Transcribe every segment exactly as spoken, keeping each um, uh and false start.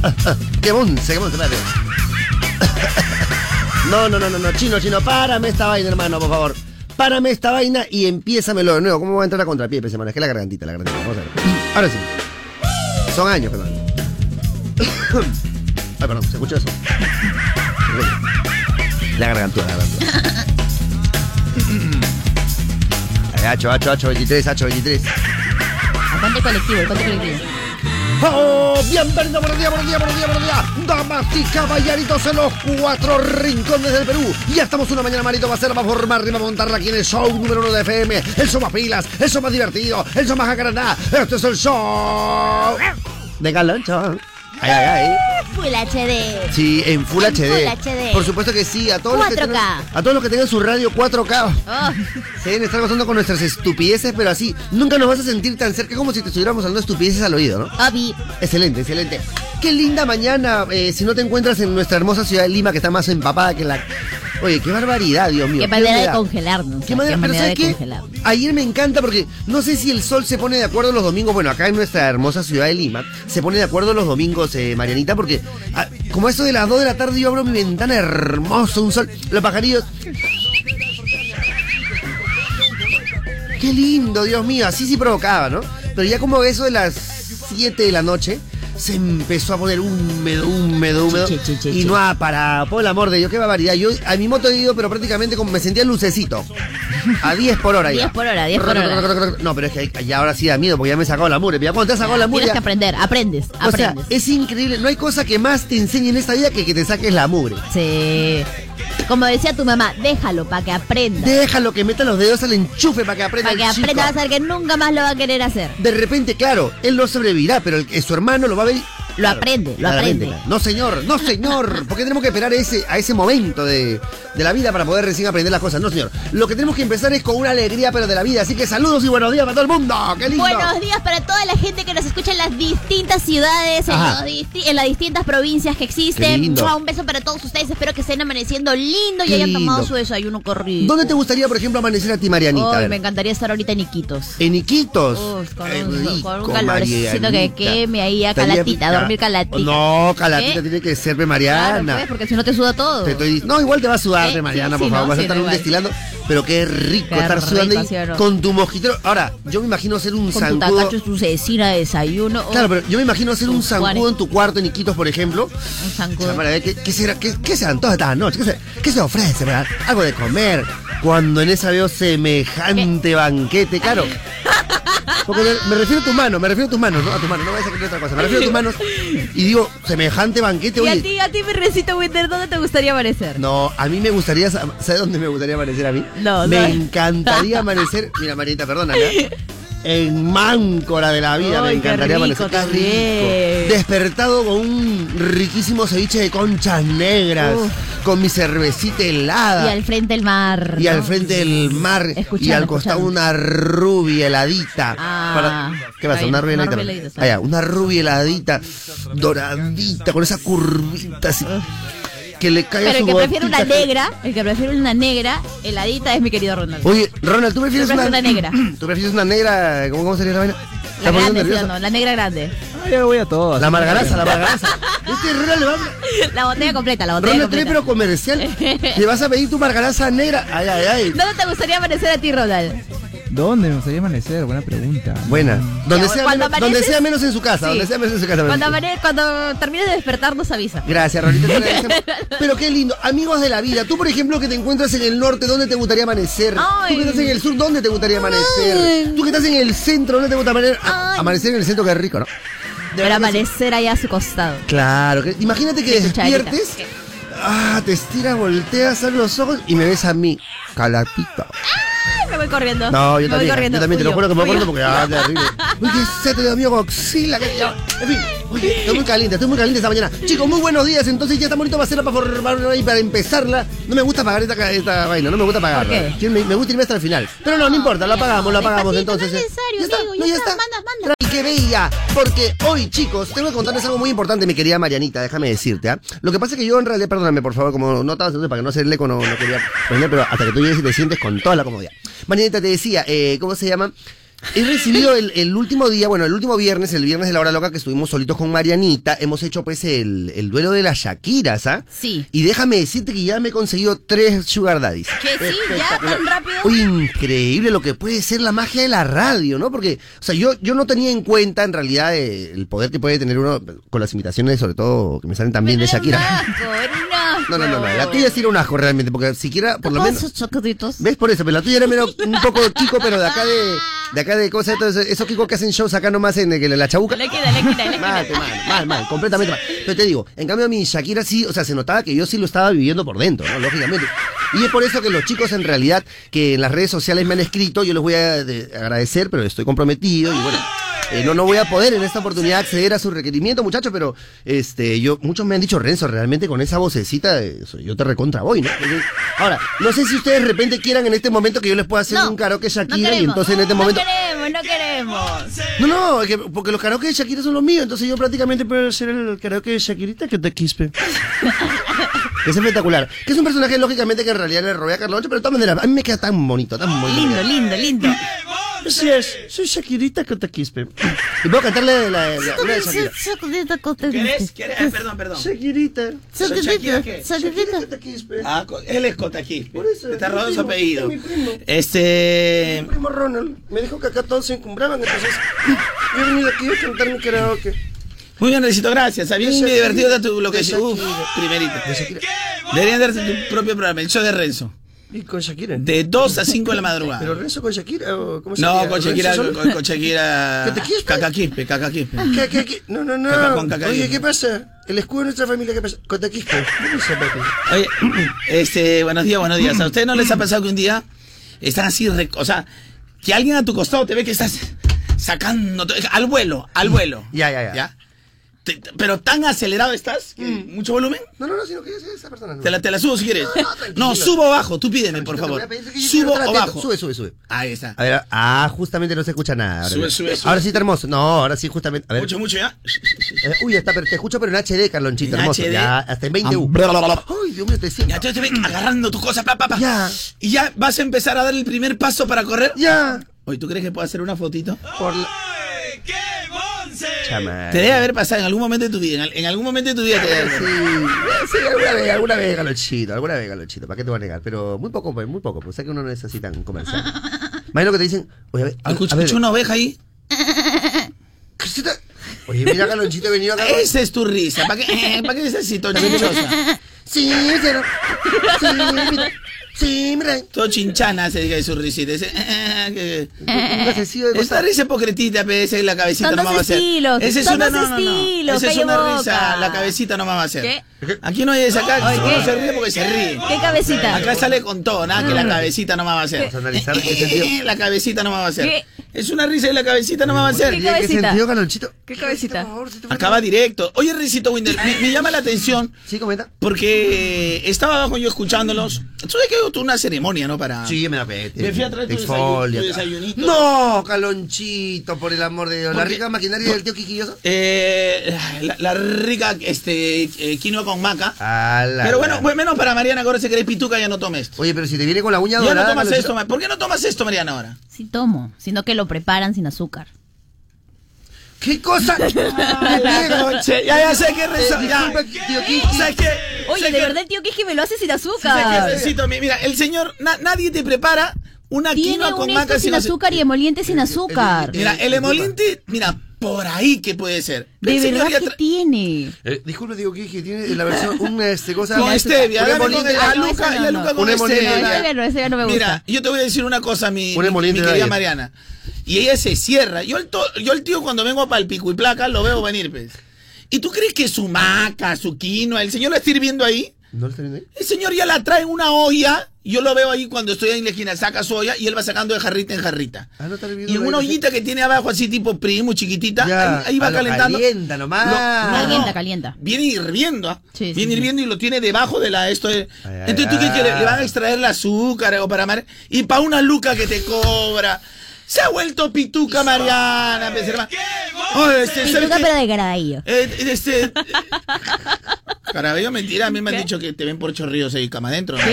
¡Qué monce, qué monce! Espérate. No, no, no, no, no, chino, chino, párame esta vaina, hermano, por favor. Párame esta vaina y empiézamelo de nuevo. ¿Cómo va a entrar a contrapié, pese, mano? Es que la gargantita, la gargantita. Vamos a ver. Ahora sí. Son años, perdón. Ay, perdón, ¿se escucha eso? La gargantúa, la gargantúa. Hacho, hacho, hacho veintitrés, hacho veintitrés. Aguante colectivo, aguante colectivo. ¡Oh! Bienvenido, buenos días, buenos días, buenos días, buenos días. Damas y caballeritos en los cuatro rincones del Perú. Ya estamos una mañana, marito, va a ser, va a formar y va a montarla aquí en el show número uno de F M. El show más pilas, el show más divertido, el show más jacarandá. Este es el show de Galancha. Ay, ay, ay. Full H D. Sí, en Full en H D. Full H D. Por supuesto que sí. A todos, los que cuatro K. tengan, a todos los que tengan su radio cuatro K. Oh. Se deben estar gozando con nuestras estupideces, pero así nunca nos vas a sentir tan cerca como si te estuviéramos hablando estupideces al oído, ¿no? Obi. Excelente, excelente. Qué linda mañana, eh, si no te encuentras en nuestra hermosa ciudad de Lima, que está más empapada que la... Oye, qué barbaridad, Dios mío. Qué manera de congelarnos. Qué manera, qué pero manera ¿sabes de qué? congelarnos. Ayer me encanta porque no sé si el sol se pone de acuerdo los domingos. Bueno, acá en nuestra hermosa ciudad de Lima se pone de acuerdo los domingos, eh, Marianita, porque ah, como eso de las dos de la tarde yo abro mi ventana, hermoso, un sol, los pajarillos. Qué lindo, Dios mío, así sí provocaba, ¿no? Pero ya como eso de las siete de la noche se empezó a poner húmedo, húmedo, húmedo. Che, che, che, y che. no ha parado, por el amor de Dios, qué barbaridad. Yo a mi moto he ido, pero prácticamente como me sentía lucecito. A diez por hora ya. diez por hora, diez por hora. No, pero es que ya ahora sí da miedo porque ya me he sacado la mure. Pero ya cuando te has sacado la mure. Tienes Ya, que aprender, aprendes, o sea, aprendes. es increíble. No hay cosa que más te enseñe en esta vida que que te saques la mure. Sí. Como decía tu mamá, déjalo para que aprenda. Déjalo que meta los dedos al enchufe para que aprenda. Para que el chico. aprenda a hacer que nunca más lo va a querer hacer. De repente, claro, él no sobrevivirá, pero el, su hermano lo va a ver. Lo aprende, lo aprende. Claro. No, señor, no, señor. ¿Por qué tenemos que esperar ese, a ese momento de, de la vida para poder recién aprender las cosas? No, señor. Lo que tenemos que empezar es con una alegría, pero de la vida. Así que saludos y buenos días para todo el mundo. ¡Qué lindo! Buenos días para toda la gente que nos escucha en las distintas ciudades, en, Ajá. los disti- en las distintas provincias que Qué existen. lindo. Mua, un beso para todos ustedes. Espero que estén amaneciendo lindo y Qué hayan lindo. tomado su desayuno corrido. ¿Dónde te gustaría, por ejemplo, amanecer a ti, Marianita? A Ay, ver. me encantaría estar ahorita en Iquitos. En Iquitos. Uf, con, Qué un, rico, con un calorcito que Marianita. queme ahí a Estaría calatita, rica. dormir calatita. No, calatita ¿Qué? tiene que ser de Claro, Mariana. pues, porque si no te suda todo. Te estoy- No, igual te va a sudar Eh, de Mariana, sí, por sí, favor. no, Vas a sí, estar da igual. destilando. Pero qué rico Qué estar sudando rico, ahí ¿sí o no? con tu mojitero. Ahora, yo me imagino hacer un Con tu zancudo. tacacho, tu cecina de desayuno. Oh, Claro, pero yo me imagino hacer un Tus zancudo Juanes. en tu cuarto en Iquitos, por ejemplo. un O zancudo. sea, para ver qué, qué será, qué, qué se antoja esta noche, qué se, qué se ofrece, ¿verdad? Algo de comer. Cuando en esa veo semejante banquete, claro. Porque me, me refiero a tus manos, me refiero a tus manos, ¿no? A tus manos, no vayas a creer otra cosa. Me refiero a tus manos y digo, semejante banquete, Y a oye. ti, a ti, mi recito Winter, ¿dónde te gustaría amanecer? No, a mí me gustaría, ¿sabes dónde me gustaría amanecer a mí? No, Me no. encantaría amanecer, mira Marita, perdóname, ¿eh? En Máncora de la vida, Ay, me qué encantaría rico amanecer. Qué también. rico. Despertado con un riquísimo ceviche de conchas negras, Uf. con mi cervecita helada. Y al frente el mar. Y al ¿no? frente del mar Escuchando, y al costado escuchando. una rubia heladita. Ah, ¿Qué pasa? está Una bien, rubia una heladita. rubia heladita, está Ah, ya, bien. una rubia heladita, doradita, con esa curvita así. Que le caiga Pero el su que prefiere una gotita que- negra, el que prefiere una negra heladita es mi querido Ronaldo. Oye, Ronald, ¿tú prefieres Yo prefiero una... una negra. ¿Tú prefieres una negra? ¿Cómo, cómo sería la vaina? La ¿Estás poniendo grande, ¿sí o nerviosa? no? La negra grande. Ah, yo voy a todos. La margaraza, la margaraza. Este Ronald le va a... La botella completa, la botella Ronald, trae completa. pero comercial. Le vas a pedir tu margaraza negra. Ay, ay, ay. ¿Dónde te gustaría amanecer a ti, Ronald? ¿Dónde me gustaría amanecer? Buena pregunta. Buena. Donde, Ya, sea cuando menos, donde amaneces- sea menos en su casa. Sí. Donde sea menos en su casa. Cuando, amane- cuando termines de despertar nos avisa. Gracias, Rolita. te agradecemos. Pero qué lindo. Amigos de la vida, tú, por ejemplo, que te encuentras en el norte, ¿dónde te gustaría amanecer? Ay. Tú que estás en el sur, ¿dónde te gustaría amanecer? Ay. Tú que estás en el centro, ¿dónde te gusta amanecer? A- Ay. Amanecer en el centro, qué rico, ¿no? De Pero verdad que sí. amanecer allá a su costado. Claro. Que, imagínate que Sí, cucharita. despiertes. Ah, te estiras, volteas, abres los ojos y me ves a mí, calatito. Me voy corriendo. No, yo me voy también, corriendo. yo también, te lo Huyo, juro que me voy huyo. corriendo porque ah, terrible. Uy, qué sed, Dios mío, Godzilla. que- ya. En fin, oye, estoy muy caliente, estoy muy caliente esta mañana. Chicos, muy buenos días, entonces ya está bonito va a ser para formarlo ahí, para empezarla. No me gusta pagar esta, esta vaina, no me gusta pagarla. ¿Por qué? Quiero- Me, me gusta irme hasta el final. Pero no, no importa, la pagamos, la pagamos Despacito, entonces. no es eh. necesario, Ya está, amigo, no, ya ya está, está. manda, manda. Y qué bella, porque hoy, chicos, tengo que contarles algo muy importante, mi querida Marianita, déjame decirte, ¿ah? Lo que pasa es que yo en realidad, perdóname, por favor, como no estaba haciendo para que no se el eco, no, no quería poner, pero hasta que tú llegues y te sientes con toda la comodidad. Marianita, te decía, eh, ¿cómo se llama? he recibido el, el último día, bueno, el último viernes, el viernes de la hora loca que estuvimos solitos con Marianita, hemos hecho pues el, el duelo de las Shakiras, ¿ah? Sí. Y déjame decirte que ya me he conseguido tres sugar daddies. ¿Que sí? ¿Ya? ¿Tan rápido? Uy, increíble lo que puede ser la magia de la radio, ¿no? Porque, o sea, yo, yo no tenía en cuenta en realidad eh, el poder que puede tener uno con las imitaciones, sobre todo que me salen tan bien de Era un Shakira. asco, era un asco. No, no, no, no, la tuya sí era un asco realmente, porque siquiera, por lo menos... Esos chocoditos. ¿Ves? Por eso, pero la tuya era menos, un poco Kiko, pero de acá de, de acá de cosas, entonces, esos Kiko que hacen shows acá nomás en, en la chabuca. Le queda, le queda, le Mal, queda. mal, mal, mal, completamente mal. Pero te digo, en cambio mi Shakira sí, o sea, se notaba que yo sí lo estaba viviendo por dentro, ¿no? Lógicamente. Y es por eso que los chicos en realidad que en las redes sociales me han escrito, yo les voy a de, agradecer, pero estoy comprometido y bueno, eh, no, no voy a poder en esta oportunidad acceder a su requerimiento, muchachos, pero este, yo, muchos me han dicho, Renzo, realmente con esa vocecita, eh, yo te recontra voy, ¿no? Entonces, ahora, no sé si ustedes de repente quieran en este momento que yo les pueda hacer No, un karaoke no Shakira y queremos. entonces en este momento... No queremos, no queremos. No, no, es que- porque los karaoke de Shakira son los míos, entonces yo prácticamente puedo hacer el karaoke de Shakirita que te quispe. Es espectacular. Que es un personaje, lógicamente, que en realidad le robé a Carloncho, pero de todas maneras, a mí me queda tan bonito, tan bonito. Lindo, lindo, lindo. Así es, soy Shakirita que te quispe. Y puedo cantarle la, la- una de Shakira. ¿Querés? ¿Querés? Ah, perdón, perdón. Shakirita. ¿Shakira qué? Shakira que te quispe. Ah, co- él es Cotaquí. Por eso, Te está es mi robando su primo, apellido. es mi primo. Este. Mi primo Ronald me dijo que acá todos se encumbraban, entonces yo he venido aquí a cantar mi karaoke. Muy bien, Necesito, gracias. A mí De me Shakira. divertido está tu lo que De es. Uf, Shakira. primerito. De Shakira. Deberían darte tu propio programa, el show de Renzo. ¿Y con Shakira? De dos a cinco de la ¿Pero madrugada. Renzo con Shakira o cómo se No, llama? con Shakira, ¿Renzo con, solo? con- con Shakira. ¿Que te quispe? Cacaquispe, cacaquispe. ¿Qué, qué, qué? No, no, no. Caca con caca. Oye, ¿qué pasa? El escudo de nuestra familia, ¿qué pasa? Cotaquisco. ¿Qué pasa, papi? Oye, este, buenos días, buenos días. ¿A ustedes no les ha pasado que un día están así, rec- o sea, que alguien a tu costado te ve que estás sacando to- al vuelo, al vuelo? Ya, ya, ya. Te- te- pero tan acelerado estás, que mucho volumen. No, no, no, sino que es esa persona. No. Te la, te la subo si quieres. No, no, tranquilo. No, subo o bajo, tú pídeme, por Tranquilo, favor. te voy a pedir que yo Subo quiero estar o atento. bajo. Sube, sube, sube. Ahí está. A ver, ah, justamente no se escucha nada. Ahora, Sube, mira. sube, sube. Ahora sí está hermoso. No, ahora sí, justamente. A ver. Mucho, mucho ya. Eh, uy, está, pero te escucho, pero en H D, Carlonchito, En hermoso. H D. Ya, hasta en veinte U. Ah, bla, bla, bla. Ay, Dios mío, te siento. Ya te, te ven agarrando tu cosa, pa, pa, pa. Ya. Y ya vas a empezar a dar el primer paso para correr. Ya. Oye, ¿tú crees que puedo hacer una fotito? Por la... Chama. Te debe haber pasado en algún momento de tu vida. En, al- en algún momento de tu vida te debe haber Sí, sí, alguna vez, alguna vez, Galochito, alguna vez, Galochito, ¿para qué te voy a negar? Pero muy poco, pues, muy poco, pues sé que uno no es así tan comercial. Imagino que te dicen, oye, a ver, a, Escucha, a ver, escucha una oveja ahí. Crisita. Oye, mira, Galochito he venido acá. Esa es tu risa. ¿Para qué, ¿para qué es así, todo chinchosa? Sí, cero. Sí, mira. Sí, mira. Todo chinchana se diga de su risita. Ese, que- Nunca se ha sido de Esta cosas. risa hipocretita, pe, esa es la cabecita Son nomás dos va a ser. estilos, Esa es son una, dos no, no, no. estilos, Esa es calla una boca. risa, la cabecita nomás va a ser. ¿Qué? Aquí no hay esa acá, Oye, uno ¿qué? se ríe porque se ríe. ¿Qué cabecita? Acá sale con todo, nada que la cabecita nomás va a ser. Vamos a analizar qué sentido. La cabecita nomás va a ser. ¿Qué? Es una risa y la cabecita nomás va a ser. ¿Qué ¿Qué cabecita? sentido, Galochito? ¿Qué cabecita? Por favor, si te voy a- Acaba directo. Oye, Risito Winder, me, me llama la atención Sí, comenta. porque estaba abajo yo escuchándolos. Tú sabes que hubo una ceremonia, ¿no? Para. Sí, me da pete. Me fui a traer tu Exfolia. desayun- tu desayunito. No, Calonchito, por el amor de Dios. La Porque- rica maquinaria del tío Quiquilloso. Eh, la, la rica este, eh, quinoa con maca. Ala, Pero bueno, ala. pues menos para Mariana, que ahora se cree pituca, ya no tome esto. Oye, pero si te viene con la uña Ya no dorada. tomas Calonchito. esto, ma- ¿por qué no tomas esto, Mariana, ahora? Sí tomo, sino que lo preparan sin azúcar. ¿Qué cosa? Che, ya, ya sé que rezo, Eh, ya. disculpa, tío Quiqui. ¿Sabes qué? Oye, ¿Sabes de qué? verdad el tío Quisque me lo hace sin ¿Sabes qué, azúcar. Recito? Mi- Mira, el señor, na- nadie te prepara una Tiene quinoa con un maca esto sin no- azúcar y emoliente sin azúcar. Mira, el Eh, emoliente, mira, por ahí que puede ser. De El señor verdad ya que tra- tiene. Eh, disculpe, digo Quiqui, tiene la versión, una este, cosa. Con stevia, un dame con emoliente- el Ah, no, aluca esa no, y aluca no. con Un emoliente stevia. de- Ese ya no, ese ya no me gusta. Mira, yo te voy a decir una cosa, mi, Un mi- emoliente mi de querida gallet. Mariana. Y ella se cierra. Yo el, to- yo el tío cuando vengo para el pico y placa lo veo venir, pues. ¿Y tú crees que su maca, su quinoa, el señor la está sirviendo ahí? ¿No lo está viendo ahí? El señor ya la trae en una olla. Yo lo veo ahí cuando estoy ahí en la esquina, saca su olla y él va sacando de jarrita en jarrita. Ah, no está viendo Y en ahí, una no sé. ollita que tiene abajo así tipo primo, chiquitita, Ya, ahí, ahí va a lo calentando. calienta nomás. Calienta, calienta. Viene hirviendo, ¿ah? Sí, sí, viene sí. hirviendo y lo tiene debajo de la esto de... Ay, ay, Entonces tú crees que le, ay. le van a extraer el azúcar o para mar y para una luca que te cobra. Se ha vuelto pituca Mariana, pues, hermano. Oye, este, ¿sabes Pituca qué? pero de gradillo. Eh, este, eh, Carabello, mentira. A mí me han ¿Qué? dicho que te ven por Chorrillos ahí, cama adentro. ¿no? ¿Qué?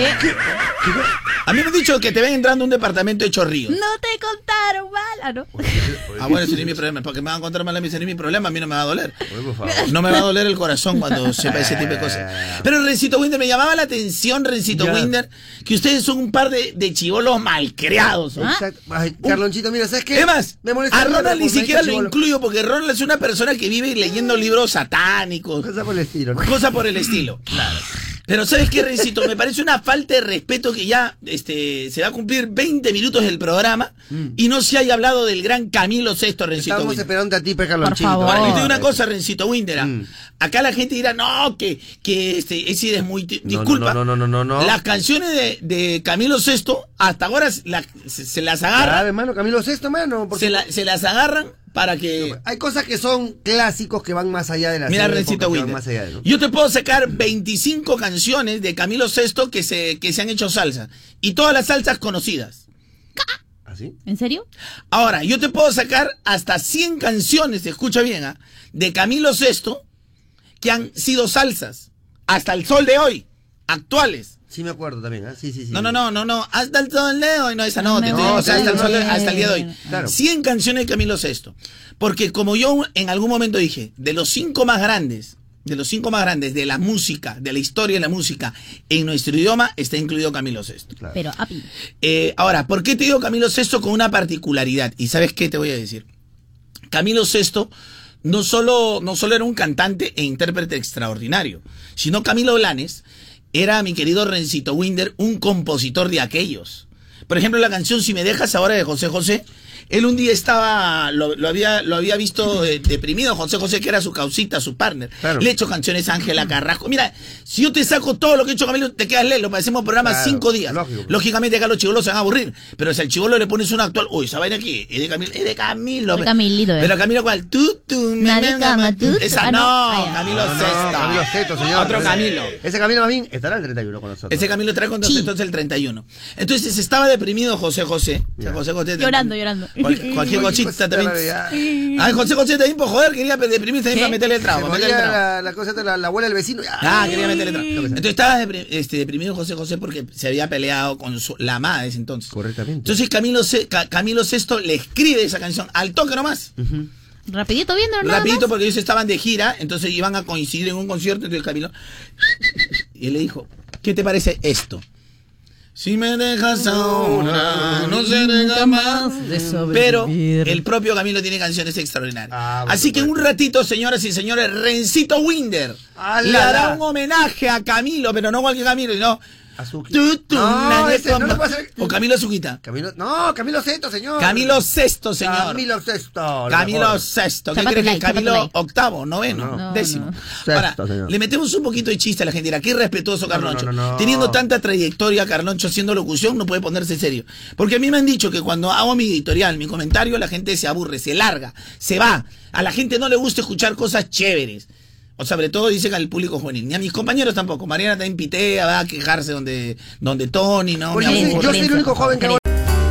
A mí me han dicho que te ven entrando a un departamento de Chorrillos. No te contaron mal, ¿ah, no? Ah, bueno, ese no es mi problema. Porque me van a contar mal a mí, ese no es mi problema. A mí no me va a doler. Oye, por favor. No me va a doler el corazón cuando sepa ese tipo de cosas. Pero Rencito Winder, me llamaba la atención, Rencito Ya. Winder, que ustedes son un par de, de chibolos malcriados. ¿no? ¿Ah? Exacto. Ay, Carlonchito, mira, ¿sabes qué? Es más, Me molesta a Ronald ni porque siquiera lo chibolo. incluyo porque Ronald es una persona que vive leyendo libros satánicos, Cosa por el estilo, ¿no? cosa por el estilo. Claro. Pero ¿sabes qué, Rencito? Me parece una falta de respeto que ya este, se va a cumplir veinte minutos del programa y no se haya hablado del gran Camilo Sesto, Rencito Estamos Winder. esperando a ti, pe, Carlonchito. favor. Ahora, yo te digo una cosa, Rencito Winder. ¿ah? Mm. Acá la gente dirá, no, que, que este, ese es muy... No, Disculpa. no, no, no, no, no. Las canciones de, de Camilo Sesto, hasta ahora la- se, se las Claro, agarran, hermano, Camilo Sesto, hermano. porque- se, la- se las agarran para que... Hay cosas que son clásicos que van más allá de la Mira, serie, Rencito porque van Winder, más allá de, ¿no? yo te puedo sacar veinticinco canciones de Camilo Sesto que se, que se han hecho salsa. Y todas las salsas conocidas. ¿Así? ¿En serio? Ahora, yo te puedo sacar hasta cien canciones, escucha bien, ¿ah? de Camilo Sesto que han sido salsas. Hasta el sol de hoy. Actuales. Sí me acuerdo también, ¿ah? Sí, sí, sí. No, no, no, no, no. Hasta el sol de hoy. No, esa no. No te me estoy diciendo, o sea, hasta, el sol de- gusta. hasta el día de hoy. Claro. cien canciones de Camilo Sesto. Porque como yo en algún momento dije, de los cinco más grandes, de los cinco más grandes de la música, de la historia de la música, en nuestro idioma, está incluido Camilo Sesto. Claro. Pero, api. Eh, ahora, ¿por qué te digo Camilo Sesto con una particularidad? Y ¿sabes qué te voy a decir? Camilo Sesto no solo, no solo era un cantante e intérprete extraordinario, sino Camilo Blanes era, mi querido Rencito Winder, un compositor de aquellos. Por ejemplo, la canción Si me dejas ahora de José José. Él un día estaba, lo, lo había, lo había visto eh, deprimido, José José, que era su causita, su partner. Claro. Le he hecho canciones a Ángela Carrasco. Mira, si yo te saco todo lo que he hecho Camilo, te quedas lelo. Parecemos programa Claro, cinco días. lógico. Lógicamente acá los chibolos se van a aburrir. Pero si al chibolo le pones una actual, uy, esa vaina aquí es de Camilo. Es de Camilo. De Camilito, eh. Pero Camilo, ¿cuál? Tú, tú, me, Nadie me, cama, me, tú, tú. Esa Ah, no, no. Ah, ya. Camilo No, no, Sesto. Camilo Sesto, señor. Otro Camilo. Ese Camilo más bien estará el treinta y uno con nosotros. Ese Camilo trae con Sí. nosotros el treinta y uno. Entonces estaba deprimido José José. O sea, Ya. José José Llorando, llorando. Cual- cualquier cosita también. Ya. Ay, José José también, por joder, quería deprimirse también ¿Qué? para meterle el Se trago. para meterle el moría trago. la, la cosa de la, la abuela del vecino. ya. Ah, quería meterle trago. Entonces estaba depri- este, deprimido José José porque se había peleado con su, la amada de ese entonces. Correctamente. Entonces Camilo, Se- Ca- Camilo Sesto le escribe esa canción al toque nomás. Ujú. Rapidito viendo, nada Rapidito más. porque ellos estaban de gira, entonces iban a coincidir en un concierto, entonces Camilo y él le dijo, ¿qué te parece esto? Si me dejas ahora, no seré jamás. Pero el propio Camilo tiene canciones extraordinarias. Ah, por Así que en un supuesto. ratito, señoras y señores, Rencito Winder ¡Ala! le hará un homenaje a Camilo, pero no cualquier Camilo, sino Azuki. tú, tú, No, nadie ese no toma- le puede hacer- o Camilo Azuquita. Camilo, no, Camilo Sesto, señor. Camilo Sesto, señor. Camilo Sesto. lo Camilo mejor. Sexto. ¿Qué Zapato crees que like, Camilo zapato like. octavo, noveno, No, no. décimo? No, no. Ahora, Sexto, señor. le metemos un poquito de chiste a la gente. Dirá, qué respetuoso No, Carloncho. no, no, no. Teniendo tanta trayectoria, Carloncho, haciendo locución, no puede ponerse serio. Porque a mí me han dicho que cuando hago mi editorial, mi comentario, la gente se aburre, se larga, se va. A la gente no le gusta escuchar cosas chéveres. O sobre todo dicen al público juvenil. Ni a mis compañeros tampoco. Mariana también pitea, va a quejarse donde, donde Tony, ¿no? Pues Me yo, soy, aburro. yo soy el único joven que hago.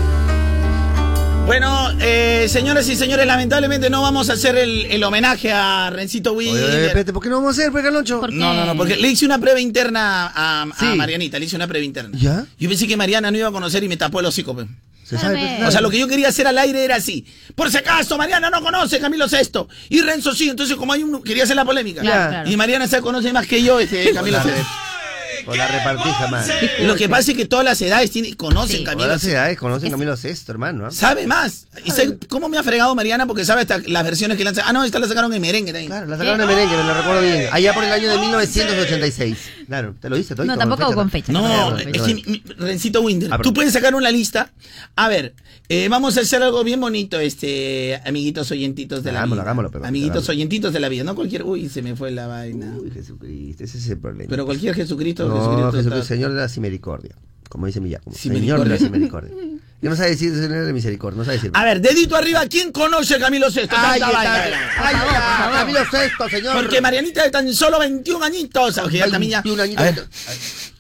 Bueno, eh, señoras y señores, lamentablemente no vamos a hacer el, el homenaje a Rencito Oye, Winder. espérate, ¿por qué no vamos a hacer, pues, Carloncho? ¿Por qué? No, no, no, porque le hice una prueba interna a, a Sí. Marianita, le hice una prueba interna. ¿Ya? Yo pensé que Mariana no iba a conocer y me tapó el hocico. Pe. Se sabe, Dame. pues, O sea, lo que yo quería hacer al aire era así. Por si acaso, Mariana no conoce a Camilo Sesto. Y Renzo sí, entonces como hay uno, quería hacer la polémica. Claro, claro. Y Mariana se conoce más que yo, este Camilo la Sesto. Con la repartija, man. Lo que pasa es que todas las edades tienen, conocen Sí. Camilo Todas las Sesto. edades conocen Camilo Sesto, hermano. ¿ah? Sabe más. ¿Y sabe cómo me ha fregado Mariana? Porque sabe hasta las versiones que lanzan. Ah, no, esta la sacaron en merengue también. Claro, la sacaron de merengue, me lo recuerdo bien. Allá por el año de mil novecientos ochenta y seis. Claro, te lo dice todo. No, tampoco con fecha. No, Claro, es fecha. que mi- mi- Rencito Winder, Ah, tú perdón. puedes sacar una lista. A ver, eh, vamos a hacer algo bien bonito, este, amiguitos oyentitos de la Hagámoslo, vida. hagámoslo, pero amiguitos hagámoslo. oyentitos de la vida, no cualquier, uy, se me fue la vaina. Uy, Jesucristo, ese es el problema. Pero cualquier Jesucristo, no, Jesucristo, Jesucristo, está- Señor de la Misericordia. Como dice Milla, como Misericordia. Señor de la Misericordia. Que no sabe decir Señor de la Misericordia, no sabe decir. A ver, dedito arriba, ¿quién conoce a Camilo Sesto? Ay, Tanta vaina, está, vaina. ay, Por favor, está, por favor. Camilo Sesto, señor. Porque Marianita de tan solo veintiún añitos, o sea, que ya también ya- veintiún añitos. A ver,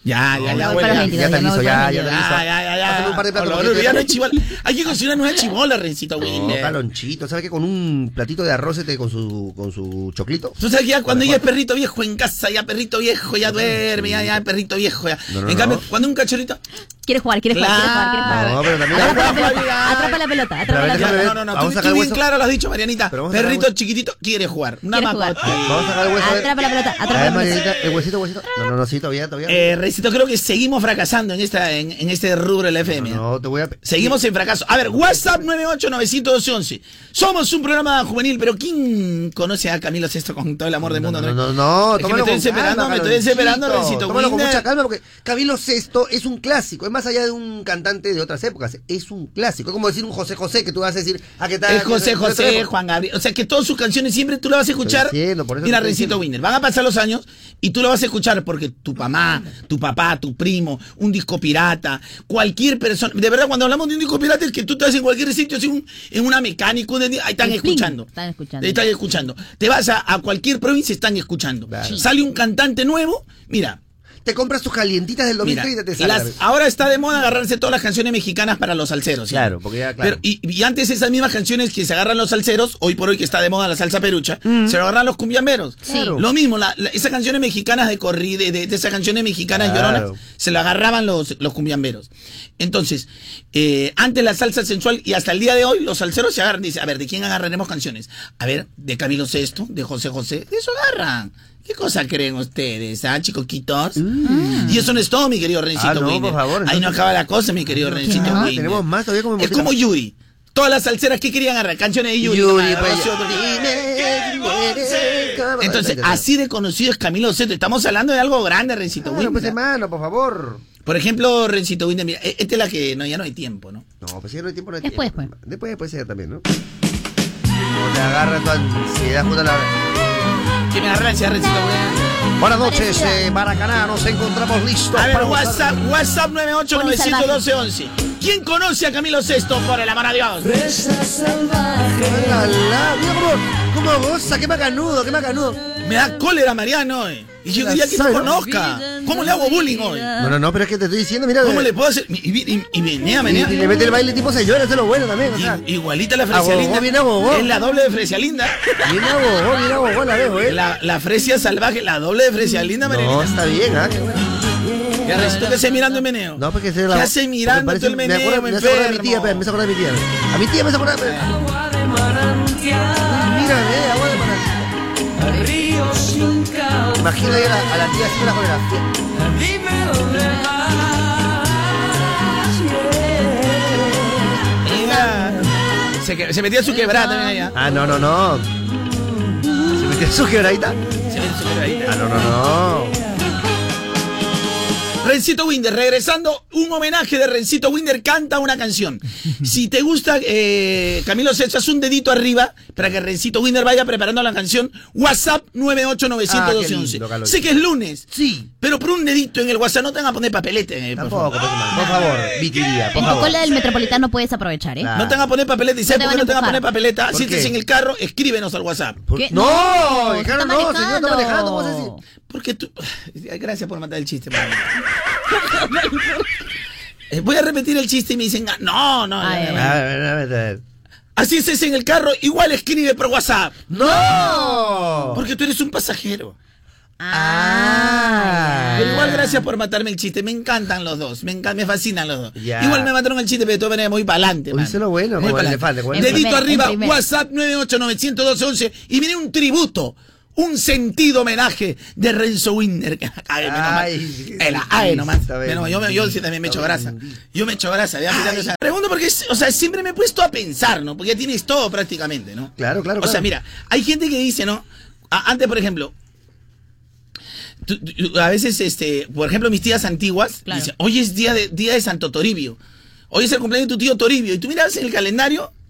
Ya, ya, ya, voy huele, para ya. los Ya está veintidós, listo, ya ya, me ya voy está para listo. Ya, ya, ya, ya. Hazle un par de platos, Hola, porque ya no te- hay chibola. Hay que cocinar una chibola, Rencito No, Winder. calonchito, ¿sabes qué? Con un platito de arroz este, con su, con su choclito. Tú sabes que ya cuando Con ya el es perrito viejo en casa, ya perrito viejo, ya duerme, ya, ya perrito viejo, ya. No, no, En no. cambio, cuando un cachorrito. Quiere jugar, quiere jugar, quiere jugar, quiere jugar. No, pero también- Atrapa la Atrapa pelota, la- atrapa la pelota, Pero atrapa la déjame pelota. ver. No, no, no, Vamos tú, a sacar tú el bien hueso. claro lo has dicho, Marianita. Pero vamos a sacar el Perrito hueso. chiquitito quiere jugar. Una Quiere mascota. jugar. Vamos a sacar el hueso. a ver. Atrapa la pelota, A atrapa ver, la pelota. Marianita, el huesito, huesito. No, no, no, sí, todavía, todavía. Eh, Rencito, creo que seguimos fracasando en esta en, en este rubro de la F M. No, te voy a... Seguimos en fracaso. A ver, WhatsApp nueve ocho nueve uno dos once. Somos un programa juvenil, pero ¿quién conoce a Camilo Sesto con todo el amor del mundo? No, no, no, Es que me tómalo estoy con desesperando, calma, me estoy Calonchito. desesperando, Rencito Tómalo con Winder. mucha calma porque Camilo Sesto es un clásico, es más allá de un cantante de otras épocas, es un clásico. Es como decir un José José que tú vas a decir, ¿a qué tal? Es José De otra José, época. Juan Gabriel. O sea que todas sus canciones siempre tú las vas a escuchar. Estoy diciendo, por eso Mira, te estoy Rencito diciendo. Winder, van a pasar los años y tú lo vas a escuchar porque tu mamá, tu papá, tu primo, un disco pirata, cualquier persona. De verdad, cuando hablamos de un disco pirata es que tú estás en cualquier sitio, así un- en una mecánica, un- ahí están El pling, escuchando. están escuchando. Te están escuchando. Te vas a, a cualquier provincia, están escuchando. Claro. Sale un cantante nuevo, mira. Te compras tus calientitas del Mira, domingo y te sale. las- ahora está de moda agarrarse todas las canciones mexicanas para los salseros. ¿sí? Claro, porque ya, claro. Pero, y, y antes esas mismas canciones que se agarran los salseros, hoy por hoy que está de moda la salsa perucha, se lo agarran los cumbiamberos. Claro. Lo mismo, la- la- esas canciones mexicanas de corrida, de, de, de esas canciones mexicanas Claro. lloronas, se lo agarraban los, los cumbiamberos. Entonces, eh, antes la salsa sensual y hasta el día de hoy los salseros se agarran, dice, a ver, ¿de quién agarraremos canciones? A ver, de Camilo Sesto, de José José, de eso agarran. ¿Qué cosa creen ustedes, ah, chicoquitos? Y eso no es todo, mi querido Rencito Ah, no, Winder. por favor, Ahí no entonces- acaba la cosa, mi querido Rencito no? Winder. Tenemos más todavía como Es como Yuri. Todas las salseras que querían agarrar, canciones de Yuri. Yuri, nomás, pues, Rocío ya. Durcal. Dime, dime, cómo- Entonces, así de conocido es Camilo Sesto. Estamos hablando de algo grande, Rencito Bueno, pues Winder. hermano, por favor. Por ejemplo, Rencito Winder, mira, e- esta es la que no, ya no hay tiempo, ¿no? No, pues si ya no hay tiempo, no hay Después, tiempo. pues. Después puede ser también, ¿no? Como te agarra toda ansiedad junto a la... Que me agarra la ansiedad, Rencito Winder. Buenas noches, eh, Maracaná, nos encontramos listos A ver, para WhatsApp, WhatsApp nueve ocho nueve uno dos once. ¿Quién conoce a Camilo Sesto, por el amor a Dios? La, la, mira cómo, cómo goza, qué macanudo, qué macanudo. Me da cólera, Mariano, eh. Y yo La diría que no sabe. conozca. ¿Cómo le hago bullying hoy? No, no, no, pero es que te estoy diciendo, mira. ¿Cómo eh, le puedo hacer? Y, y, y, y menea, y, menea. y le mete el baile tipo señora, eso es lo bueno también, o sea. I- Igualita la Agogó, Fresialinda. bien agogó. Es la doble de Fresialinda. Bien abogó, bien abogó, la veo, eh. La, la Fresia salvaje, la doble de Fresialinda, No, Marianita. está bien, ¿ah? Qué bueno. Ya Recito que hace mirando el meneo. No, porque se ¿Qué hace mirando porque todo el parece- meneo, me acuerdo- me hace acordar de mi tía, enfermo? pe, me hace acordar de mi tía. A mi tía me hace acordar. pe. Mira, eh, agua de manantial. Imagina ahí a la, a la tía haciendo la coreografía. Mira. Se, que- se metía su quebrada también allá. Ah, no, no, no. Se metió su quebradita. Se metía su quebradita. Ah, no, no, no. Rencito Winder, regresando, un homenaje de Rencito Winder, canta una canción. Si te gusta, eh, Camilo Sesto, haz un dedito arriba para que Rencito Winder vaya preparando la canción. WhatsApp nueve ocho nueve uno dos Ah, qué once. lindo, Carlos. Sé que es lunes, Sí. pero por un dedito en el WhatsApp no te van a poner papelete. eh, por Tampoco, favor. pe, hermano. Por favor, Vitiría, por En tu favor. cola del Metropolitano puedes aprovechar, ¿eh? Claro. No te van a poner papeleta. ¿Y sabes te por qué van a no te van a poner empujar. papeleta? ¿Por Si estás qué? en el carro, escríbenos al WhatsApp. ¿Por- ¿Qué? No, No, Ricardo, está no, señor, está manejando. manejando, ¿cómo vas a decir? Porque tú... Gracias por matar el chiste. Mariano. Eh, Voy a repetir el chiste y me dicen, ah, no, no. Ay, ya, ay, ya. A ver, a ver, a ver. Así estés en el carro, igual escribe por WhatsApp. ¡No! Porque tú eres un pasajero. Ah. Pero igual gracias por matarme el chiste. Me encantan los dos. Me, encan- me fascinan los dos. Ya. Igual me mataron el chiste, pero de todas maneras muy para adelante. Uy, eso es lo bueno, como el pa'lante. elefante, como el Dedito elefante. En arriba, primera, en primera. WhatsApp nueve ocho nueve uno dos once. Y viene un tributo. Un sentido homenaje de Renzo Winder. Ay, menos mal. Ay, El ay nomás. está Menos mal. Yo, me- yo sí también me echo grasa. Yo me echo grasa. Ya pensando esa- Pregunto porque, o sea, siempre me he puesto a pensar, ¿no? Porque ya tienes todo prácticamente, ¿no? Claro, claro, O sea, claro. mira, hay gente que dice, ¿no? A- antes, por ejemplo, tú- tú- a veces, este, por ejemplo, mis tías antiguas Claro. dicen, hoy es día de, día de Santo Toribio. Hoy es el cumpleaños de tu tío Toribio. Y tú miras en el calendario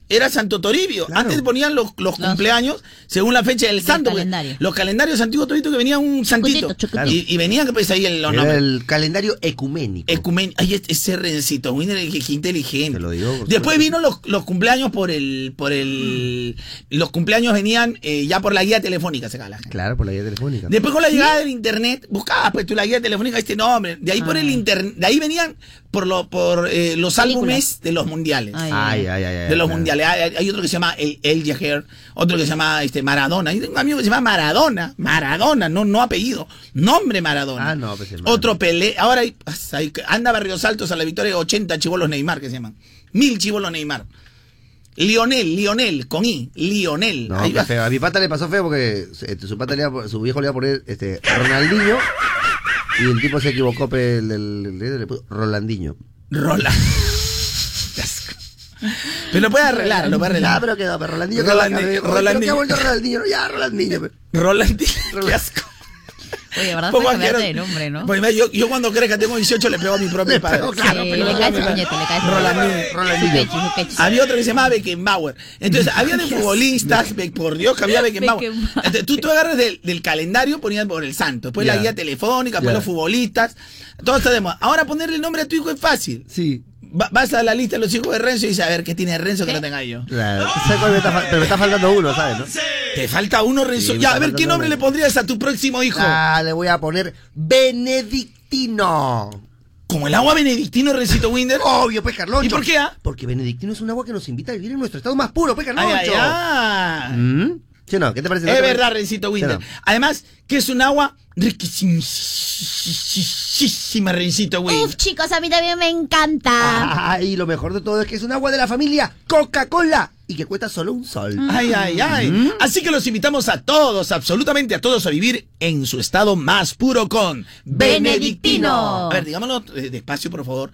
era Santo Toribio. Claro. Antes ponían los, los, los cumpleaños según la fecha del santo. Calendario. Los calendarios antiguos toditos que venía un santito. Chiquitito, Claro. Y, y venían pues ahí el, los Era nombres. el calendario ecuménico. Ecumen Ay, este- ese rencito, Winner, qué qué inteligente. Te lo digo, por Después supuesto. vino los, los cumpleaños por el, por el, los cumpleaños venían eh, ya por la guía telefónica, se la gente. Claro, por la guía telefónica. Después con la llegada del internet, buscabas pues tú la guía telefónica, este nombre, de ahí por Ah. el internet, de ahí venían por lo, por eh, los Películas. álbumes de los mundiales. Ay, Ay, ay, ay, ay. De los claro. mundiales. Hay, hay otro que se llama el, el Jager, otro que se llama este Maradona. Y tengo un amigo que se llama Maradona. Maradona, no, no apellido. Nombre Maradona. Ah, no, pues el Maradona. Otro Pelé. Ahora hay, hay- anda Barrios Altos a la victoria, ochenta chibolos Neymar que se llaman. Mil chibolos Neymar. Lionel, Lionel, con I, Lionel. No, Ahí qué va. feo. A mi pata le pasó feo porque este, su pata le iba a- su viejo le iba a poner este, Ronaldinho y el tipo se equivocó, pe, el, el- el- le puso Rolandinho. Rola. Qué asco. Pero lo puede arreglar, lo puede Ah, arreglar. pero quedó, pero Rolandinho. Rolandi- quedó bacán, Rolandinho. pero ¿qué ha vuelto Rolandinho? Ya, Rolandinho. pe. Rolandinho, qué asco. Oye, ¿verdad? Poco Para cambiarte asqueroso. de nombre, ¿no? Pues, mira, yo, yo cuando crezca tengo dieciocho le pego a mi propio Le padre. pego, claro, Sí, pero le no, cae no, su no. puñete, le cae su Rolandinho, puñete. Rolandinho. Su pecho, su pecho. Había otro que se llamaba Beckenbauer. Entonces, había de futbolistas, be- por Dios que había Beckenbauer. Beckenbauer. Entonces, tú, tú agarras del, del calendario, ponías por el santo. Después Ya. la guía telefónica, después Ya. los futbolistas. Todo está de moda. Ahora ponerle el nombre a tu hijo es fácil. Sí. Va- vas a la lista de los hijos de Renzo y dices, a ver, ¿qué tiene Renzo que ¿Qué? no tenga yo? Claro. ¿Sabes cuál me está fal- pero me está faltando uno, ¿sabes? ¿No? Te falta uno, Renzo. Sí, me ya, a está ver, ¿qué faltando nombre uno. le pondrías a tu próximo hijo? Ah, le voy a poner Benedictino. Como el agua benedictino, Rencito Winder. Obvio, pues, Carloncho. ¿Y por qué, ah? Porque Benedictino es un agua que nos invita a vivir en nuestro estado más puro, pues, Carloncho. Ay, ay, ay. ¿Mm? ¿Sí o no? ¿Qué te parece? ¿No Es te parece? verdad, Rencito Winder. Sí, no. Además, que es un agua riquísima, Rencito Winder. Uf, chicos, a mí también me encanta. Ah, y lo mejor de todo es que es un agua de la familia Coca-Cola y que cuesta solo un sol. Ay, ay, ay. Así que los invitamos a todos, absolutamente a todos, a vivir en su estado más puro con Benedictino. A ver, digámoslo eh, despacio, por favor.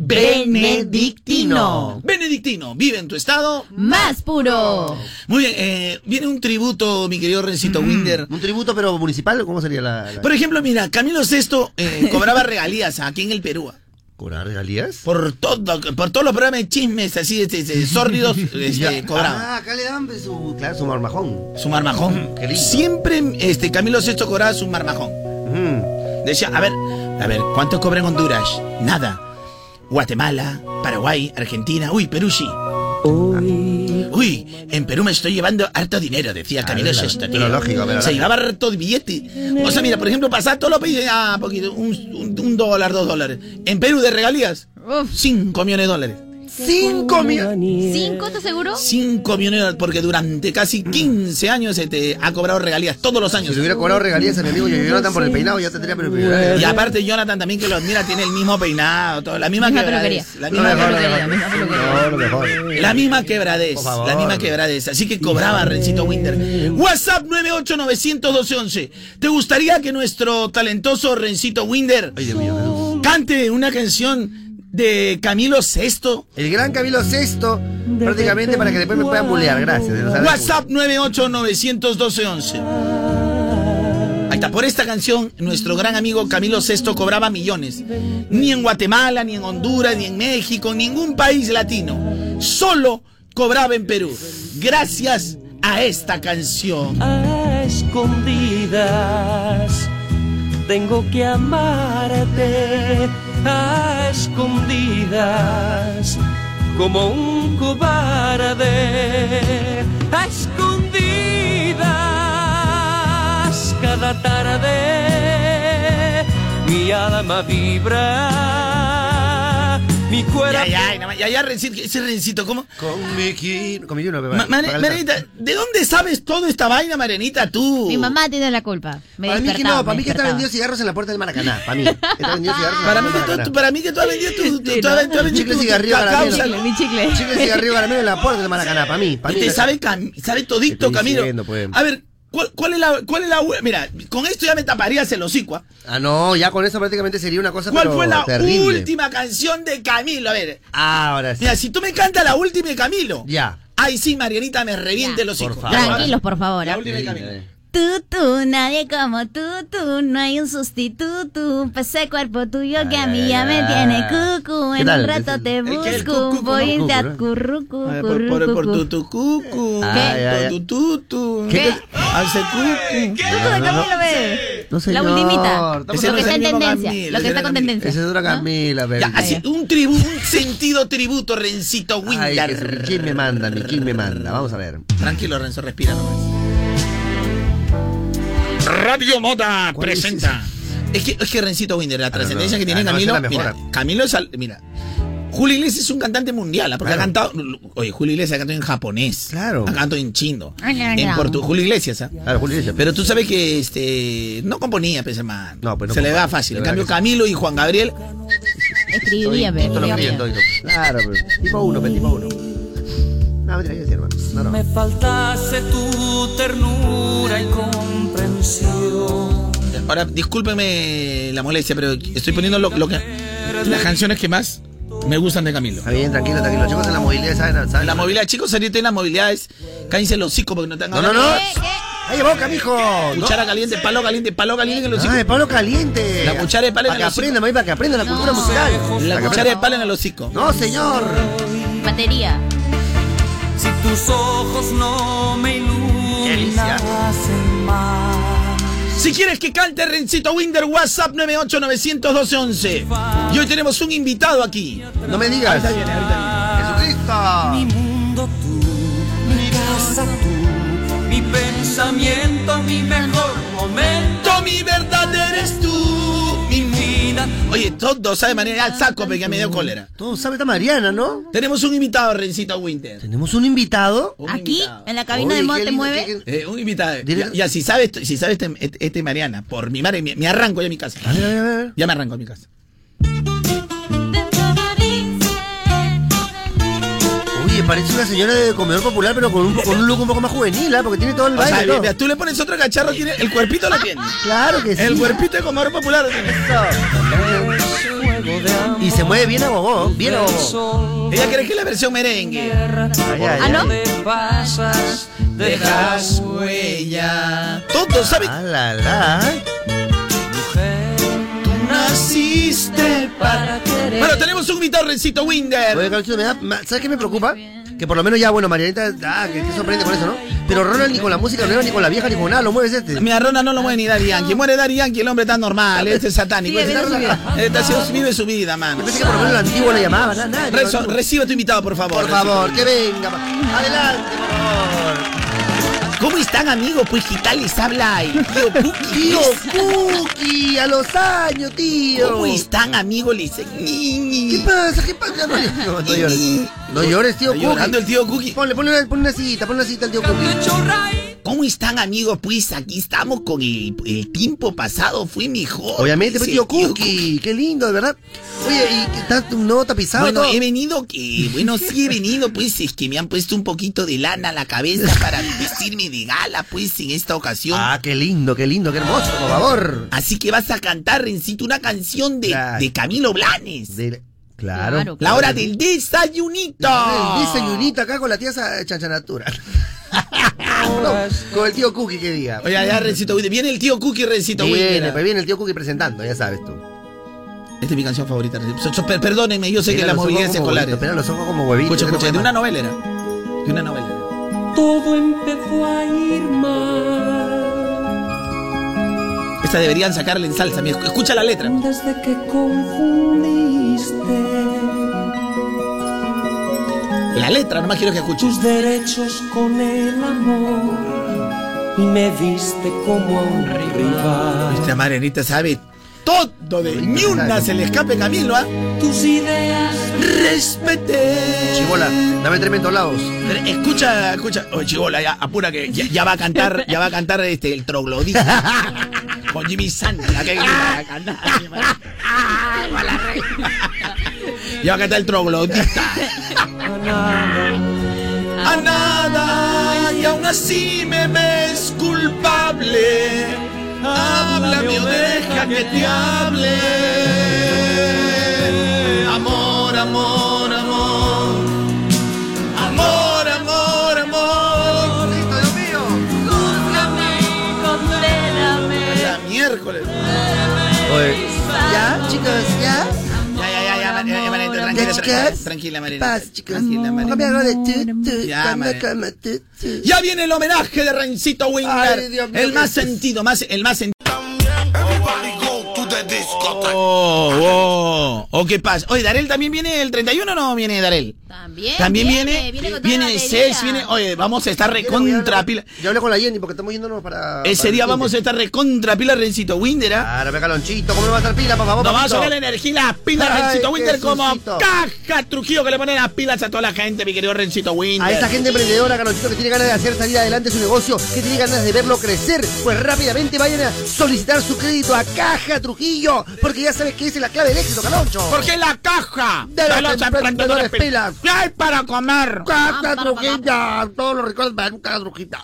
Benedictino. Benedictino, vive en tu estado. Más puro. Muy bien, eh, viene un tributo, mi querido Rencito Winder. ¿Un tributo pero municipal? ¿Cómo sería la...? la... Por ejemplo, mira, Camilo sexto eh, cobraba regalías aquí en el Perú. ¿Cobrar regalías? Por todo, por todos los programas de chismes así, este, este, sórdidos, este, cobraba. Ah, acá le daban pues, su, claro, su marmajón. Su marmajón. Qué lindo. Siempre este, Camilo sexto cobraba su marmajón. Mm. Decía, a ver, a ver, ¿cuánto cobra en Honduras? Nada. Guatemala, Paraguay, Argentina, uy, Perú sí. Uy, en Perú me estoy llevando harto dinero, decía Camilo Ah, sexto, pero tío. lógico, pero Se lógico. llevaba harto de billete. O sea, mira, por ejemplo, pasaba todos los países, ah, poquito, un, un, un dólar, dos dólares. En Perú, de regalías, Uf. cinco millones de dólares. ¡Cinco millones! ¿Cinco, estás seguro? Cinco millones de dólares, porque durante casi quince años se te ha cobrado regalías, todos los Si años. le hubiera cobrado regalías a mi amigo Jonathan por el peinado, ya tendría pero Y aparte Jonathan también que lo admira, tiene el mismo peinado, todo, la misma, Misma quebradez, peluquería. la Lo misma mejor, lo quebradez. peluquería, mejor. misma peluquería. No, lo mejor. La misma quebradez, Por favor. la misma quebradez. Así que cobraba Rencito Winder. WhatsApp nueve ocho nueve uno cero uno uno. ¿Te gustaría que nuestro talentoso Rencito Winder Ay, Dios mío, Jesús. cante una canción de Camilo sexto? El gran Camilo sexto, prácticamente para que después me puedan bulear, gracias. ¿No sabes? WhatsApp nueve ocho nueve uno dos uno uno. Ahí está, por esta canción, nuestro gran amigo Camilo sexto cobraba millones. Ni en Guatemala, ni en Honduras, ni en México, en ningún país latino. Solo cobraba en Perú. Gracias a esta canción. A escondidas tengo que amarte, a escondidas como un cobarde, a escondidas cada tarde mi alma vibra, mi cuerpo. Ya, ya, ya, ya, ya, Rencito, ese Rencito, ¿cómo? Con mi quino. Con mi quino, Ma- Mare- Marianita, ¿de dónde sabes toda esta vaina, Marianita, tú? Mi mamá tiene la culpa. Me Para mí que despertaba, no, para me mí que está despertaba. vendiendo cigarros en la puerta del Maracaná. Para mí. Está vendiendo cigarros en la Para mí, puerta que del tú, tú- Maracaná. para mí que tú has vendido tu, tu, Sí, tú has- ¿no? tú has vendido Chicle, tu- tu cigarrillo, cacao, caramelo. sale. Mi chicle. Chicle, cigarrillo, caramelo en la puerta del Maracaná. Para mí. Para mí. Te sabe, cam- sabe todito, Estoy Camilo. diciendo, pues. A ver, ¿cuál, cuál es la, cuál es la, mira, con esto ya me taparías el hocico, ¿ah? Ah, no, ya con eso prácticamente sería una cosa ¿Cuál pero fue la terrible. última canción de Camilo? A ver, Ahora sí. mira, si tú me cantas la última de Camilo. Ya. Ay, sí, Marianita, me reviente Ya. el hocico. Por favor. Tranquilos, por favor. La ¿ah? última de Camilo. Tú, tú, nadie como tú, tú, no hay un sustituto para ese cuerpo tuyo que a mí ya me tiene cucu. En un rato te busco, voy a currucu, Por, por, por tu tu cucu. ¿Qué? Por tu tu tu. ¿Qué? Hace cucu. Cucu de Camilo, ve. No, señor. La ultimita. Estamos Ese Lo no que es está el en mismo tendencia. Camilo, Lo que ese está era con Camilo. tendencia. Esa es otra Camila, bebé. Ya, así, un tribu, un sentido tributo, Rencito Ay, Winder. que- ¿quién me manda? mi ¿Quién me manda? Vamos a ver. Tranquilo, Renzo, respira nomás. Radio Moda ¿Cuál es presenta. Es que, es que Rencito Winder, la trascendencia no. que tiene Ah, no, Camilo. esa es la Mira, mejor. Camilo es. al- Mira, Julio Iglesias es un cantante mundial, ¿ah? Porque Claro. ha cantado. Oye, Julio Iglesias ha cantado en japonés. Claro. Ha cantado en chino. Ay, no, En no. portugués. Julio Iglesias, ¿ah? Claro, Julio Iglesias. Pero tú sabes que este no componía, pues, hermano. No, pues no Se le compone, da fácil. de En verdad cambio, que sí. Camilo y Juan Gabriel. Escribía, ve. Todito lo escriben, todito. Claro, pero tipo uno, pe, tipo uno. No, me tiene que decir, hermano. No, no. Me faltase tu ternura y comprensión. Ahora, discúlpeme la molestia, pero estoy poniendo lo, lo que, las canciones que más me gustan de Camilo. Está bien, tranquilo, tranquilo. Los chicos en la movilidad saben, saben. La movilidad, chicos, ahorita en las movilidades, cállense los hocico porque no están No, no, no. ¡Ay, boca, mijo! Cuchara caliente, palo caliente, palo caliente en el hocico. Ah, el palo caliente. La cuchara de palo en Para que el hocico. aprendan, maíz, para que aprendan la cultura No. musical. La Para que cuchara de aprendan. palo en el hocico. No, señor. Batería. Si tus ojos no me delicia. iluminasen más. Si quieres que cante Rencito Winder, WhatsApp nueve ocho nueve uno dos uno uno. Y hoy tenemos un invitado aquí. No me digas. Ahorita viene, ahorita Mi Jesucristo. mundo tú, mi casa tú, mi pensamiento, mi mejor momento, viene. Mi verdad eres tú, mi vida. Oye, todo sabe manera al saco porque me dio cólera. Todo sabe esta Mariana, ¿no? Tenemos un invitado, Rencito Winder. Tenemos un invitado. Un Aquí, invitado. en la cabina Oye, de Moda qué te lindo, mueve. qué- qué- Eh, un invitado. Ya, Directo. ya, si sabes, si sabes este, este, este Mariana, por mi madre, me, me arranco ya a mi casa. A ver, a ver, a ver. Ya me arranco a mi casa. Oye, parece una señora de comedor popular, pero con un, con un look un poco más juvenil, ¿ah? Porque tiene todo el O baile. sea, todo. mira, tú le pones otro cacharro, tiene, el cuerpito lo tiene. Claro que sí. El cuerpito de comedor popular. Y se mueve bien a gogo, bien a gogo. sol, Ella cree que es la versión merengue. Ay, ay, ¿Ah, no? donde pasas, dejas huella. Todos saben. Ah, la, la. mujer. Tú naciste para querer. Bueno, tenemos un invitado, Rencito Oye, Winder. Carlito, me da- ma- ¿sabes qué me preocupa? Que por lo menos ya, bueno, Marianita, ah, que, que sorprende con eso, ¿no? Pero Ronald ni con la música nueva, ni con la vieja, ni con nada, lo mueves este. Mi arrona no lo mueve ni Daddy Yankee. Muere Daddy Yankee, el hombre está normal. Este es satánico. Sigue Este viviendo su vida. Este ha sido- vive su vida, mano. Yo pensé que por lo menos la antigua la llamaba, nada, nada. Renzo, no, no. recibe a tu invitado, por favor. Por favor, que venga. pa- Adelante, por favor. ¿Cómo están, amigos? Pues, ¿qué tal les habla el tío Cookie? Tío Cookie, a los años, tío. ¿Cómo están, amigos? Les... ¿Qué pasa? ¿Qué pasa? No, no, no llores. No llores, tío Está llorando el Cookie. tío Cookie. Ponle, ponle una, ponle una cita, ponle una cita al tío Cookie. ¿Cómo están, amigos? Pues aquí estamos con el, el tiempo pasado, fue mejor. Obviamente, pues, Ese tío Cookie. Qué lindo, de verdad. Oye, ¿y está tu nuevo tapizado? Bueno, todo? he venido que, bueno, sí he venido, pues, es que me han puesto un poquito de lana a la cabeza para vestirme de gala, pues, en esta ocasión. Ah, qué lindo, qué lindo, qué hermoso, por favor. Así que vas a cantar, Rencito, una canción de, Claro. de Camilo Blanes. De- Claro. Claro. La hora del desayunito. El desayunito acá con la tía Sa- Chanchanatura. No, con el tío Cookie que diga. Oye, ya, Rencito, viene el tío Cookie, Rencito. Viene, Winder. pues viene el tío Cookie presentando, ya sabes tú. Esta es mi canción favorita, Rencito. So- per- Perdónenme, yo sé que Mira las los ojos movilidades como escolares. huevitos, Espera los ojos como huevitos. Escucha, escucha, de no una más. novela era. De una novela era. Todo empezó a ir mal Esta deberían sacarle en salsa. Mira, escucha la letra. desde que confundiste La letra, nomás quiero que escuches. tus derechos con el amor y me viste como a un rival. Esta Marianita sabe todo de ni una se le escape Camilo, ¿ah? Tus ideas Respeté. Chibola, dame tremendo lados. Pero escucha, escucha. Oye, Chibola, ya, apura que ya, ya va a cantar, ya va a cantar este el troglodita. Con Jimmy Santi. Acá va a cantar. Ya va a cantar el troglodita. A nada, y aún así me ves culpable. Háblame o deja que te hable. Amor, amor, amor. Amor, amor, amor. Listo, Dios mío. Oye, ya, chicos, ya. Ya, ya, ya, ya, Marianita, Marianita, tranquila, tranquila, tranquila, Marianita. Paz, chicos. Tranquila, Marianita. Cambia algo de tu, tu, Ya, cuando Marianita. cama, tu, tu. Ya viene el homenaje de Rencito Winder. Ay, Dios mío, el más ¿qué es? sentido, más, el más sentido. Oh, oh, oh, ¿qué pasa? Oye, ¿Darel también viene el treinta y uno o no viene Darel? También. También viene, Viene, viene con toda viene la el batería. seis, viene, oye, vamos a estar recontra pila. Yo hablé con la Jenny porque estamos yéndonos para... Ese para día el vamos a fin de- estar recontra pila Rencito Winder, ¿ah? Claro, ve Calonchito, ¿cómo no va a estar pila, por favor? Nos vamos a papito? poner la energía y las pilas Ay, Rencito qué Winder como susito. caja Trujillo que le pone las pilas a toda la gente, mi querido Rencito Winder. A esa gente emprendedora, Calonchito, que tiene ganas de hacer salir adelante su negocio, que tiene ganas de verlo crecer, pues rápidamente vayan a solicitar su crédito a Caja Trujillo, porque ya sabes que esa es la clave del éxito, Caloncho. Porque la caja De los emprendedores pilas. ¿Qué hay para comer? Caja Trujillo, todos los recuerdos para un Caja Trujillo.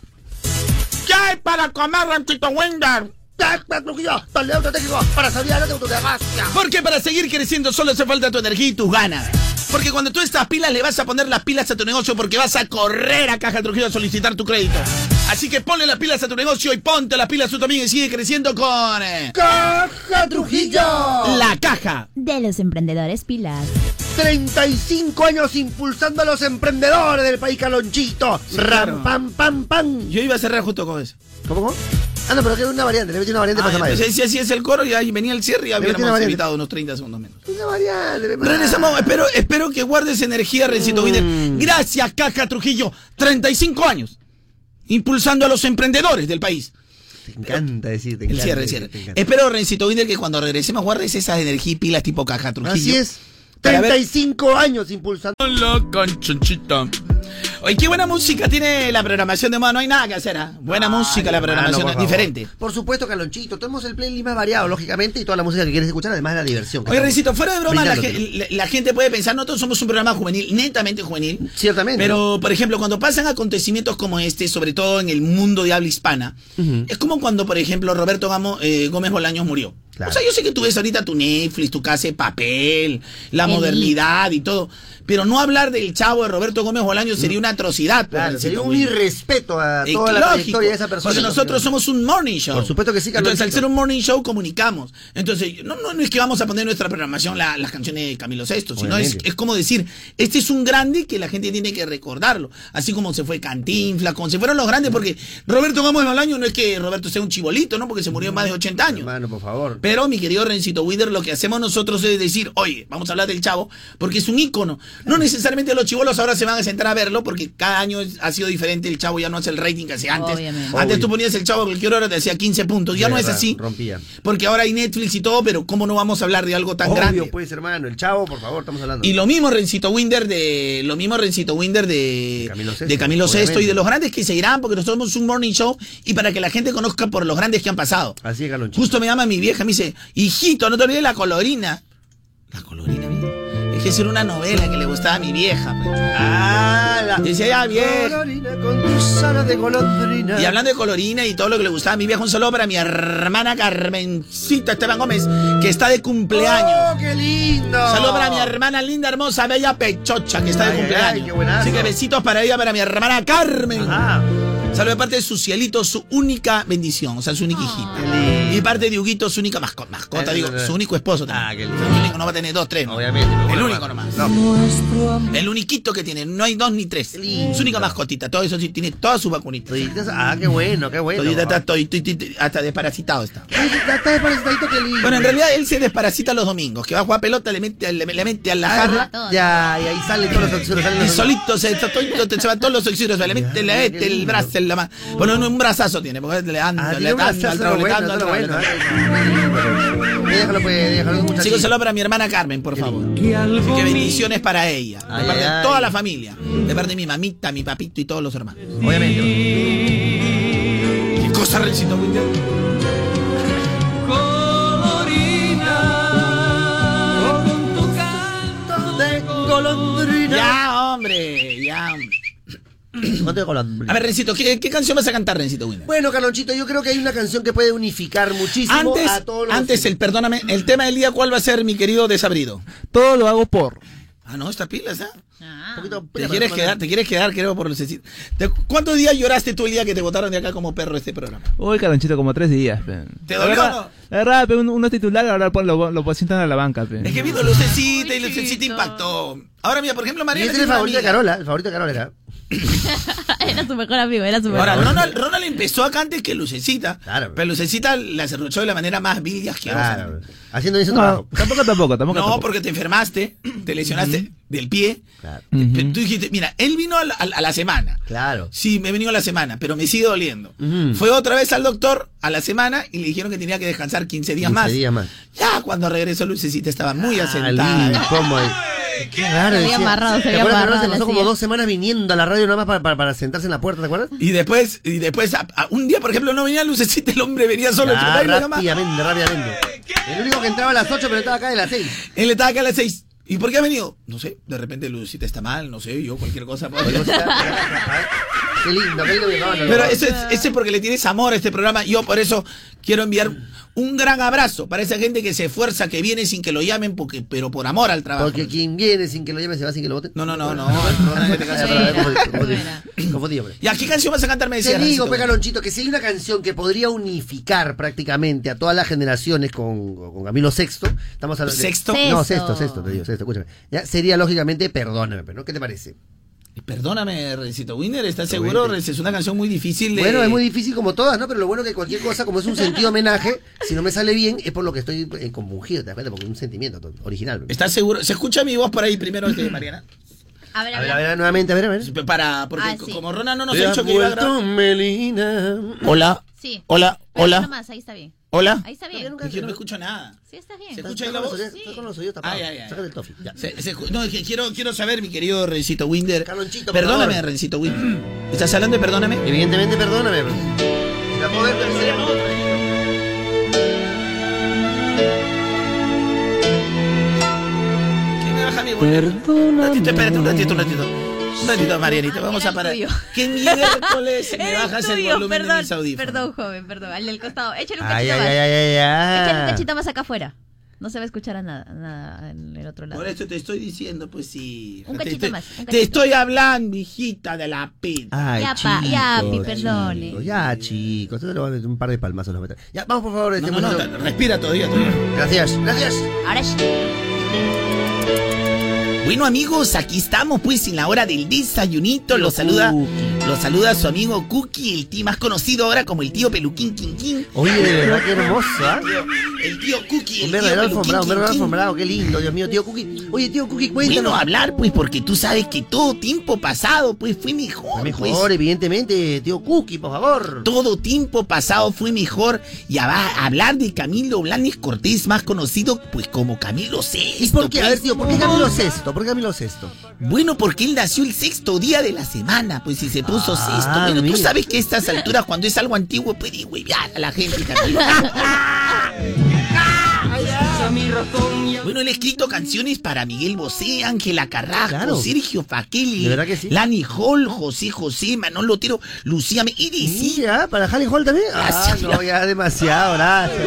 ¿Qué hay para comer, Rencito Winder? Caja Trujillo, taleo estratégico para salir adelante de tu negocio. Porque para seguir creciendo solo hace falta tu energía y tus ganas. Porque cuando tú estás pilas le vas a poner las pilas a tu negocio porque vas a correr a Caja Trujillo a solicitar tu crédito. Así que ponle las pilas a tu negocio y ponte las pilas tú también y sigue creciendo con... eh, Caja Trujillo. La Caja. De los emprendedores pilas. treinta y cinco años impulsando a los emprendedores del país, Calonchito. claro. Ram, pam, pam, pam. Yo iba a cerrar justo con eso. ¿Cómo, cómo? Ah, no, pero que es una variante, le metí una variante Ah, para entonces, más. si así es el coro y ahí venía el cierre y metí una habíamos variante. evitado unos treinta segundos menos. Una variante. le- Regresamos, espero, espero que guardes energía, Rencito Winder. Gracias, Caja Trujillo. treinta y cinco años. Impulsando a los emprendedores del país. Te encanta decir, te El encanta cierre, el decir, cierre. te encanta. Espero, Rencito Winder, que cuando regresemos guardes esas energía y pilas tipo Caja Trujillo. Así es. Para ver- treinta y cinco años impulsando. Hola, canchonchita. Oye, qué buena música tiene la programación de moda. No hay nada que hacer, ¿ah? Buena música la Ay, programación, hermano, por diferente. favor. Por supuesto, Calonchito. Tenemos el playlist más variado, lógicamente, y toda la música que quieres escuchar, además de la diversión. que Oye, estamos Rencito, fuera de broma, la, brindándote. ge- la- la gente puede pensar, nosotros somos un programa juvenil, netamente juvenil. Ciertamente. Pero, por ejemplo, cuando pasan acontecimientos como este, sobre todo en el mundo de habla hispana, Ujú. es como cuando, por ejemplo, Roberto Gamo- eh, Gómez Bolaños murió. Claro. O sea, yo sé que tú ves ahorita tu Netflix, tu casa de papel, la El modernidad y todo, pero no hablar del chavo de Roberto Gómez Bolaños sería una atrocidad. pues, Claro, Rencito sería un Winder. irrespeto a Eh, toda la lógico, trayectoria de esa persona. porque nosotros somos un morning show. Por supuesto que sí, Entonces, al Carlonchito. ser un morning show, comunicamos. Entonces, no, no, no es que vamos a poner en nuestra programación la- las canciones de Camilo Sesto, sino es, Obviamente. es como decir, este es un grande que la gente tiene que recordarlo. Así como se fue Cantinflas, como se fueron los grandes, porque Roberto Gómez Bolaños no es que Roberto sea un chibolito, ¿no? Porque se murió más de ochenta años. Hermano, por favor. Pero, mi querido Rencito Winder, lo que hacemos nosotros es decir, oye, vamos a hablar del Chavo, porque es un ícono. No necesariamente los chibolos ahora se van a sentar a verlo, porque cada año es- ha sido diferente. El Chavo ya no hace el rating que hacía antes. Obviamente. Antes Obvio. tú ponías el Chavo a cualquier hora, te hacía quince puntos. Ya De no es verdad, así. rompía. Porque ahora hay Netflix y todo, pero ¿cómo no vamos a hablar de algo tan Obvio, grande? pues, hermano. El Chavo, por favor, estamos hablando. Y lo mismo Rencito Winder de lo mismo Rencito Winder de, De Camilo Sesto, de Camilo Sesto y obviamente. de los grandes que seguirán, porque nosotros somos un morning show y para que la gente conozca por los grandes que han pasado. Así es, Calonchito. Justo me llama mi vieja, me dice, hijito, no te olvides la colorina. La colorina, mira. Es que era una novela que le gustaba a mi vieja. pues. Ah, la... Decía, ya bien. Colorina con tus alas de golondrina. Y hablando de colorina y todo lo que le gustaba a mi vieja, un saludo para mi hermana Carmencita Esteban Gómez, que está de cumpleaños. ¡Oh, qué lindo! Saludo para mi hermana linda, hermosa, bella, pechocha, que está de Ay, cumpleaños. ay, qué buenazo. Así que besitos para ella, para mi hermana Carmen. Ah, Saludo de parte de su cielito, su única bendición, o sea, su única hijita. qué lindo. Y de parte de Huguito, su única mascota, mascota Eh, digo, eh, eh. su único esposo también. Ah, qué lindo. El único, no va a tener dos, tres. ¿no? Obviamente. pero El bueno, único hermano. nomás. No. El uniquito que tiene, no hay dos ni tres. Qué lindo. Su única mascotita, todo eso sí, tiene todas sus vacunitas. Toditas- Ah, qué bueno, qué bueno. Todita está, todo- todo- todo- hasta desparasitado está. Ay, Está desparasitadito, qué lindo. Bueno, en realidad él se desparasita los domingos, que va a jugar pelota, le mete, le, le mete a la jarra. todo. Ya, y ahí salen todos los oxígenos. salen Y los- solito se, se, se van todos los oxígenos, le mete, le mete el brazo en la mano. Bueno, no, un brazazo tiene, porque le anda, Ah, le tiene un anda, brazazo, al trago, le bueno, anda, al está trago, le bueno. anda. Ay, Déjalo, pues, déjalo, muchachito. Chicos, saludo para mi hermana Carmen, por favor. Así que bendiciones para ella, de Ay, parte ay, de toda ay. la familia, de parte de mi mamita, mi papito y todos los hermanos. Obviamente. ¿Qué cosa, Rencito Winder? Colorina, con tu canto De golondrina. Ya, hombre, ya, hombre. ¿Cuánto de golondrina? A ver, Rencito, ¿qué, qué canción vas a cantar, Rencito Winder? Bueno, Calonchito, yo creo que hay una canción que puede unificar muchísimo Antes, a todos los... antes el, perdóname, el tema del día, ¿cuál va a ser, mi querido Desabrido? Todo lo hago por. Ah, no, está pilas, ¿ah? Ah. Un poquito Te pila, quieres pero- quedar, te quieres quedar, creo, por lucecita. Te- ¿Cuántos días lloraste tú el día que te botaron de acá como perro este programa? Uy, Carlonchito, como tres días, pe. ¿Te La dolió verdad- o no? La verdad, pe, uno, uno es titular, ahora pues, lo, lo sientan a la banca, pe. Es que vino lucecita y Uy, lucecita chiquito. impactó. Ahora mira, por ejemplo, Y Mariana ese es el tiene una favorito de amiga. Carola, el favorito de Carola era. Era su mejor amigo, era su mejor Ahora, amigo. Ronald, Ronald empezó acá antes que Lucecita. Claro. Pero Lucecita la cerruchó de la manera más vil y asquerosa. Claro, haciendo ese No, trabajo. tampoco, tampoco, tampoco. No, tampoco. porque te enfermaste, te lesionaste del pie. Claro. Ujú. Pero tú dijiste, mira, él vino a la, a la- a la semana. Claro. Sí, me he venido a la semana, pero me sigue doliendo. Ujú. Fue otra vez al doctor a la semana y le dijeron que tenía que descansar quince días más. quince días más. Ya cuando regresó Lucecita estaba muy Ah, asentada. lindo, ¿cómo es? Qué raro. Se había decía. amarrado, se ¿Te había acuerdas que amarrado se a la pasó como silla? dos semanas viniendo a la radio nada más para, para, para sentarse en la puerta, ¿te acuerdas? Y después, y después a- a- un día, por ejemplo, no venía Lucecita, el hombre venía solo. Ya, el programa. rápidamente, rápidamente. El único que entraba a las ocho, pero estaba acá de las seis. Él estaba acá a las seis. ¿Y por qué ha venido? No sé, de repente Lucecita está mal, no sé, yo cualquier cosa. puedo- Qué lindo, qué lindo mi hermano. Pero eso es, eso es porque le tienes amor a este programa. Yo por eso quiero enviar un gran abrazo para esa gente que se esfuerza, que viene sin que lo llamen, porque, pero por amor al trabajo. Porque quien viene sin que lo llame se va sin que lo voten. No, no, no, no. en este caso, Buena, confundido, confundido. buena. Confundido, hombre. ¿Y a qué canción vas a cantar? Me Te decías, digo, Rancito. Pecalonchito, que si hay una canción que podría unificar prácticamente a todas las generaciones con, con Camilo Sexto, estamos hablando de... ¿Sexto? No, Sexto. sexto, sexto, te digo, sexto, escúchame. Ya sería lógicamente Perdóname, pero ¿no? ¿Qué te parece? Perdóname, Rencito Winner, ¿estás seguro? Renzo? Es una canción muy difícil de... Bueno, es muy difícil como todas, ¿no? Pero lo bueno que cualquier cosa, como es un sentido homenaje, si no me sale bien, es por lo que estoy eh, compungido, ¿te das cuenta? Porque es un sentimiento to- original. ¿Estás seguro? ¿Se escucha mi voz por ahí primero, este, Mariana? A ver, A ver, a ver, nuevamente, a ver, a ver. Para, porque Ah, sí. como Rona no nos Te ha has dicho que iba a vuelto grabar... Melina. Hola, Sí. hola, Pero hola, nomás, ahí está bien. hola. Ahí está bien. Es que yo no me escucho nada. Sí, está bien. ¿Se Estás escucha ahí la con los voz? oídos- estás con los oídos tapados. Ay, ay, ay. Sácate el tofi. Ya. Se- se escu- no, es que quiero, quiero saber, mi querido Rencito Winder. Carlonchito, por Perdóname, favor. Rencito Winder. ¿Estás hablando de perdóname? Evidentemente, perdóname. pero Si la puedo ver, pero sería otra. ¿Quién me baja mi volumen? Un ratito, espérate, un ratito, un ratito. Un ratito, Marianita, vamos a el parar. tuyo. ¿Qué miércoles me Era bajas el tuyo, volumen perdón, de mis audífonos? Perdón, joven, perdón. Al del costado. Échale un Ay, cachito ay, más. ay, ay, ay, Échale un ay. cachito más acá afuera. No se va a escuchar a nada, nada en el otro lado. Por eso te estoy diciendo, pues sí. Un Te cachito estoy- más, un Te cachito. estoy hablando, hijita de la pita. Ay, Ya, pa, ya, chicos, pi, perdone. chicos, Ya, chicos, yo le voy a meter un par de palmazos. los voy a meter. Ya, vamos por favor. No, este no, no, muchacho. ta- respira todavía, todavía. Gracias, gracias. Ahora sí. Bueno, amigos, aquí estamos pues en la hora del desayunito. Los saluda, los saluda su amigo Cookie, el tío más conocido ahora como el tío Peluquín Quin Quin. Oye, de verdad, qué hermoso, ¿ah? El tío Cookie, el Un tío verdadero Peluquín alfombrado, un Quin verdadero Quin. alfombrado, qué lindo, Dios mío, tío Cookie. Oye, tío Cookie, cuéntanos. Bueno, hablar pues porque tú sabes que todo tiempo pasado pues fue mejor. Fue mejor, pues. evidentemente, tío Cookie, por favor. Todo tiempo pasado fue mejor y a va- hablar de Camilo Blanes Cortés, más conocido pues como Camilo Sexto. ¿Y por qué? A pues. ver, tío, ¿por qué Camilo Sexto? ¿Por qué Camilo Sexto? Bueno, porque él nació el sexto día de la semana, pues si se puso Ah, sexto. Bueno, mira. tú sabes que a estas alturas, cuando es algo antiguo, puede huevear a la gente, Camilo. Bueno, él ha escrito canciones para Miguel Bosé, Ángela Carrasco, Claro. Sergio Fakeli, ¿De verdad que sí? Lani Hall, José José, Manolo Otero, Lucía Me- y decía, Mira, para Harry Hall también. Ah, sí, no, ya demasiado, gracias.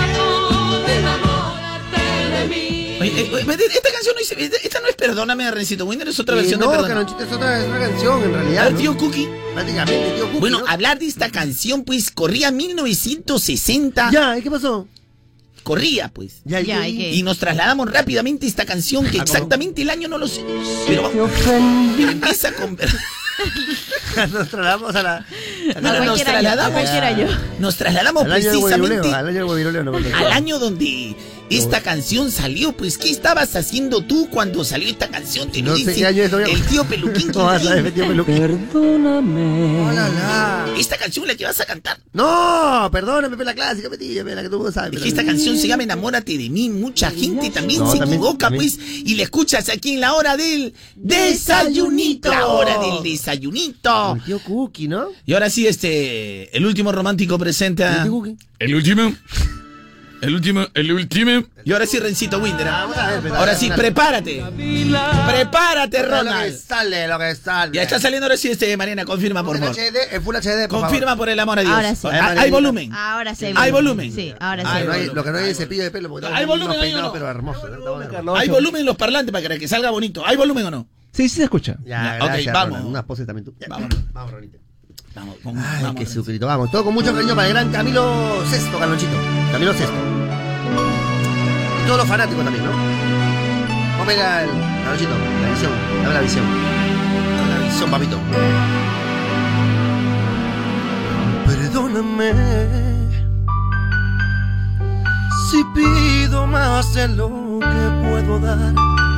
Oye, eh, oye, esta canción no dice, esta no es Perdóname de Rencito Winder, es otra Eh, versión no, de Perdóname. Carlonchito, es otra, es otra canción, en A realidad. ver, ¿no? tío Cookie. Prácticamente, tío Cookie. Bueno, ¿no? hablar de esta canción, pues, corría mil novecientos sesenta. Ya, ¿y qué pasó? Corría, pues. Ya, ¿y Ya, qué? ¿y qué? Y nos trasladamos rápidamente a esta canción, que Ah, ¿cómo? exactamente el año no lo sé. Pero, pero empieza con... Nos trasladamos a la... a No, la- no, nos cualquier año, a trasladamos, cualquier año. nos trasladamos al año del precisamente hueviroleo, al año del hueviroleo, no, al año donde esta canción salió. Pues, ¿qué estabas haciendo tú cuando salió esta canción? Te lo No sé dice qué año es, todavía. el tío Peluquín ¿Cómo vas a Quintín. ver, tío Peluquín? Perdóname. Hola, la. Esta canción la que vas a cantar. No, perdóname, pe, la clásica, petilla, pe, la que tú sabes. Es pe, que esta la- canción se llama Enamórate de mí. Mucha gente también No, se también- equivoca, también. pues, y le escuchas aquí en la hora del desayunito. La hora del desayunito. El tío Cookie, ¿no? Y ahora sí, este, el último romántico presenta. El tío Cookie. El último. El último, el último. Y ahora sí, Rencito Winder. Ahora sí, prepárate. Prepárate, Ronald. Lo que sale, lo que sale. Ya está saliendo ahora sí, este, Mariana, confirma, por favor. En Full H D, por Confirma favor. por el amor a Dios. Ahora sí. ¿Hay, hay volumen? Ahora sí. ¿Hay volumen? Sí, ahora sí. Hay No hay- volumen. lo que no hay es cepillo de pelo. Porque ¿Hay estamos volumen unos ahí o peinados, no? pero hermosos, ¿eh? Estamos hermosos. ¿Hay volumen en los parlantes para que salga bonito? ¿Hay volumen o no? Sí, sí se escucha. Ya, Ok, gracias, vamos. Ronald. Unas poses también tú. Ya, Vamos. Vamos, Ronita. Vamos, con, Ay, vamos. qué sucrito. Vamos, todo con mucho cariño para el gran Camilo Sesto, Carlonchito. Camilo Sesto. Y todos los fanáticos también, ¿no? ¿Cómo era el Carlonchito? La visión. Dame la visión. Dame la visión, papito. Perdóname si pido más de lo que puedo dar,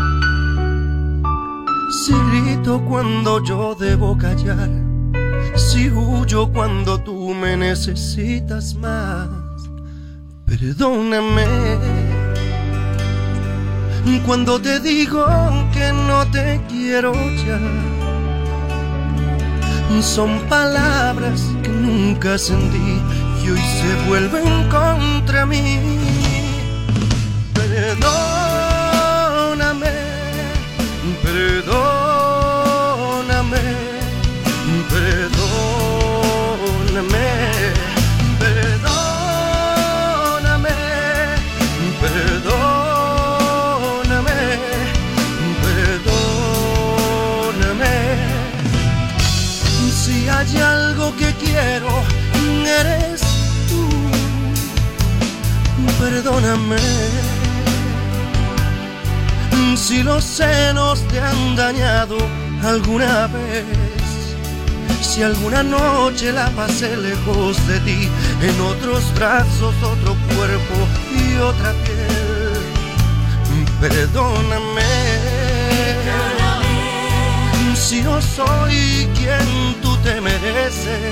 si grito cuando yo debo callar, si huyo cuando tú me necesitas más. Perdóname cuando te digo que no te quiero ya. Son palabras que nunca sentí y hoy se vuelven contra mí. Perdóname, perdóname, perdóname, perdóname, perdóname, perdóname. Si hay algo que quiero, eres tú. Perdóname. Si los celos te han dañado alguna vez, si alguna noche la pasé lejos de ti, en otros brazos, otro cuerpo y otra piel. Perdóname. Si no soy quien tú te mereces,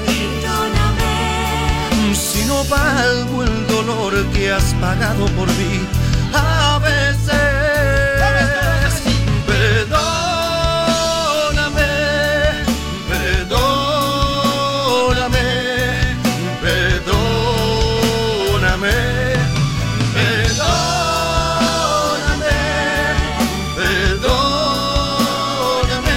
si no valgo el dolor que has pagado por mí a veces. Perdóname, perdóname, perdóname, perdóname, perdóname,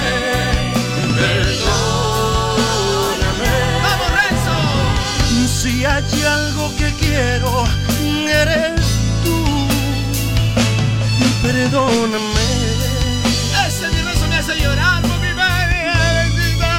perdóname. ¡Vamos, Renzo! Si hay algo que quiero, eres tú. Perdóname. Ese mi beso me hace llorar por mi madre bendita.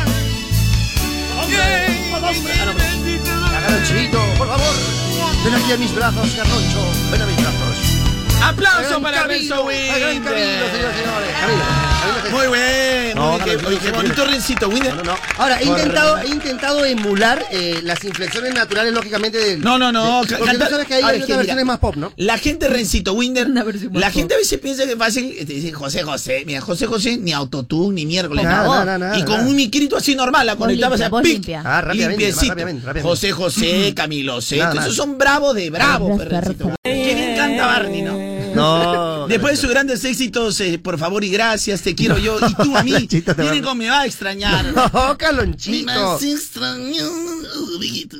Carlonchito, por favor. Ven aquí a mis brazos, Carloncho. Ven a mis brazos. ¡Aplauso para Camilo, Renzo al gran Camilo, Winder! señores y señores. Camilo, Camilo Sesto. Muy bueno. No, Oye, qué, Carlos, oye, qué no, bonito Rencito Winder. No, no, no. Ahora, he intentado, he intentado emular eh, las inflexiones naturales, lógicamente, del. No, no, no. de- ca- porque tú canta- sabes que ahí Ahora, hay es que otras mira, versiones más pop, ¿no? La gente Rencito Winder, Una versión más la pop. gente a veces piensa que es fácil, te dice José José, mira, José José, ni autotune, ni miércoles, Nada, nada. nada, nada, y con nada. un micrito así normal, la Voz conectabas limpia, a voz pic, limpia. Ah, rápidamente, limpiecito. rápidamente, rápidamente. José José, Camilo Sesto, Nada, nada. esos son bravos de bravo, Perfecto. Rencito. Qué bien canta Barney, ¿no? No. Después de sus grandes éxitos, eh, por favor y gracias, te quiero yo, y tú a mí, Carlonchito, te va- miren cómo me va a extrañar. No, Me Carlonchito. más extrañó, amiguito.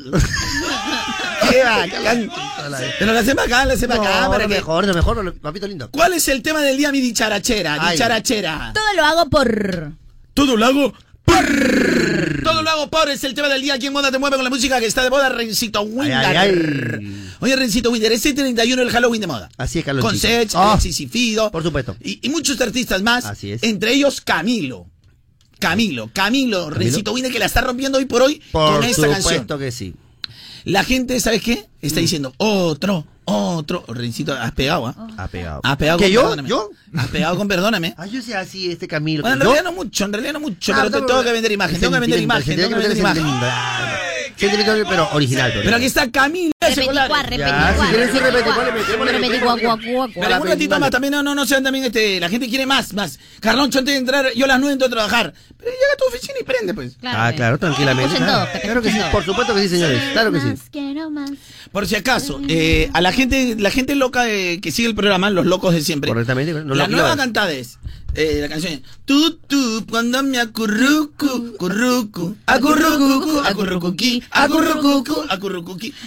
Qué bacán. Pero lo hacemos acá, lo hacemos acá No, para lo que... mejor, lo mejor, lo- papito lindo. ¿Cuál es el tema del día, mi dicharachera? Ay. Dicharachera. Todo lo hago por... Todo lo hago por... Todo lo hago por es el tema del día. Aquí en Moda te mueve con la música que está de moda, Rencito Winder. Ay, ay, ay. Oye, Rencito Winder, es el treinta y uno el Halloween de moda. Así es, Carlonchito. Con Sech, Ah, Alexis y Fido. por supuesto. Y, y muchos artistas más. Así es. Entre ellos Camilo. Camilo, Camilo, Rencito Winder, que la está rompiendo hoy por hoy Por con esta canción. supuesto que sí. La gente, ¿sabes qué? Mm. Está diciendo, otro, otro. Rencito, has pegado, ¿ah? Ha pegado. Has pegado ¿Que con yo? Perdóname. ¿Yo? Has pegado con Perdóname. Ah, yo sé así, este Camilo. Bueno, en ¿Yo? realidad no mucho, en realidad no mucho, Ah, pero te no, tengo no, que vender imagen, el tengo que vender sentimiento, imagen, el tengo que vender sentimiento, imagen. el sentimiento, pero original. Pero aquí está Camilo. Repeticuá, repeticuá. si quieres un repeticuá, le metemos, le Repeticuá, metemos. guá, guá, guá. Pero en un ratito más también, no, no, no sean también, este, la gente quiere más, más. Carloncho, antes de entrar, yo a las nueve entro a trabajar. Pero llega a tu oficina y prende, pues. Ah, claro, tranquilamente. Escuchen Claro, todo, que te claro que sí, escuchen por todo. supuesto que sí, señores. Claro que sí. Más, quiero más. Por si acaso, eh, a la gente, la gente loca eh, que sigue el programa, los locos de siempre. Correctamente. No la lo nueva activas. cantada es, eh, la canción es, tú, tú, cuando me acurrucu, currucu, acurrucucu, acurrucuqui, acurrucucu, acurrucuqui. Ya Acurrucuqui.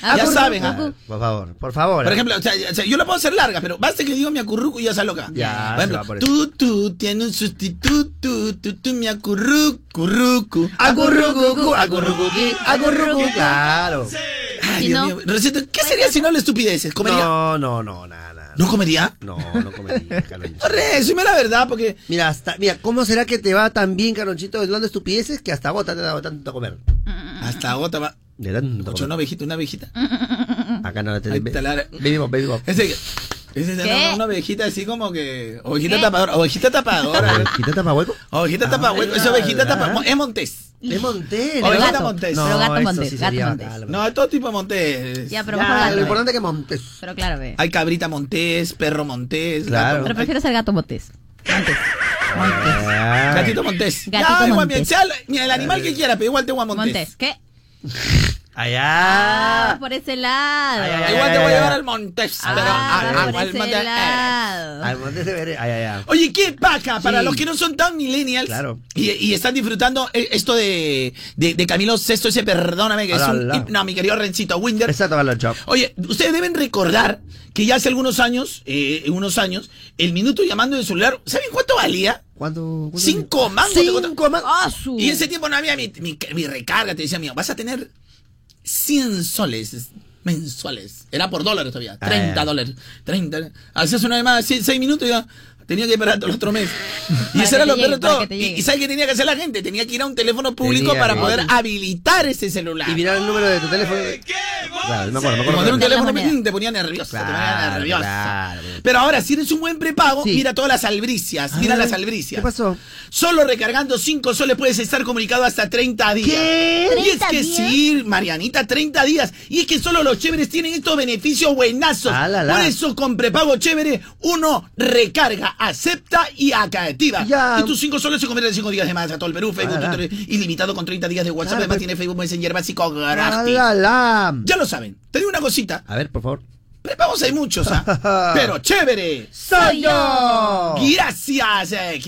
saben, ¿ah? Claro, por favor, por favor. Por ¿eh? ejemplo, o sea, o sea, yo lo puedo hacer larga, pero basta que digo mi acurruco y ya salgo acá. Ya, por se va ejemplo, por eso. tú, tú, tienes un sustituto, tú, tú, mi acurruco, curruco. Acurrucucu, acurrucuqui, acurrucuqui. Claro. Ay, Si Dios no- mío. Rosita, ¿qué sería si no le estupideces? ¿Comería? No, no, no, nada, nada. ¿No comería? No, no comería, Carlonchito. Corre, decime la verdad, porque... Mira, hasta, mira, ¿cómo será que te va tan bien, Carlonchito, hablando de estupideces que hasta bota te da tanto comer? Hasta agota va... De tanto Ocho, una comer. ovejita, una ovejita. Acá no te Ahí está la- Vivimos, vivimos. Ese... Ese es ¿Qué? una ovejita así como que... Ovejita ¿Qué? tapadora, ovejita tapadora. ¿Quita tapa hueco? Ovejita tapadora, esa ovejita tapadora. Es montés. Es Montés. Oye, ¿no? gato Montés. No, Pero gato eso Montés, sí gato sería Montés. bacán. No, es todo tipo de montés. Ya, pero Ya, mejor lo gato. importante es que Montés. Pero claro, ve. Hay cabrita montés, perro montés. Claro. gato- Pero prefiero ser gato montés. Montés. Montés. Ah. Gatito montés. Gatito ya, igual, montés. sea el, mira, el animal que quiera, pero igual te voy a montés. Montés. ¿Qué? Allá. Ah, por ese lado. Ay, ay, ay, Igual te ay, voy a ay, llevar ay. al montés. Ah, pero a- a- por al ese montés, eh. lado. Al Montés se veré. Ay, ay, ay. Oye, qué paja, para Sí. los que no son tan millennials Claro. y, y están disfrutando eh, esto de, de, de Camilo Sesto, ese perdóname, que es Ala, un... ala. No, mi querido Rencito Winder. Exacto, Carloncho. Oye, ustedes deben recordar que ya hace algunos años, eh, unos años, el minuto llamando de celular, ¿saben cuánto valía? ¿Cuánto? cuánto Cinco mangos. te Cinco costaba. mangos. Ah, su- Y en ese tiempo no había mi, mi, mi recarga, te decía mío, vas a tener cien soles mensuales. Era por dólares todavía, Ah, treinta ya. dólares. treinta. Hacías una vez más, seis, seis minutos y ya tenía que esperar todo el otro mes. Y Para eso que era te lo llegue, peor de para todo. que te Y, llegue. y ¿sabes qué tenía que hacer la gente? Tenía que ir a un teléfono público Tenía para que- poder habilitar ese celular. Y mirar el número de tu teléfono. Claro, me acuerdo, me Como acuerdo. tener un La teléfono moneda. ping, te ponía nervioso, te ponía Claro, nervioso. claro. Pero ahora, si eres un buen prepago, Sí. mira todas las albricias, mira Ah, las albricias. ¿Qué pasó? Solo recargando cinco soles puedes estar comunicado hasta treinta días. ¿Qué? Y es ¿treinta que días? sí, Marianita, treinta días. Y es que solo los chéveres tienen estos beneficios buenazos. Ah, la, la. Por eso con prepago chévere uno recarga, acepta y activa. Ya. Y tus cinco soles se convierten en cinco días de más a todo el Perú. Facebook, Ah, la. Twitter, ilimitado con treinta días de WhatsApp. Claro, Además pero- tiene Facebook Messenger básico Ah, gratis. la, la. Ya lo saben. Te digo una cosita. A ver, por favor. Prepagos hay muchos, ¿ah? Pero chévere. ¡Soy yo! Gracias, eh,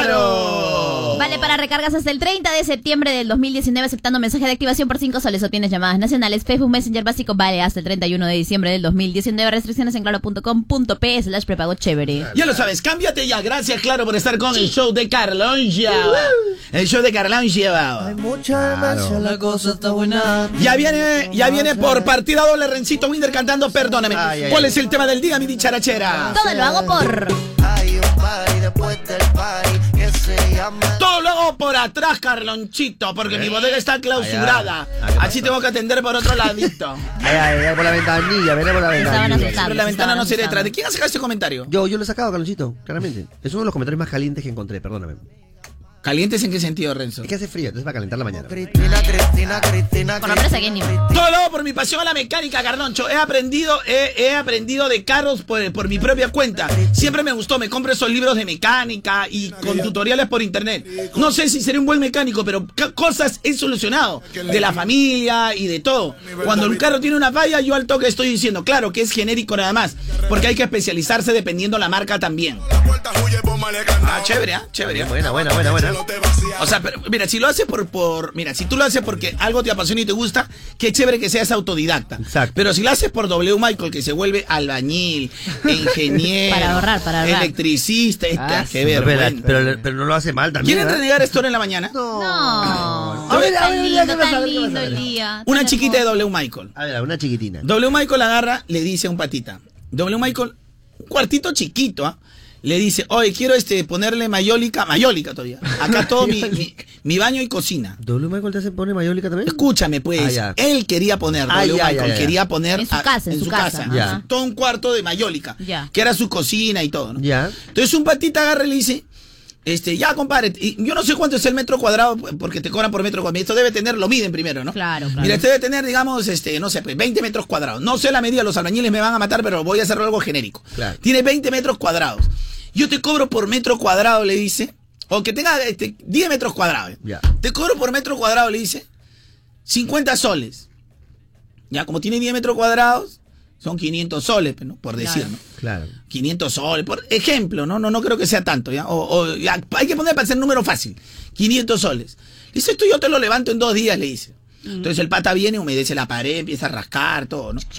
claro. Vale para recargas hasta el treinta de septiembre del dos mil diecinueve aceptando mensaje de activación por cinco soles. Obtienes llamadas nacionales. Facebook Messenger básico vale hasta el treinta y uno de diciembre del dos mil diecinueve. Restricciones en claro punto com punto pe slash prepago chévere. Ya lo sabes, cámbiate ya. Gracias, Claro, por estar con el show de Carlón Lleva. El show de Carlón Lleva. Mucha Claro. demencia, la cosa está buena. Ya viene, ya viene por partida doble Rencito Winder cantando Perdóname. Ay, ay, ¿Cuál ay. es el tema del día, mi dicharachera? Todo lo hago por... Hay un party después del party que se llama. Todo lo hago por atrás, Carlonchito, porque mi bodega está clausurada. Ay, ay. Ah, ¿qué Así pasó? tengo que atender por otro ladito. Ay, ay, ay, por la ventanilla, veré por la Estaban ventanilla. asustados. Pero la ventana no se estaban detrás. ¿De quién ha sacado este comentario? Yo, yo lo he sacado, Carlonchito, claramente. Es uno de los comentarios más calientes que encontré, perdóname. ¿Calientes en qué sentido, Renzo? Es que hace frío, entonces va a calentar la mañana. Cristina, Cristina, Cristina. Con nombres aquí ni... Todo lo hago por mi pasión a la mecánica, Carloncho. He aprendido, he, he aprendido de carros por, por mi propia cuenta. Siempre me gustó, me compro esos libros de mecánica y con tutoriales por internet. No sé si seré un buen mecánico, pero ca- cosas he solucionado. De la familia y de todo. Cuando un carro tiene una falla, yo al toque estoy diciendo, claro, que es genérico nada más. Porque hay que especializarse dependiendo la marca también. Ah, chévere, ¿ah? Chévere. ¿ah? Buena, buena, buena, buena. O sea, pero, mira, si lo haces por, por... Mira, si tú lo haces porque algo te apasiona y te gusta, qué chévere que seas autodidacta. Exacto. Pero si lo haces por W. Michael, que se vuelve albañil, ingeniero... Para ahorrar, para ahorrar. Electricista, esta, Ah, qué Pero, vergüenza. pero, pero no lo hace mal también. ¿Quieren ¿verdad? renegar esto en la mañana? No. No. A ver, a Tan ver, lindo, ¿qué pasa? A tan ver, ¿qué lindo pasa? A el ver. día. Una tan chiquita de hermoso. W. Michael. A ver, una chiquitina. W. Michael agarra, le dice a un patita. W. Michael, un cuartito chiquito, ¿ah? Le dice, oye, quiero este ponerle mayólica, mayólica todavía. Acá todo mi, mi, mi baño y cocina. ¿W Michael te hace pone mayólica también? Escúchame, pues. Ah, ya. Él quería poner, Ah, W. ya, Michael ya, ya. quería poner En su a- casa, en su casa. Ya. Ajá. todo un cuarto de mayólica, Ya. que era su cocina y todo, ¿no? Ya. Entonces un patita agarra y le dice, este, ya compadre, y yo no sé cuánto es el metro cuadrado, porque te cobran por metro cuadrado. Esto debe tener, lo miden primero, ¿no? Claro, claro. Mira, este debe tener, digamos, este, no sé, pues veinte metros cuadrados. No sé la medida, los albañiles me van a matar, pero voy a hacerlo algo genérico. Claro. Tiene veinte metros cuadrados. Yo te cobro por metro cuadrado, le dice, o que tenga este, diez metros cuadrados. Ya. Te cobro por metro cuadrado, le dice, cincuenta soles. Ya, como tiene diez metros cuadrados, son quinientos soles, ¿no? Por decir, Claro. ¿no? Claro. quinientos soles, por ejemplo, ¿no? No, no creo que sea tanto, ¿ya? O, o, ya, hay que poner para hacer número fácil. quinientos soles. Dice, esto yo te lo levanto en dos días, le dice. Entonces el pata viene, humedece la pared, empieza a rascar, todo, ¿no?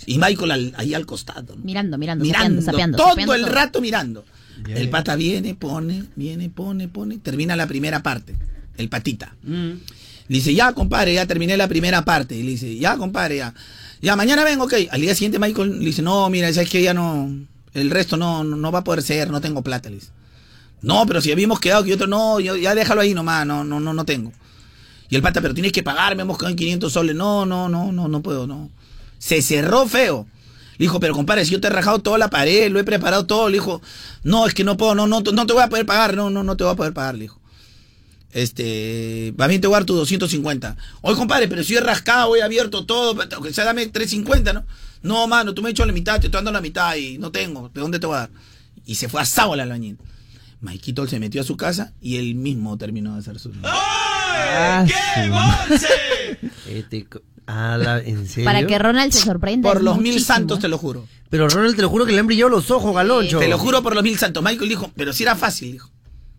Y Michael al, ahí al costado. ¿no? Mirando, mirando, Mirando, sapeando, sapeando, todo sapeando el todo. rato mirando. Ya, El ya. pata viene, pone, viene, pone, pone, termina la primera parte. El patita. Mm. Le dice, ya, compadre, ya terminé la primera parte. Y le dice, ya, compadre, ya. Ya, mañana vengo, ok. Al día siguiente Michael le dice, no, mira, sabes que ya no, el resto no, no, no va a poder ser, no tengo plata, le dice. No, pero si habíamos quedado que otro, no, yo, ya déjalo ahí nomás, no, no, no, no tengo. Y el pata, pero tienes que pagarme, hemos quedado en quinientos soles. No, no, no, no, no puedo, no. Se cerró feo. Le dijo, pero compadre, si yo te he rajado toda la pared, lo he preparado todo. Le dijo, no, es que no puedo, no, no, no te voy a poder pagar, no, no, no te voy a poder pagar, le dijo. Este, va bien, te voy a dar tus doscientos cincuenta. Oye, compadre, pero si he rascado, he abierto todo, o sea, dame trescientos cincuenta, ¿no? No, mano, tú me has hecho la mitad, te estoy dando la mitad y no tengo, ¿de dónde te voy a dar? Y se fue a sábado al albañil. Maikito se metió a su casa y él mismo terminó de hacer su... Ah, sí. Este, co- ah, la- ¿en serio? Para que Ronald se sorprenda. Por es los mil muchísimo, santos, ¿eh? te lo juro. Pero Ronald, te lo juro que le han brillado los ojos, Galoncho. Te lo juro por los mil santos. Michael dijo, pero si era fácil, dijo.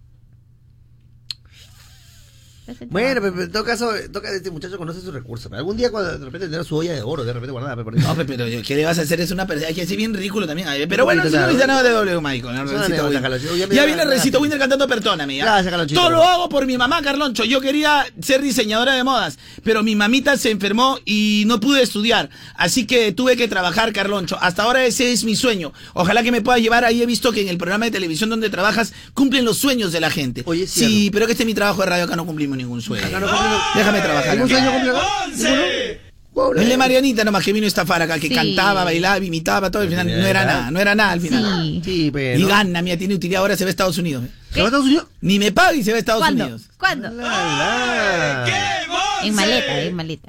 Bueno, pero, pero en todo caso, toca este muchacho conoce sus recursos. Pero algún día cuando de repente tendrá su olla de oro, de repente guardada. Pero por eso. No, pe- pero ¿qué le vas a hacer? Es una persona, hay que ser bien ridículo también. Ay, Pero bueno, Bonito, si no claro. dice nada de W, Michael. ¿no? Es una Rencito anécdota, Winter. Carloncho. Ya me Ya da- viene me da- Rencito Winter cantando Perdóname. ¿ya? Gracias, Carlonchito. Todo lo hago por mi mamá, Carloncho. Yo quería ser diseñadora de modas, pero mi mamita se enfermó y no pude estudiar. Así que tuve que trabajar, Carloncho. Hasta ahora ese es mi sueño. Ojalá que me puedas llevar. Ahí he visto que en el programa de televisión donde trabajas cumplen los sueños de la gente. Oye, es sí, cierto. pero que este es mi trabajo de radio. Acá no cumplimos ningún sueño. Acá no cumplimos- Déjame trabajar. ¿Algún sueño cumplido acá? ¿Ninguno? Pobre. El de Marianita nomás que vino a estafar acá, que Sí. cantaba, bailaba, imitaba, todo. Al final no era nada, no era nada al final. Sí. Sí, pero. Y gana, mía, tiene utilidad, ahora se va a Estados Unidos. ¿eh? ¿Se va a Estados Unidos? Ni me paga y se va a Estados ¿Cuándo? Unidos. ¿Cuándo? La, la. En maleta, en maleta.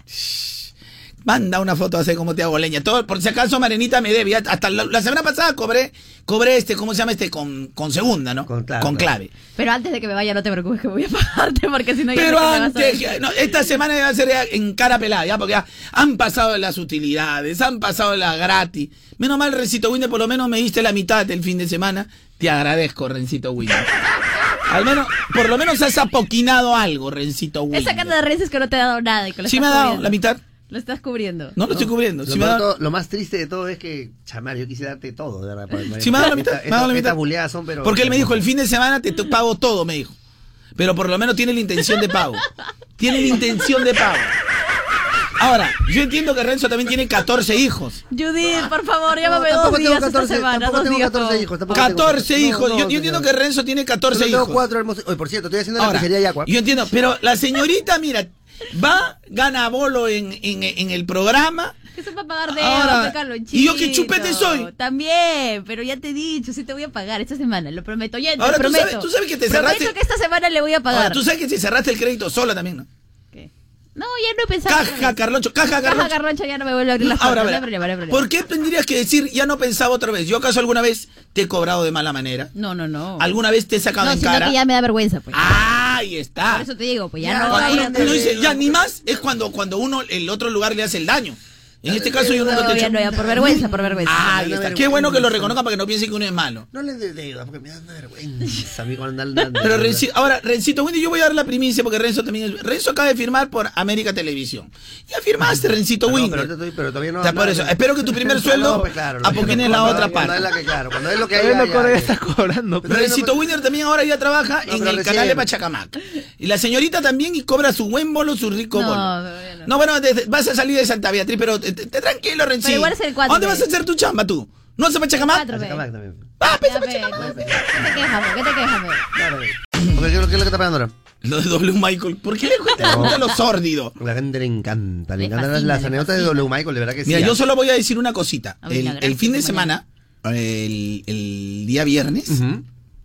Manda una foto así como te hago leña. Todo, por si acaso Marianita me debe. ya Hasta la, la semana pasada cobré, cobré este, ¿cómo se llama este? Con, con segunda, ¿no? Con clave, Con claro. clave. Pero antes de que me vaya, no te preocupes que voy a pagarte, porque si no ya Pero sé que me vas a antes, decir. no, esta semana va a ser ya en cara pelada, ya, porque ya han pasado las utilidades, han pasado las gratis. Menos mal, Rencito Winder, por lo menos me diste la mitad del fin de semana. Te agradezco, Rencito Winder. Al menos, por lo menos has apoquinado algo, Rencito Winder. Esa canta de reces que no te ha dado nada y que lo Sí estás me ha dado cubriendo. la mitad. Lo estás cubriendo. No lo estoy cubriendo. Lo, Sí me ha más, dado- todo- lo más triste de todo es que, chamar, yo quise darte todo, de verdad. para- Sí me ha dado la mitad. Esta- me ha dado la esta- mitad. Estas buleadas son, pero. Porque él me dijo, el fin de semana te to- pago todo, me dijo. Pero por lo menos tiene la intención de pago. Tiene la intención de pago. Ahora, yo entiendo que Renzo también tiene catorce hijos. Judith, por favor, llámame tampoco dos tengo días catorce, esta semana. tampoco Dos tengo días. catorce por- hijos, tampoco tengo- catorce no, hijos. no, yo, yo entiendo que señor. Renzo tiene catorce Solo tengo hijos. cuatro hermosos. Oye, por cierto, estoy haciendo la Ahora, pizzería Yacua. yo entiendo, pero la señorita, mira, va, gana bolo en, en, en el programa. Eso es para pagar Ahora, deuda, Carlonchito. ¿y yo qué chupete soy? También, pero ya te he dicho, sí te voy a pagar esta semana, lo prometo. Ya, te Ahora, tú prometo. sabes- tú sabes que te Prometo cerraste- que esta semana le voy a pagar. Ahora, tú sabes que si cerraste el crédito sola también, ¿no? ¿Qué? No, ya no he pensado. Caja, Carloncho, caja, Caja Carloncho. Carloncho ya no me vuelve a abrir las Ahora, puertas. No hay verá, problema, no hay problema. ¿por qué tendrías que decir ya no pensaba otra vez? ¿Yo acaso alguna vez te he cobrado de mala manera? No, no, no. ¿Alguna vez te he sacado No, en sino cara? que ya me da vergüenza, pues. Ahí está. Por eso te digo, pues ya, Ya, no. Cuando ya uno, no- uno dice, ya ni más, es cuando, cuando uno, el otro lugar le hace el daño. En este caso yo nunca No, te he ya hecho. no, ya por vergüenza, por vergüenza. Ahí Una está. Qué vergüenza. bueno que lo reconozcan para que no piensen que uno es malo. No le des deuda, porque me da una vergüenza a mí cuando andan. Pero Renzi- ahora, Rencito Wendy, yo voy a dar la primicia porque Renzo también es... Renzo acaba de firmar por América Televisión. Ya firmaste, Rencito No, Wendy. pero, ahorita estoy- pero todavía no. O sea, por eso, espero que tu primer sueldo No, pues claro, lo- apoquines la cuando- otra cuando parte. es la que, claro, cuando es lo que hay. Todavía no ya, cobra, ya, ya está cobrando. Pero- Rencito Winner también ahora ya trabaja No, en pero el recién. canal de Pachacamac. Y la señorita también y cobra su buen bolo, su rico No, bolo. todavía no. No, bueno, te- vas a salir de Santa Beatriz, pero te, te- te tranquilo, Rencito. Pero igual es el cuatro, ¿Dónde ve. vas a hacer tu chamba tú? ¿No haces Pachacamac? Cuatro, ve. Pachacamac también. Ah, pues, Ya, ve, Pachacamac. entonces, ¿qué te quejas, mo? ¿Qué te quejas, mo? Claro. Porque, ¿qué, es lo- qué es lo que está pasando ahora? Lo de W. Michael. ¿Por qué le cuentas No. gusta lo sórdido? A la gente le encanta, le Le encantan fascina, las le anécdotas de fascina. W. Michael, de verdad que sí. Mira, ah. yo solo voy a decir una cosita. A ver, El, la el gran fin de mañana. semana, el, el día viernes, Ujú.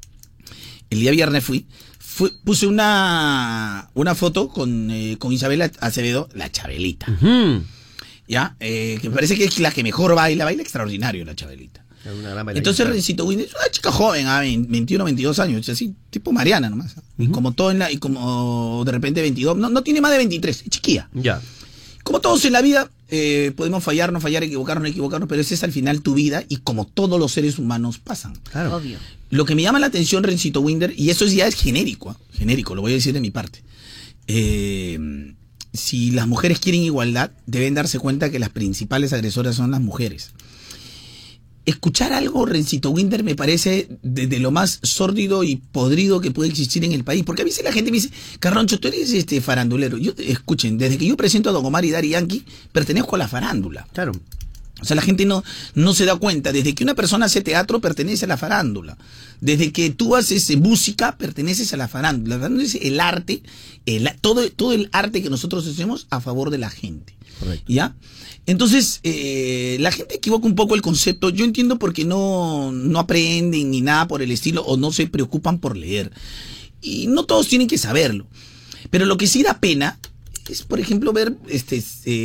el día viernes fui, fui- puse una, una foto con, eh, con Isabela Acevedo, la Chabelita. Ujú. ¿Ya? Eh, que me parece que es la que mejor baila, baila extraordinario la Chabelita. Es una gran bailarina, Entonces claro. Rencito Winner es una chica joven, ah, veintiuno, veintidós años, así, tipo Mariana nomás. Y como todo en la, y como de repente veintidós, no, no tiene más de veintitrés, es chiquilla. Ya. Como todos en la vida, eh, podemos fallar, no fallar, equivocarnos, no equivocarnos, pero esa es al final tu vida y como todos los seres humanos pasan. Claro. Obvio. Lo que me llama la atención, Rencito Winder, y eso ya es genérico, ¿ah? Genérico, lo voy a decir de mi parte. Eh, si las mujeres quieren igualdad, deben darse cuenta que las principales agresoras son las mujeres. Escuchar algo, Rencito Winder, me parece de, de lo más sórdido y podrido que puede existir en el país. Porque a veces la gente me dice, Carroncho, tú eres este farandulero. Yo, escuchen, desde que yo presento a Don Omar y Daddy Yankee, pertenezco a la farándula. Claro. O sea, la gente no, no se da cuenta. Desde que una persona hace teatro, pertenece a la farándula. Desde que tú haces música, perteneces a la farándula. La farándula es el arte, el, todo, todo el arte que nosotros hacemos a favor de la gente. Correcto. ¿Ya? Entonces, eh, la gente equivoca un poco el concepto. Yo entiendo porque no, no aprenden ni nada por el estilo o no se preocupan por leer. Y no todos tienen que saberlo. Pero lo que sí da pena es, por ejemplo, ver este...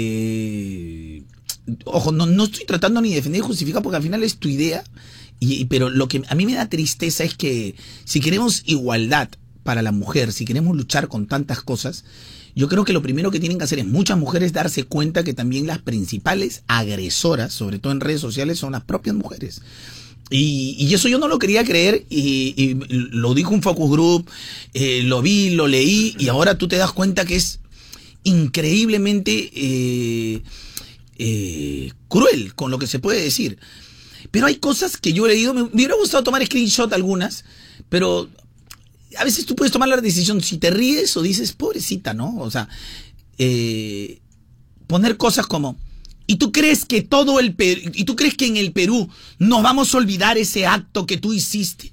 Eh, Ojo, no, no estoy tratando ni de defender ni justificar porque al final es tu idea, y, pero lo que a mí me da tristeza es que si queremos igualdad para la mujer, si queremos luchar con tantas cosas, yo creo que lo primero que tienen que hacer es muchas mujeres darse cuenta que también las principales agresoras, sobre todo en redes sociales, son las propias mujeres. Y, y eso yo no lo quería creer y, y lo dijo un focus group, eh, lo vi, lo leí y ahora tú te das cuenta que es increíblemente... Eh, Eh, cruel con lo que se puede decir, pero hay cosas que yo he leído, me, me hubiera gustado tomar screenshot algunas, pero a veces tú puedes tomar la decisión si te ríes o dices pobrecita, ¿no? O sea, eh, poner cosas como ¿y tú crees que todo el Perú, y tú crees que en el Perú nos vamos a olvidar ese acto que tú hiciste?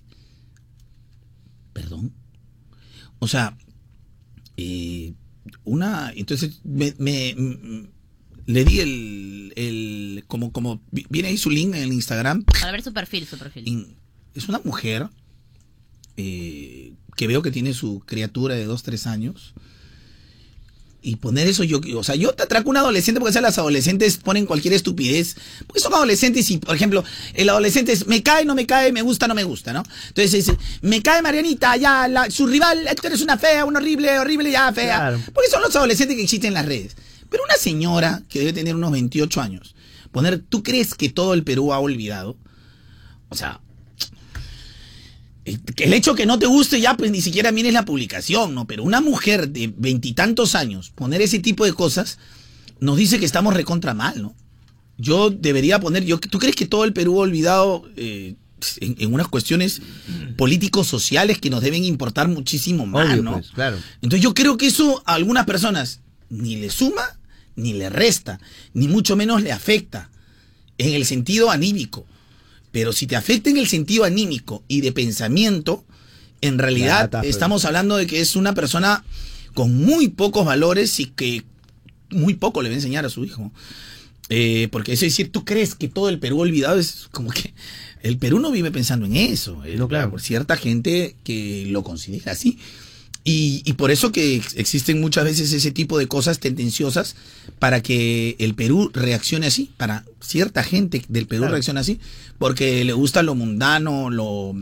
Perdón. O sea, eh, una, entonces me, me, me le di el, el como, como viene ahí su link en el Instagram. Para ver su perfil, su perfil. Es una mujer eh, que veo que tiene su criatura de dos, tres años. Y poner eso, yo, o sea, yo te atraco a un adolescente porque, o sea, las adolescentes ponen cualquier estupidez. Porque son adolescentes y, por ejemplo, el adolescente es, me cae, no me cae, me gusta, no me gusta, ¿no? Entonces dice, me cae Marianita, ya, la, su rival, Héctor es una fea, una horrible, horrible, ya, fea. Claro. Porque son los adolescentes que existen en las redes. Pero una señora que debe tener unos veintiocho años, poner, ¿tú crees que todo el Perú ha olvidado? O sea, el hecho que no te guste ya, pues ni siquiera mires la publicación, ¿no? Pero una mujer de veintitantos años, poner ese tipo de cosas, nos dice que estamos recontra mal, ¿no? Yo debería poner, yo, ¿tú crees que todo el Perú ha olvidado eh, en, en unas cuestiones políticos sociales que nos deben importar muchísimo más, Obvio, ¿no? pues, claro. Entonces yo creo que eso a algunas personas ni le suma, ni le resta, ni mucho menos le afecta en el sentido anímico. Pero si te afecta en el sentido anímico y de pensamiento, en realidad Plata, estamos hablando de que es una persona con muy pocos valores y que muy poco le va a enseñar a su hijo. Eh, porque eso es decir, tú crees que todo el Perú olvidado es como que el Perú no vive pensando en eso. No, claro. Por cierta gente que lo considera así. Y, y por eso que existen muchas veces ese tipo de cosas tendenciosas para que el Perú reaccione así, para cierta gente del Perú Claro. reaccione así, porque le gusta lo mundano, lo,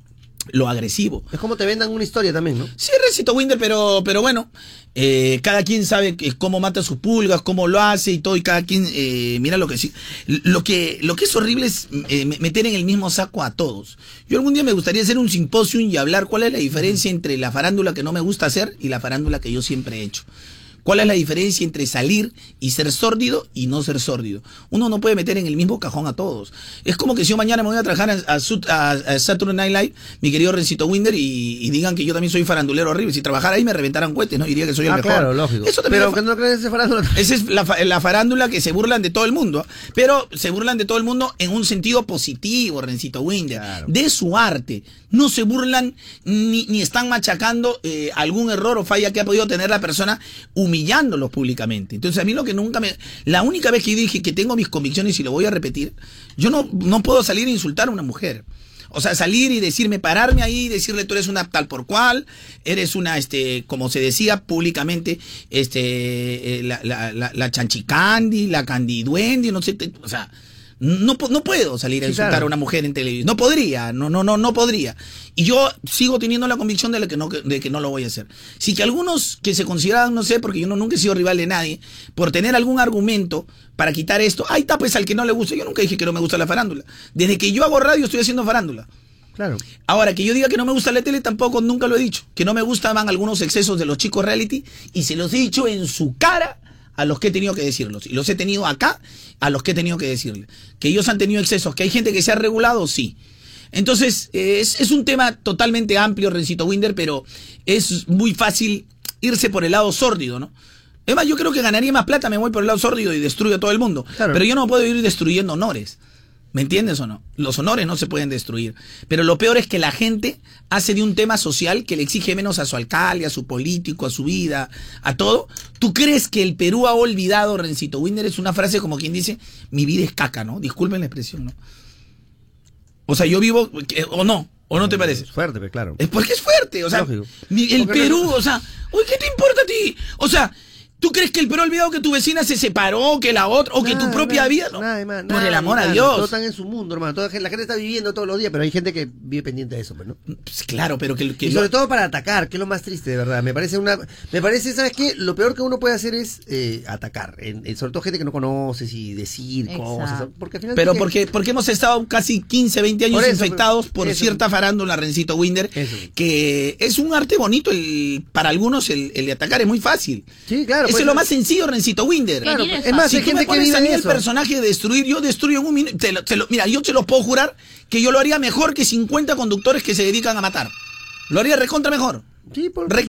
lo agresivo. Es como te vendan una historia también, ¿no? Sí, Recito Winder, pero, pero bueno, eh, cada quien sabe que, cómo mata sus pulgas, cómo lo hace y todo, y cada quien eh, mira lo que sí. Lo que, lo que es horrible es eh, meter en el mismo saco a todos. Yo algún día me gustaría hacer un simposium y hablar cuál es la diferencia entre la farándula que no me gusta hacer y la farándula que yo siempre he hecho. ¿Cuál es la diferencia entre salir y ser sórdido y no ser sórdido? Uno no puede meter en el mismo cajón a todos. Es como que si yo mañana me voy a trabajar a, a, a, a Saturday Night Live, mi querido Rencito Winder, y, y digan que yo también soy farandulero horrible. Si trabajara ahí me reventaran cohetes, ¿no? Diría que soy el Ah, mejor. claro, lógico. Eso también Pero es que no crees ese farándula. esa es la, la farándula que se burlan de todo el mundo, pero se burlan de todo el mundo en un sentido positivo, Rencito Winder, Claro. de su arte. No se burlan ni, ni están machacando eh, algún error o falla que ha podido tener la persona, humillándolos públicamente. Entonces a mí lo que nunca me... La única vez que yo dije que tengo mis convicciones y lo voy a repetir, yo no, no puedo salir a insultar a una mujer. O sea, salir y decirme, pararme ahí y decirle tú eres una tal por cual, eres una, este, como se decía públicamente, este, eh, la, la, la, la chanchicandi, la candiduendi, no sé, te, o sea, no, no puedo salir a Sí, insultar claro. a una mujer en televisión, no podría, no, no, no, no podría. Y yo sigo teniendo la convicción de, la que no, de que no lo voy a hacer. Sí que algunos que se consideran, no sé, porque yo no, nunca he sido rival de nadie, por tener algún argumento para quitar esto, ahí está pues al que no le gusta. Yo nunca dije que no me gusta la farándula. Desde que yo hago radio estoy haciendo farándula. Claro. Ahora, que yo diga que no me gusta la tele, tampoco, nunca lo he dicho. Que no me gustaban algunos excesos de los chicos reality, y se los he dicho en su cara a los que he tenido que decirlos. Y los he tenido acá a los que he tenido que decirles. Que ellos han tenido excesos, que hay gente que se ha regulado, sí. Entonces, eh, es, es un tema totalmente amplio, Rencito Winder, pero es muy fácil irse por el lado sórdido, ¿no? Además, yo creo que ganaría más plata, me voy por el lado sórdido y destruyo a todo el mundo. Claro. Pero yo no puedo ir destruyendo honores. ¿Me entiendes o no? Los honores no se pueden destruir. Pero lo peor es que la gente hace de un tema social que le exige menos a su alcalde, a su político, a su vida, a todo. ¿Tú crees que el Perú ha olvidado, Rencito Winder? Es una frase como quien dice, mi vida es caca, ¿no? Disculpen la expresión, ¿no? O sea, yo vivo, o no, o no te parece. Es fuerte, pero claro. Es porque es fuerte, o sea, mi, el Perú, o sea, oye, ¿qué te importa a ti? O sea, ¿tú crees que el Perú ha olvidado que tu vecina se separó, que la otra, o nada, que tu propia nada, vida? No, nada, nada, por el amor nada, a Dios. Todos están en su mundo, hermano. Toda, la gente está viviendo todos los días, pero hay gente que vive pendiente de eso, pues, ¿no? Pues claro, pero que... que y sobre lo... todo para atacar, que es lo más triste, de verdad. Me parece una... Me parece, ¿sabes qué? Lo peor que uno puede hacer es eh, atacar. En, en, sobre todo gente que no conoces y decir Exacto. cosas. Porque al final pero que... porque, porque hemos estado casi quince, veinte años por eso, infectados por eso, cierta farándula, Rencito Winder, eso. Que es un arte bonito el para algunos el, el de atacar, es muy fácil. Sí, claro. Eso es lo más sencillo, Rencito Winder. Claro, es más, si hay tú gente me pones que vive a mí de el eso. personaje de destruir, yo destruyo en un minuto. Te lo, te lo, mira, yo te lo puedo jurar que yo lo haría mejor que cincuenta conductores que se dedican a matar. Lo haría recontra mejor. Sí, por... Re...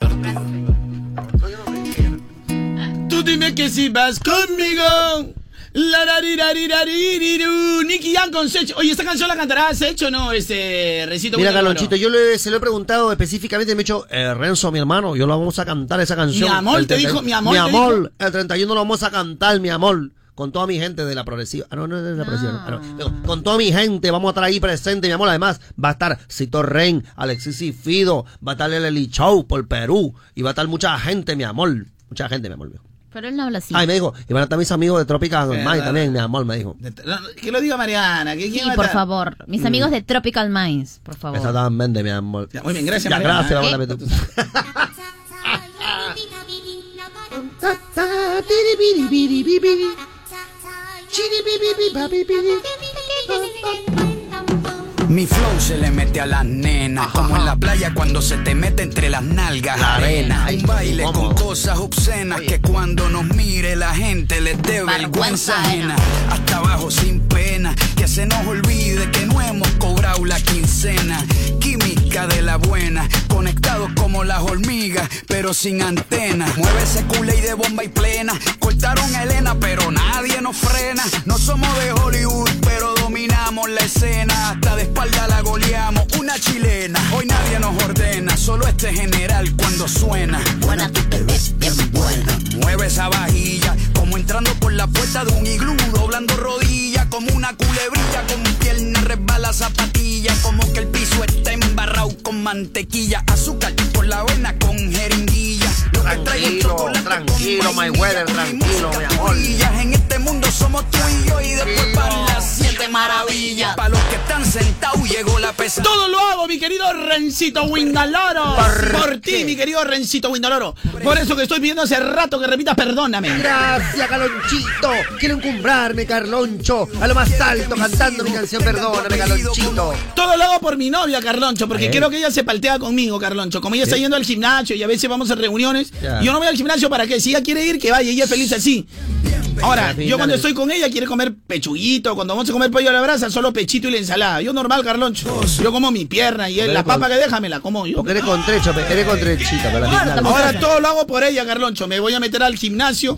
Tú dime que si vas conmigo. La la ri, la ri, la ri, ri, ru. Nicky Jam con Sech. Oye, ¿esta canción la cantará Sech o no? Este Rencito. Mira, Carlonchito, yo le, se lo he preguntado específicamente, me he dicho, eh, Renzo, mi hermano, yo lo vamos a cantar esa canción. Mi amor, te dijo, mi amor. Mi amor, el treinta y uno lo vamos a cantar, mi amor. Con toda mi gente de la progresiva. Ah, no, no es de la progresiva. Ah, no. Digo, con toda mi gente, vamos a estar ahí presente, mi amor. Además, va a estar Cito Ren, Alexis y Fido, va a estar el Eli Show por Perú. Y va a estar mucha gente, mi amor. Mucha gente, mi amor, viejo. Pero él no habla así. Ay, me dijo, y van a estar mis amigos de Tropical Mind también, mi amor, me dijo. Que lo diga Mariana. Que sí, por favor. Mis amigos mm. de Tropical Minds, por favor. Exactamente, mi amor. Ya, muy bien, gracias, ya, Mariana. Gracias, ¿Eh? Mariana. Mi flow se le mete a las nenas, como en la playa cuando se te mete entre las nalgas la arena. Un baile con cosas obscenas que cuando nos mire la gente les dé vergüenza ajena. Hasta abajo sin pena, que se nos olvide que no hemos cobrado la quincena. Química de la buena, conectados como las hormigas, pero sin antenas. Mueve ese culé y de bomba y plena. Cortaron a Elena, pero nadie nos frena. No somos de Hollywood, pero dominamos la escena. Hasta de espalda la goleamos, una chilena. Hoy nadie nos ordena, solo este general cuando suena. Buena, tú te ves bien buena. Mueve esa vajilla, como entrando por la puerta de un iglú, doblando rodillas, como una culebrilla, con pierna resbala zapatilla, como que el piso está embarrado con mantequilla, azúcar por la avena con jeringuilla. Lo que tranquilo, tranquilo, my weather, tranquilo, mi amor. En este mundo somos tú y yo, y después para las siete maravillas. Para los que están sentados llegó la pesa. Todo lo hago, mi querido Rencito Windaloro. Por, por ti, mi querido Rencito Windaloro. Por eso que estoy pidiendo hace rato que repitas perdóname. Gracias, Carlonchito. Quiero encumbrarme, Carloncho, a lo más alto cantando mi canción Perdóname, Carlonchito. Todo lo hago por mi novia, Carloncho, porque quiero que ella se paltea conmigo, Carloncho. Como ella está yendo al gimnasio y a veces vamos a reuniones, yeah. Yo no voy al gimnasio para qué. Si ella quiere ir, que vaya, ella es feliz así. Ahora, yo cuando estoy con ella quiere comer pechuguito, cuando vamos a comer pollo a la brasa, solo pechito y la ensalada. Yo normal, Carloncho. Yo como mi pierna y él, la papa que deja me la como yo. Porque eres contrecho, eres contrechita. Ahora todo lo hago por ella, Carloncho. Me voy a meter al gimnasio.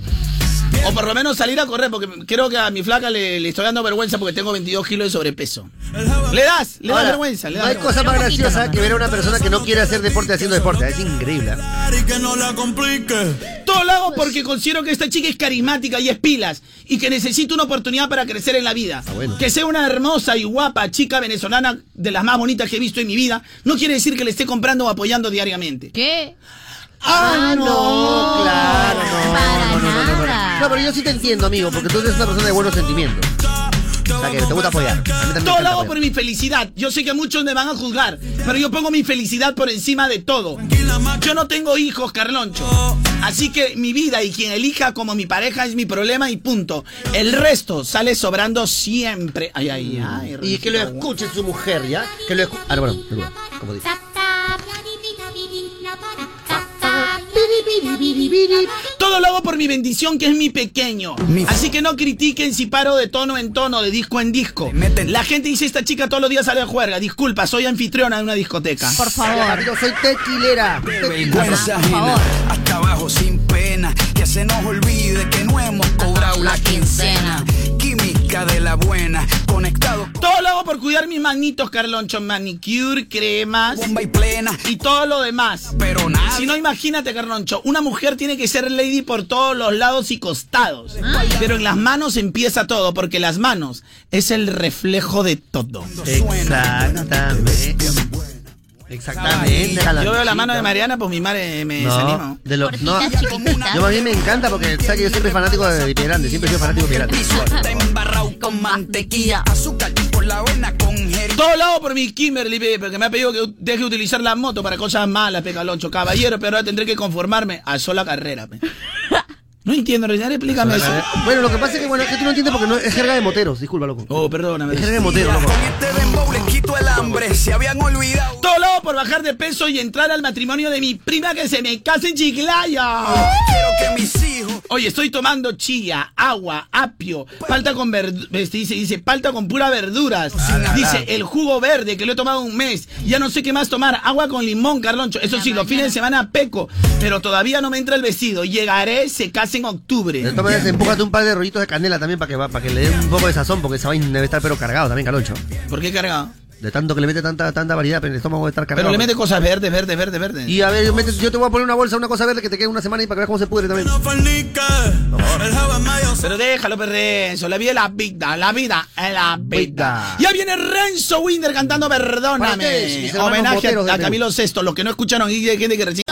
O por lo menos salir a correr, porque creo que a mi flaca le, le estoy dando vergüenza porque tengo veintidós kilos de sobrepeso. ¿Le das? ¿Le das vergüenza? ¿Le das no hay vergüenza? cosa más graciosa que ver a una persona que no quiere hacer deporte haciendo deporte. Es increíble. Todo lo hago porque considero que esta chica es carismática y es pilas. Y que necesita una oportunidad para crecer en la vida. Ah, bueno. Que sea una hermosa y guapa chica venezolana de las más bonitas que he visto en mi vida, no quiere decir que le esté comprando o apoyando diariamente. ¿Qué? Ah, ah no, no, claro, no, para no, no, no, no, no, nada. no, pero yo sí te entiendo, amigo, porque tú eres una persona de buenos sentimientos. O sea, que te gusta apoyar. Todo lo hago por mi felicidad. Yo sé que muchos me van a juzgar, pero yo pongo mi felicidad por encima de todo. Yo no tengo hijos, Carloncho. Así que mi vida y quien elija como mi pareja es mi problema y punto. El resto sale sobrando siempre. Ay, ay, ay. Y que lo escuche su mujer, ¿ya? Que lo escuche. Ah, no, bueno, como dice. Todo lo hago por mi bendición, que es mi pequeño. Mi- Así que no critiquen si paro de tono en tono, de disco en disco. meten- La gente dice, esta chica todos los días sale a juerga. Disculpa, soy anfitriona de una discoteca. Por favor. Yo soy tequilera. Vergüenza Por favor. ajena, hasta abajo sin pena, que se nos olvide que no hemos cobrado la quincena. Química de la buena, conectados con Todo lo hago por cuidar mis manitos, Carloncho. Manicure, cremas bomba y plena, y todo lo demás. pero nada. Si no, imagínate, Carloncho, una mujer tiene que ser lady por todos los lados y costados. Pero en las manos empieza todo, porque las manos es el reflejo de todo. Exactamente. Exactamente. Yo veo la mano de Mariana, pues mi madre me desanima. No, de lo, no, Cortitas chiquititas. yo más bien me encanta porque sabes que yo siempre fanático de Grande, siempre he sido fanático de Grande. Mi suerte embarrado con mantequilla, azúcar por la avena con jericaya. Todo lo hago por mi Kimberly, pe, porque me ha pedido que deje utilizar la moto para cosas malas, pe, Carloncho. Caballero, pero ahora tendré que conformarme a sola carrera, pe. No entiendo, Reina, explícame eso. Bueno, lo que pasa es que bueno, es que tú no entiendes porque no es jerga de moteros, disculpa, loco. Oh, perdóname. Es jerga de moteros, loco. Con este dembow les quito el hambre, se habían olvidado. Todo lo hago por bajar de peso y entrar al matrimonio de mi prima que se me casa en Chiclayo. Quiero que mis hijos Oye, estoy tomando chía, agua, apio, palta con verduras, dice, dice, palta con pura verduras. Dice, el jugo verde que lo he tomado un mes. Ya no sé qué más tomar. Agua con limón, Carloncho. Eso sí, los fines de semana peco, pero todavía no me entra el vestido. Llegaré, se casa en octubre. De todas maneras, empújate un par de rollitos de canela también para que, va- para que le dé un poco de sazón, porque esa vaina debe estar pero cargado también, Caloncho. ¿Por qué cargado? De tanto que le mete tanta tanta variedad, pero el estómago debe estar cargado. Pero le mete cosas verdes, verdes, verdes, verdes. Y a ver, yo, mete- yo te voy a poner una bolsa, una cosa verde que te quede una semana y para que veas cómo se pudre también. Pero déjalo, Renzo. La vida es la vida. La vida es la vida. Vida. Ya viene Renzo Winder cantando Para ustedes, Perdóname. mis hermanos Homenaje moteros a, de a Perú. Camilo sexto. Los que no escucharon, y hay gente que recién.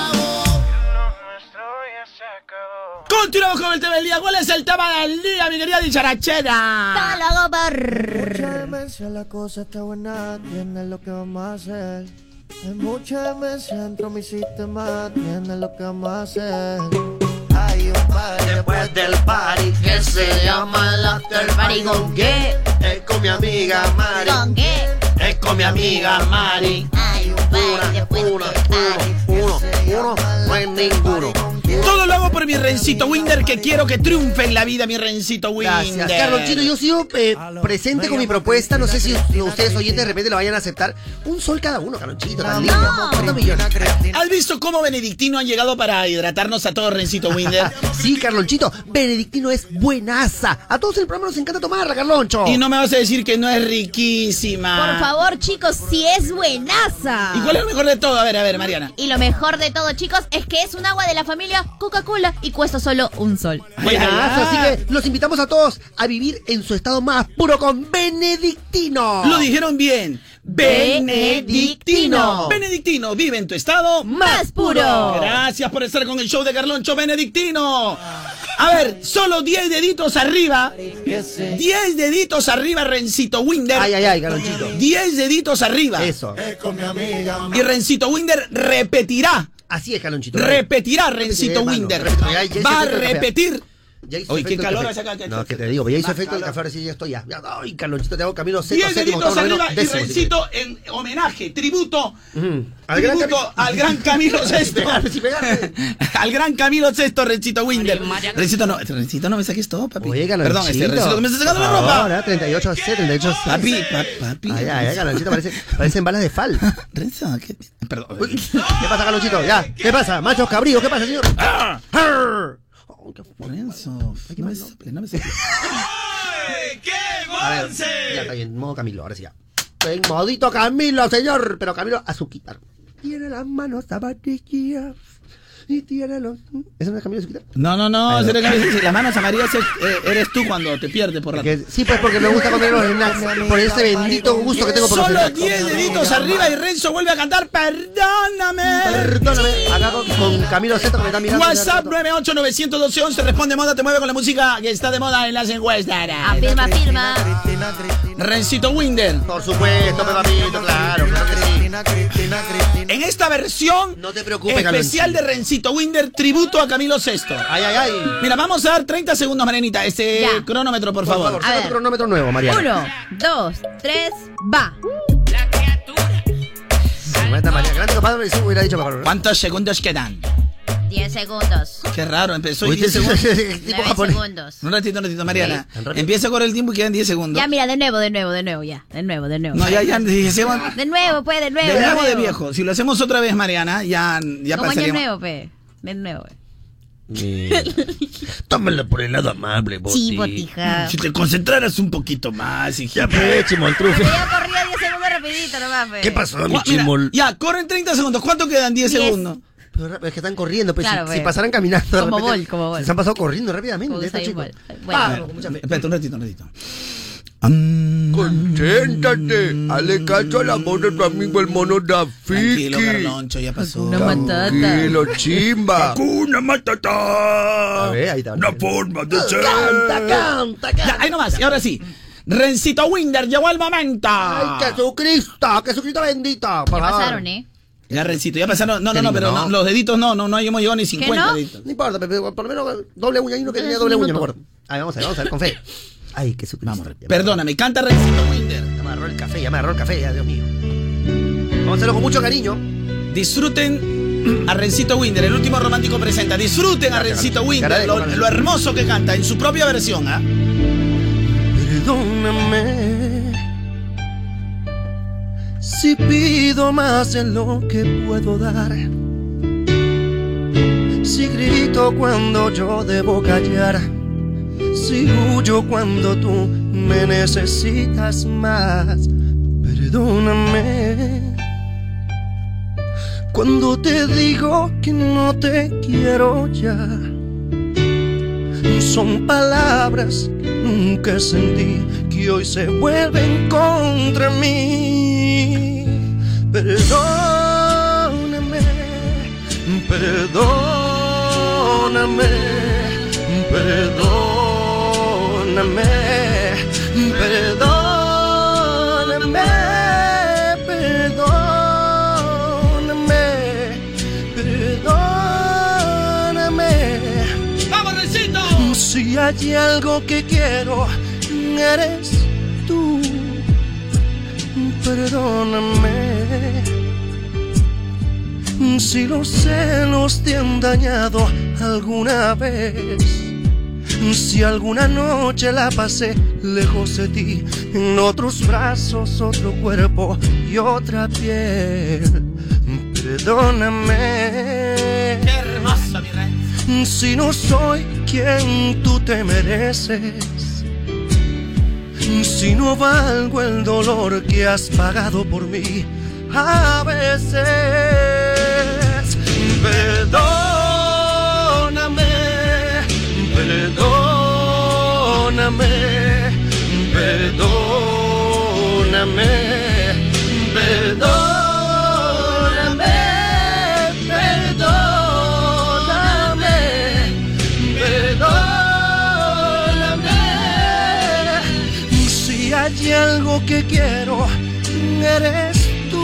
Continuamos con el tema del día. ¿Cuál es el tema del día, mi querida dicharachera? Todo lo hago por... Mucha demencia, la cosa está buena, tienes lo que vamos a hacer. Hay mucha demencia dentro de mi sistema, tienes lo que vamos a hacer. Hay un party después del party Que se llama el after party. ¿Con qué? Es con mi amiga Mari. ¿Con qué? Es con mi amiga Mari. Hay un party después del Uno, party. uno, uno, no es ninguno. Todo lo hago por mi Rencito Winder, que quiero que triunfe en la vida, mi Rencito Winder. Gracias, Carlonchito. Yo sigo eh, presente con mi propuesta. No sé si ustedes oyentes de repente lo vayan a aceptar. Un sol cada uno, Carlonchito. Tan lindo. ¿Cuántos millones? ¿Has visto cómo Benedictino ha llegado para hidratarnos a todos, Rencito Winder? Sí, Carlonchito. Benedictino es buenaza. A todos en el programa nos encanta tomarla, Carloncho. Y no me vas a decir que no es riquísima. Por favor, chicos, si es buenaza. ¿Y cuál es lo mejor de todo? A ver, a ver, Mariana. Y lo mejor de todo, chicos, es que es un agua de la familia Coca-Cola y cuesta solo un sol. Buenazo. Así que los invitamos a todos a vivir en su estado más puro con Benedictino. Lo dijeron bien. Benedictino. Benedictino, vive en tu estado ¡Más puro! Gracias por estar con el show de Carloncho Benedictino. A ver, solo diez deditos arriba. diez deditos arriba, Rencito Winder. Ay, ay, ay, Carlonchito. diez deditos arriba. Eso. Y Rencito Winder repetirá. Así es, Carlonchito. Repetirá, Rencito hermano, Winder. repito, ya- ya hizo Va a efecto el café. repetir. Ya hizo Oye, qué efecto el calor café. hace acá. No, que te digo, ya hizo efecto el café, ahora sí ya estoy ya. ya ay, Carlonchito, te hago camino sexto, diez séptimo, deditos octavo, noveno, arriba y décimo, Rencito en homenaje, tributo. Ujú. Al gran tributo Cami- al gran Camilo Sexto. pegarme, sin pegarme. Al gran Camilo Sexto, Rencito Winder. Rencito, no, Rencito, no me saques todo, papi. Oye, Carlonchito. Perdón, este Rencito, que me estás sacando la Por ropa. favor, ¿eh? treinta y ocho C, treinta y ocho C. Papi, pa- papi. Ay, ay, ay, Carlonchito, parece, parecen balas de fal. Renzo, ¿qué? Perdón. Uy, ¿qué pasa, Carlonchito? Ya, ¿qué pasa? Machos cabríos, ¿qué pasa, señor? Arr. Oh, qué fuerte. Renzo, no me sople, no me sople. A ver, ya está bien, modo Camilo, ahora sí ya. En modito Camilo, señor, pero Camilo a su quitar. Tiene las manos zapatillas y tiene los... ¿Eso no es Camilo a su quitar? No, no, no, Ay, no. será que las manos amarillas es- eh, eres tú cuando te pierdes por rato. Que- sí, pues porque me gusta comer los snacks, por ese bendito gusto que tengo por los Solo snacks. diez deditos arriba y Renzo vuelve a cantar Perdóname. Perdóname, acá con, con Camilo Seto que me está mirando. WhatsApp nueve ocho nueve uno dos uno uno responde moda, te mueve con la música que está de moda en las encuestas. Afirma, afirma. Rencito Winder. Por supuesto, Pepamito, claro, claro que sí. En esta versión No te preocupes, especial Carlonchito. de Rencito Winder, tributo a Camilo Sexto. Ay, ay, ay. Mira, vamos a dar treinta segundos, Marianita. Este Ya. cronómetro, por, Por favor. favor, A saca ver. tu cronómetro nuevo, Mariana. Uno, dos, tres, va. Esta María Grande, capaz, me hubiera dicho mejor. ¿Cuántos segundos quedan? diez segundos. Qué raro, empezó Uy, y diez segundos. tipo nueve japonés. segundos. Un ratito, un ratito, Mariana. Sí, tan rápido. Empieza a correr el tiempo y quedan diez segundos. Ya, mira, de nuevo, de nuevo, de nuevo, ya. De nuevo, de nuevo. No, ya, ya, hacemos... De nuevo, pues, de nuevo. De nuevo de nuevo. viejo. Si lo hacemos otra vez, Mariana, ya, ya Como ya de pasaríamos... nuevo, pe. De nuevo, pe. Tómala por el lado amable, Boti. Sí, botija. Si te concentraras un poquito más, hijita. Ya, pe, chimoltrufe. Pero ya corría diez segundos rapidito nomás, pe. ¿Qué pasó, mi Mira, chimol? ya, corren treinta segundos. ¿Cuánto quedan? diez diez. segundos. Pero es que están corriendo, pues Claro, si, pues. si pasaran caminando. de Como repente, Bolt, como Bolt. Se han pasado corriendo rápidamente Como estos Usain chicos. Bolt. Bueno. Vamos, con mucha fe. Espérate, un ratito, un ratito. Mm, Concéntrate, hazle caso a la voz de tu amigo el mono Tranquilo, Dafiki. Carloncho, ya pasó. Una matata. Tranquilo, chimba. Hakuna Matata. A ver, ahí está. Una forma de ser. Canta, canta, Ya, canta. ahí nomás, y ahora sí. Rencito Winder, llegó el momento. ¡Ay, Jesucristo! ¡Jesucristo bendito! Por Ya favor. pasaron, ¿eh? Ya, Rencito, ya pasaron. No, no, Qué no, lindo, pero ¿no? no, los deditos no, no, no hemos llegado ni cincuenta no? deditos. No importa, pero por lo menos doble uña. Hay uno que Es tenía un doble uña, me minuto. acuerdo. Ay, vamos a ver, vamos a ver, con fe. Ay, Jesucristo. Vamos, Ya me perdóname, canta Rencito Winder. agarró- Ya me agarró el café, ya me agarró el café, ya, Dios mío. Vamos a hacerlo con mucho cariño. Disfruten a Rencito Winder, el último romántico presenta. Disfruten a Gracias, Rencito Carlos. Winder, Agradezco, lo, Carlos. lo hermoso que canta en su propia versión, ¿ah? Perdóname si pido más de lo que puedo dar, si grito cuando yo debo callar, si huyo cuando tú me necesitas más. Perdóname cuando te digo que no te quiero ya. Son palabras que nunca sentí, que hoy se vuelven contra mí. Perdóname, perdóname, perdóname, perdóname, perdóname, perdóname. ¡Vamos, Rencito! Si hay algo que quiero, eres tú. Perdóname si los celos te han dañado alguna vez, si alguna noche la pasé lejos de ti, en otros brazos, otro cuerpo y otra piel. Perdóname ¡Qué hermoso, mi rey! si no soy quien tú te mereces, si no valgo el dolor que has pagado por mí a veces. Perdóname, perdóname, perdóname, perdóname, perdóname, perdóname. Si hay algo que quiero, eres tú.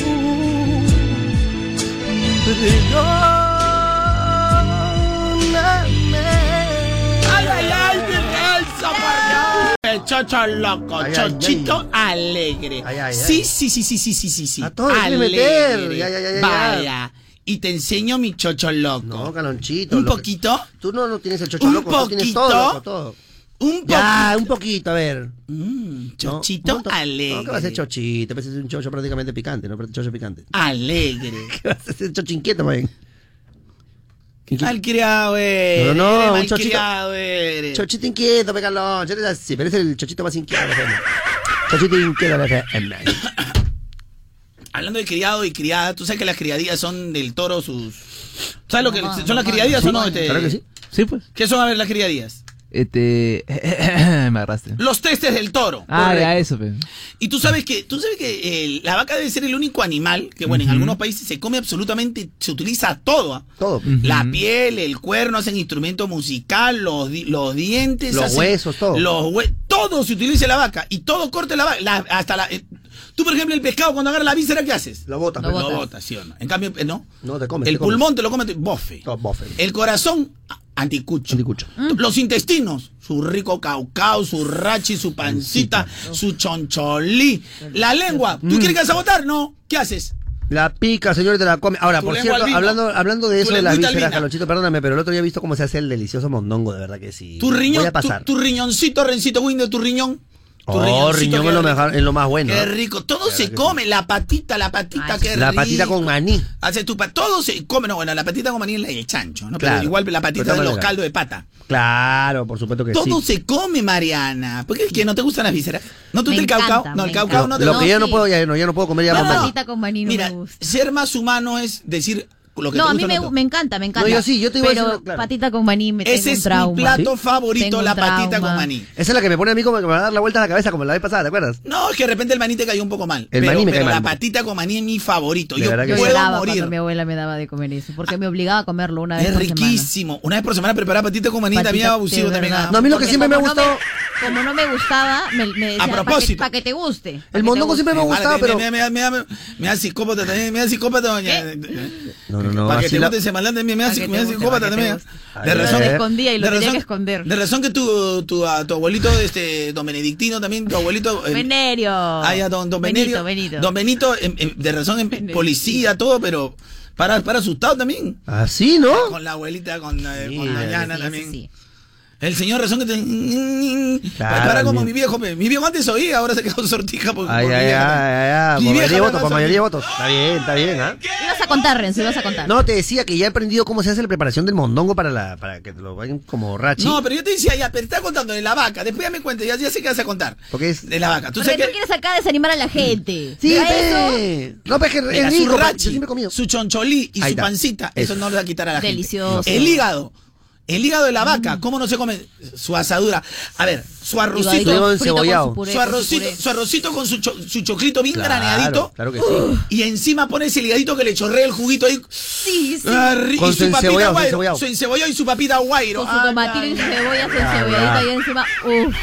Perdóname. ¡Ay, ay, ay! ¡Qué calza, El chocho loco, Ay, ay, chochito alegre. Ay, ay, sí, ay. sí, sí, sí, sí, sí, sí, sí. A todo le quiere meter. Ya, ya, ya, ya, ya. Vaya. Y te enseño mi chocho loco. No, Calonchito. ¿Un lo que- poquito? Tú no, no tienes el chocho ¿Un loco, tú tienes todo, poquito? loco, todo. Un poquito. Ya, un poquito, a ver. Mm, No, chochito un montón. alegre. No, ¿qué va a ser chochito? Pues es un chocho prácticamente picante, ¿no? Chocho picante. Alegre. ¿Qué va a ser chocho inquieto, man? Malcriado eres. No, no, eres un malcriado eres. Chochito inquieto, Pecalón. Eres así, pero es el chochito más inquieto que hacemos. Chochito inquieto que hacemos. Hablando de criado y criada, tú sabes que las criadillas son del toro sus... ¿Sabes lo que Mamá, son las mamá, criadillas o no? mamá. Este- Claro que sí. Sí, pues. ¿Qué son a ver las criadillas? Este. Me agarraste. Los testes del toro. Ah, ya, eso, pe. Y tú sabes que, tú sabes que eh, la vaca debe ser el único animal que, bueno, en algunos países se come absolutamente, se utiliza todo. ¿ah? Todo. La piel, el cuerno, hacen instrumento musical, los, di- los dientes, Los hacen- huesos, todo. Los hue- todo se utiliza en la vaca y todo corta la vaca. La- hasta la, eh, tú, por ejemplo, el pescado cuando agarra la víscera, ¿qué haces? Lo botas, Lo pues. Lo botas. botas, ¿sí o no? En cambio, eh, no. No te comes. El te comes. pulmón te lo comes, bofe. Todo bofe. El corazón, a- anticucho. Anticucho. Los intestinos, su rico caucao, su rachi, su pancita, su choncholí. La lengua, ¿tú quieres que vas a botar? No. ¿Qué haces? La pica, señor, te la come. Ahora, Tu por lengua cierto, albino. hablando, hablando de Tu eso de las lengüita vísceras, albina. Carlonchito, perdóname, pero el otro día he visto cómo se hace el delicioso mondongo, de verdad que sí. Tu riñón, Voy a tu, pasar. tu riñoncito, Rencito Winder, tu riñón. Tu Oh, riñoncito, riñón qué es lo, rico. mejor, es lo más bueno. Qué ¿eh? rico, todo Claro se que come, la patita, la patita, Ay, qué La rico. patita con maní. Hace tu pa- todo se come, no, bueno, la patita con maní es la del chancho, ¿no? Claro. Pero igual la De patita todas de los maneras. caldos de pata. Claro, por supuesto que Todo sí. se come, Mariana. ¿Por qué es que no te gustan las vísceras? ¿No te Me gusta el caucao? encanta, No, el me caucao Lo, no te lo gusta. que ya No, no sí. puedo, ya no, ya no puedo comer ya La más nada. patita con maní no Mira, me gusta. ser más humano es decir lo que No, te a mí gusta. me, no te- me encanta, me encanta. No, yo sí, yo te iba a Pero decir, claro. patita con maní me tengo Ese un es trauma. mi plato ¿Sí? favorito, Tengo un la patita trauma. con maní. Esa es la que me pone a mí como que me va a dar la vuelta a la cabeza como la vez pasada, ¿te acuerdas? No, es que de repente el maní te cayó un poco mal. El pero maní me pero cae la mal. patita con maní es mi favorito. De Yo verdad que Yo sí. puedo lloraba morir. cuando mi abuela me daba de comer eso, porque me obligaba a comerlo una vez Es por semana. riquísimo. Una vez por semana preparar patita con maní Patita también de abusivo también. verdad. ah. No, a mí lo que Porque siempre me ha como no gustado- como no me gustaba, me, me decía, A propósito. para que, pa' que te guste. pa' que El te mondongo guste". siempre me ha Vale, gustado, me- pero... Me, me, me, me, me da psicópata también, me da psicópata, doña. No, no, no, Para que así te la- guste ese malandro, me, me, Para da, que me te da guste, psicópata para que te también. guste. Ay, De ay, razón, ay. Lo escondía y lo de tenía razón- que esconder. De razón que tu, tu, a tu abuelito, este, don Benedictino también, tu abuelito. eh, Venerio. Ah, ya, don, don Benito, Benito. Benito. Don Benito, em, em, de razón, em, Benedictino. policía, todo, pero para, para asustado también. Así, ¿no? Con la abuelita, con, eh, Sí, con sí, Dayana Sí, también. sí, sí. El señor razón que te... Claro, para como bien. mi viejo, pe. Mi viejo antes oía, ahora se quedó sortija por, Ay, por ay, mi ay, viejo. ay, ay, Mi por vieja mayoría de me votos, da por mayoría de sortija. votos. Está bien, está bien, ¿ah? Ibas a contar, Renzo, ibas a contar. No, te decía que ya he aprendido cómo se hace la preparación del mondongo para la para que te lo vayan como rachi. No, pero yo te decía ya, pero te estaba contando de la vaca. Después ya me cuenta, ya, ya sé qué vas a contar. Porque es... De la vaca. Tú Porque sabes tú que... quieres acá desanimar a la gente. Sí, ¿A eso? pe. No, pero es que Mira, es su rico, pa- rachi, yo siempre he comido. su choncholí y Ahí su está. pancita, eso Eso. no le va a quitar a la Delicioso. gente. El hígado. El hígado de la vaca, ¿cómo no se come su asadura? A ver, su Hígadito arrocito, Luego frito con encebollado. su puré, su con su arrocito, puré. su arrocito con su, cho- su choclito bien Claro, graneadito. claro que sí. Y encima pones el hígadito que le chorrea el juguito ahí. Sí, sí. Ah, ri- Con y su su papita encebollado, su guairo. encebollado. Su encebollado y su papita guairo. Con su Ay, tomatito ay, y su ay. cebolla, su encebollita ahí encima. Uf.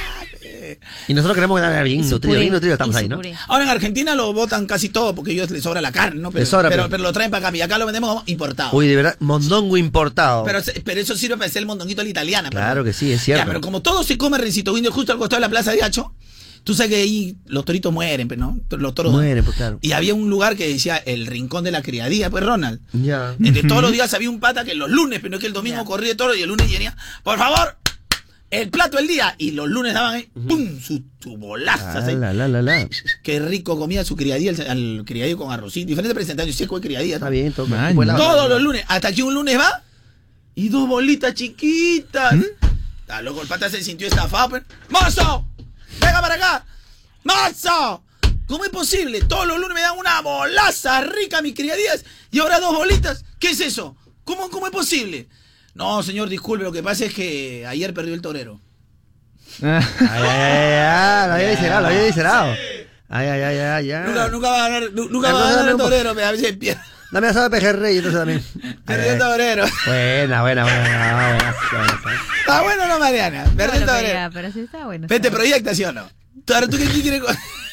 Y nosotros queremos que esté bien Y su nutrido, puré, bien nutrido estamos y su ahí, ¿no? puré. Ahora en Argentina lo botan casi todo porque a ellos les sobra la carne, ¿no? Pero, Les sobra, pero, pero- pero lo traen para acá y acá lo vendemos como importado. Uy, de verdad, mondongo importado. Pero, se- pero eso sirve para hacer el mondonguito a la italiana. pero- Claro que sí, es cierto. Ya, pero como todo se come Rencito Winder justo al costado de la plaza de Hacho, tú sabes que ahí los toritos mueren, pero no, los toros Mueren, pues claro. Y había un lugar que decía el rincón de la criadía, pues Ronald. Ya. Entre todos los días había un pata que los lunes, pero no es que el domingo Ya. corría todo y el lunes venía, por favor, el plato del día. Y los lunes daban ahí, ¡pum! Su, su bolazas Ah, ahí. la, la, la, la. Qué rico comía su criadía, el, al criadillo con arrocito, diferentes presentaciones, seco de criadía. Está ¿no? bien, todo. Man, Buena- Todos los lunes, hasta que un lunes va y dos bolitas chiquitas. ¿Mm? Ah, luego el pata se sintió estafado. Pero... ¡Mozo! ¡Venga para acá! ¡Mozo! ¿Cómo es posible? Todos los lunes me dan una bolaza rica mis criadillas y ahora dos bolitas. ¿Qué es eso? ¿Cómo, cómo es posible? No, señor, disculpe, lo que pasa es que ayer perdió el torero. Ay, ay, ay, ay, lo había viscerado, lo había viscerado. Ay, ay, ay, ay, ya. Nunca, nunca va a ganar, nu- nunca Ya, va a no, ganar no, el no. torero, pero a veces pierde. Dame asado de pejerrey, entonces también. Perdió el torero. Buena, buena, buena. buena, buena, buena. Está bueno o no, Mariana. Perdió el Bueno, pero, torero. ya, pero sí está bueno. Vete, está bueno. proyecta, ¿sí o no? Ahora, ¿tú qué qué quieres?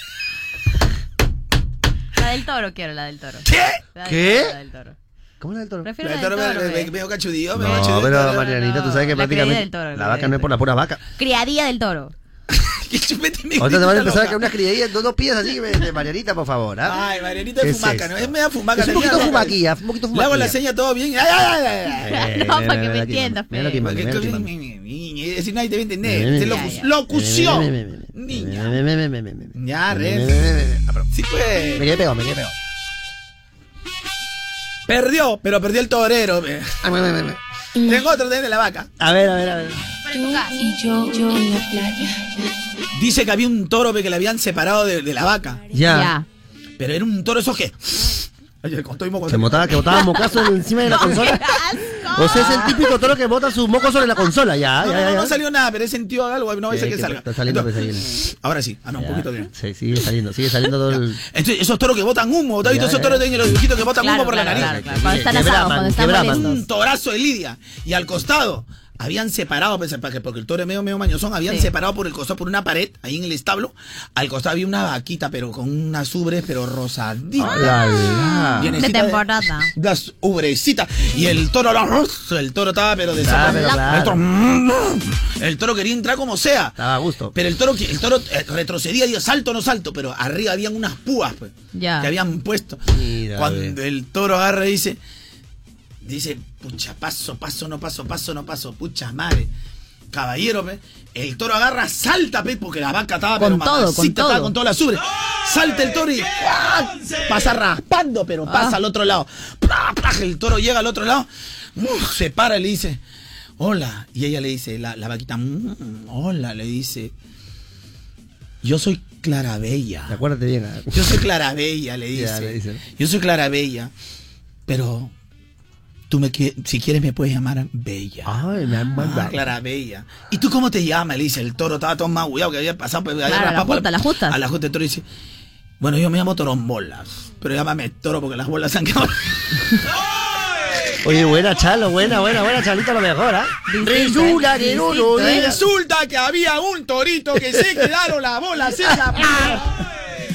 La del toro quiero, la del toro. ¿Qué? La del ¿Qué? toro, la del toro. ¿Cómo es el toro? Prefiero El la toro del me, toro. me, ve. me veo cachudillo, me No, veo cachudillo. pero no, Marianita, tú no, sabes que la criadilla prácticamente del toro, la la criadilla vaca no del es por la pura vaca. Criadilla del toro. Que chupete mi Ahorita te van a grita empezar a loca. caer unas criadillas, no, no pidas así de de Marianita, por favor, ¿ah? Ay, Marianita ¿Qué es es fumaca, ¿no? esto? Es media fumaca. Es un tenía poquito loca. fumaquilla, un poquito Le hago la fumaquilla. seña todo bien. Ay, ay, ay, ay, ay. No, para que mira, me mira, entiendas, mira lo que pe. manda, Porque mira lo que es manda. que- si nadie te va a Mira, entender. mira, Es mira. locu- locución. Mira, mira, mira, Niña. mira, mira, mira, mira, mira. Ya, Mira, Ren. mira, mira, mira. Sí, Me pues. quedé pegado, me quedé pegado. Perdió, pero perdió el torero. pe. Ah, mira, mira, mira. Tengo otro también de la vaca. A ver, a ver, a ver. Y yo, yo en la playa. Dice que había un toro pe, que le habían separado de, de la vaca. Ya. Ya. Pero era un toro esos que. Ay, el contó y moco. Que botaba, que botaba mocazo encima de la consola. O sea, es el típico toro que bota sus mocos sobre la consola. Ya, No, ya, no, ya. no, ya. no salió nada, pero he sentido algo, no voy a Sí, ser que que salga. está saliendo, Entonces, pues, ahí. ahora sí, ah, no, un Ya. poquito bien. Sí, sigue saliendo, sigue saliendo todo el... Entonces, esos toros que botan humo, ¿te has visto Ya, esos ya. toros de los dibujitos que botan Claro, humo por la claro, nariz? claro, claro. Cuando Que- están que asados, braman, cuando que están braman. molestos. Un torazo de lidia. Y al costado habían separado, pues, para que- porque el toro es medio, medio mañosón, habían Sí. separado por el costado, por una pared, ahí en el establo. Al costado había una vaquita, pero con unas ubres, pero rosaditas. La, la. Bienecita De temporada. Las ubrecitas. Y el toro, el toro estaba, pero de Claro, sopa. claro. El toro, el toro quería entrar como sea. Estaba a gusto. Pero el toro, el toro eh, retrocedía y salto no salto, pero arriba habían unas púas, pues, Ya. que habían puesto. Mira, Cuando ve. el toro agarra y dice, dice, pucha, paso, paso, no paso, paso, no paso, pucha madre. Caballero, pe, el toro agarra, salta, pe, porque la vaca estaba Con pero todo, mamacita, con estaba todo. con toda la subre. Salta el toro y ¡ah! Pasa raspando, pero pasa Ah. al otro lado. ¡Pra, pra! El toro llega al otro lado, ¡uf! Se para y le dice, hola. Y ella le dice, la, la vaquita, "Mm, hola, le dice, yo soy Clarabella. Acuérdate bien. ¿eh? Yo soy Clarabella, le dice. Ya, le dice, ¿no? Yo soy Clarabella, pero tú me qui- si quieres me puedes llamar Bella. Ay, me han Ah, mandado. Clarabella. ¿Y tú cómo te llamas? Le dice el toro, estaba todo magullado que había pasado. Pues, había Claro, la raspado por justa, la justa. A la justa el toro dice, bueno, yo me llamo Torombolas, pero llámame toro porque las bolas se han quedado. Oye, buena, Chalo, buena, buena, buena, Chalito, lo mejor, ¿ah? Resulta que no, no, Distinto, ¿eh? no. Resulta que había un torito que se quedaron las bolas en la...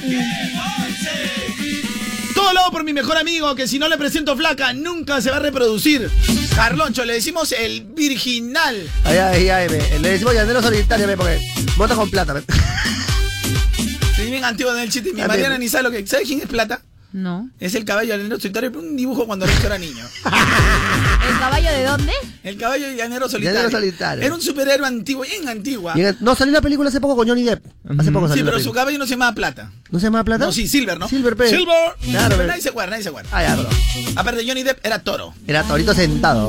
Todo lado por mi mejor amigo, que si no le presento flaca, nunca se va a reproducir. Carloncho, le decimos el virginal. Ay, ay, ay, ve. Le decimos llanero solitario, ve, porque vota con plata, ve. Sí, bien antiguo en el chiste. Mi A ver. Mariana ni sabe lo que... ¿Sabes quién es Plata? No. Es el caballo llanero solitario, un dibujo cuando Rico era niño. ¿El caballo de dónde? El caballo llanero solitario. Llanero solitario. Era un superhéroe antiguo, bien antigua. Llega- No, salió una película hace poco con Johnny Depp. Hace poco Sí, salió. pero la su película. caballo no se llamaba Plata. ¿No se llama plata? No, sí, Silver, ¿no? Silver, pe. Silver. Claro, Pero pe. nadie se acuerda, nadie se acuerda. Ah, ya, bro. Aparte, Johnny Depp era toro. Era torito sentado.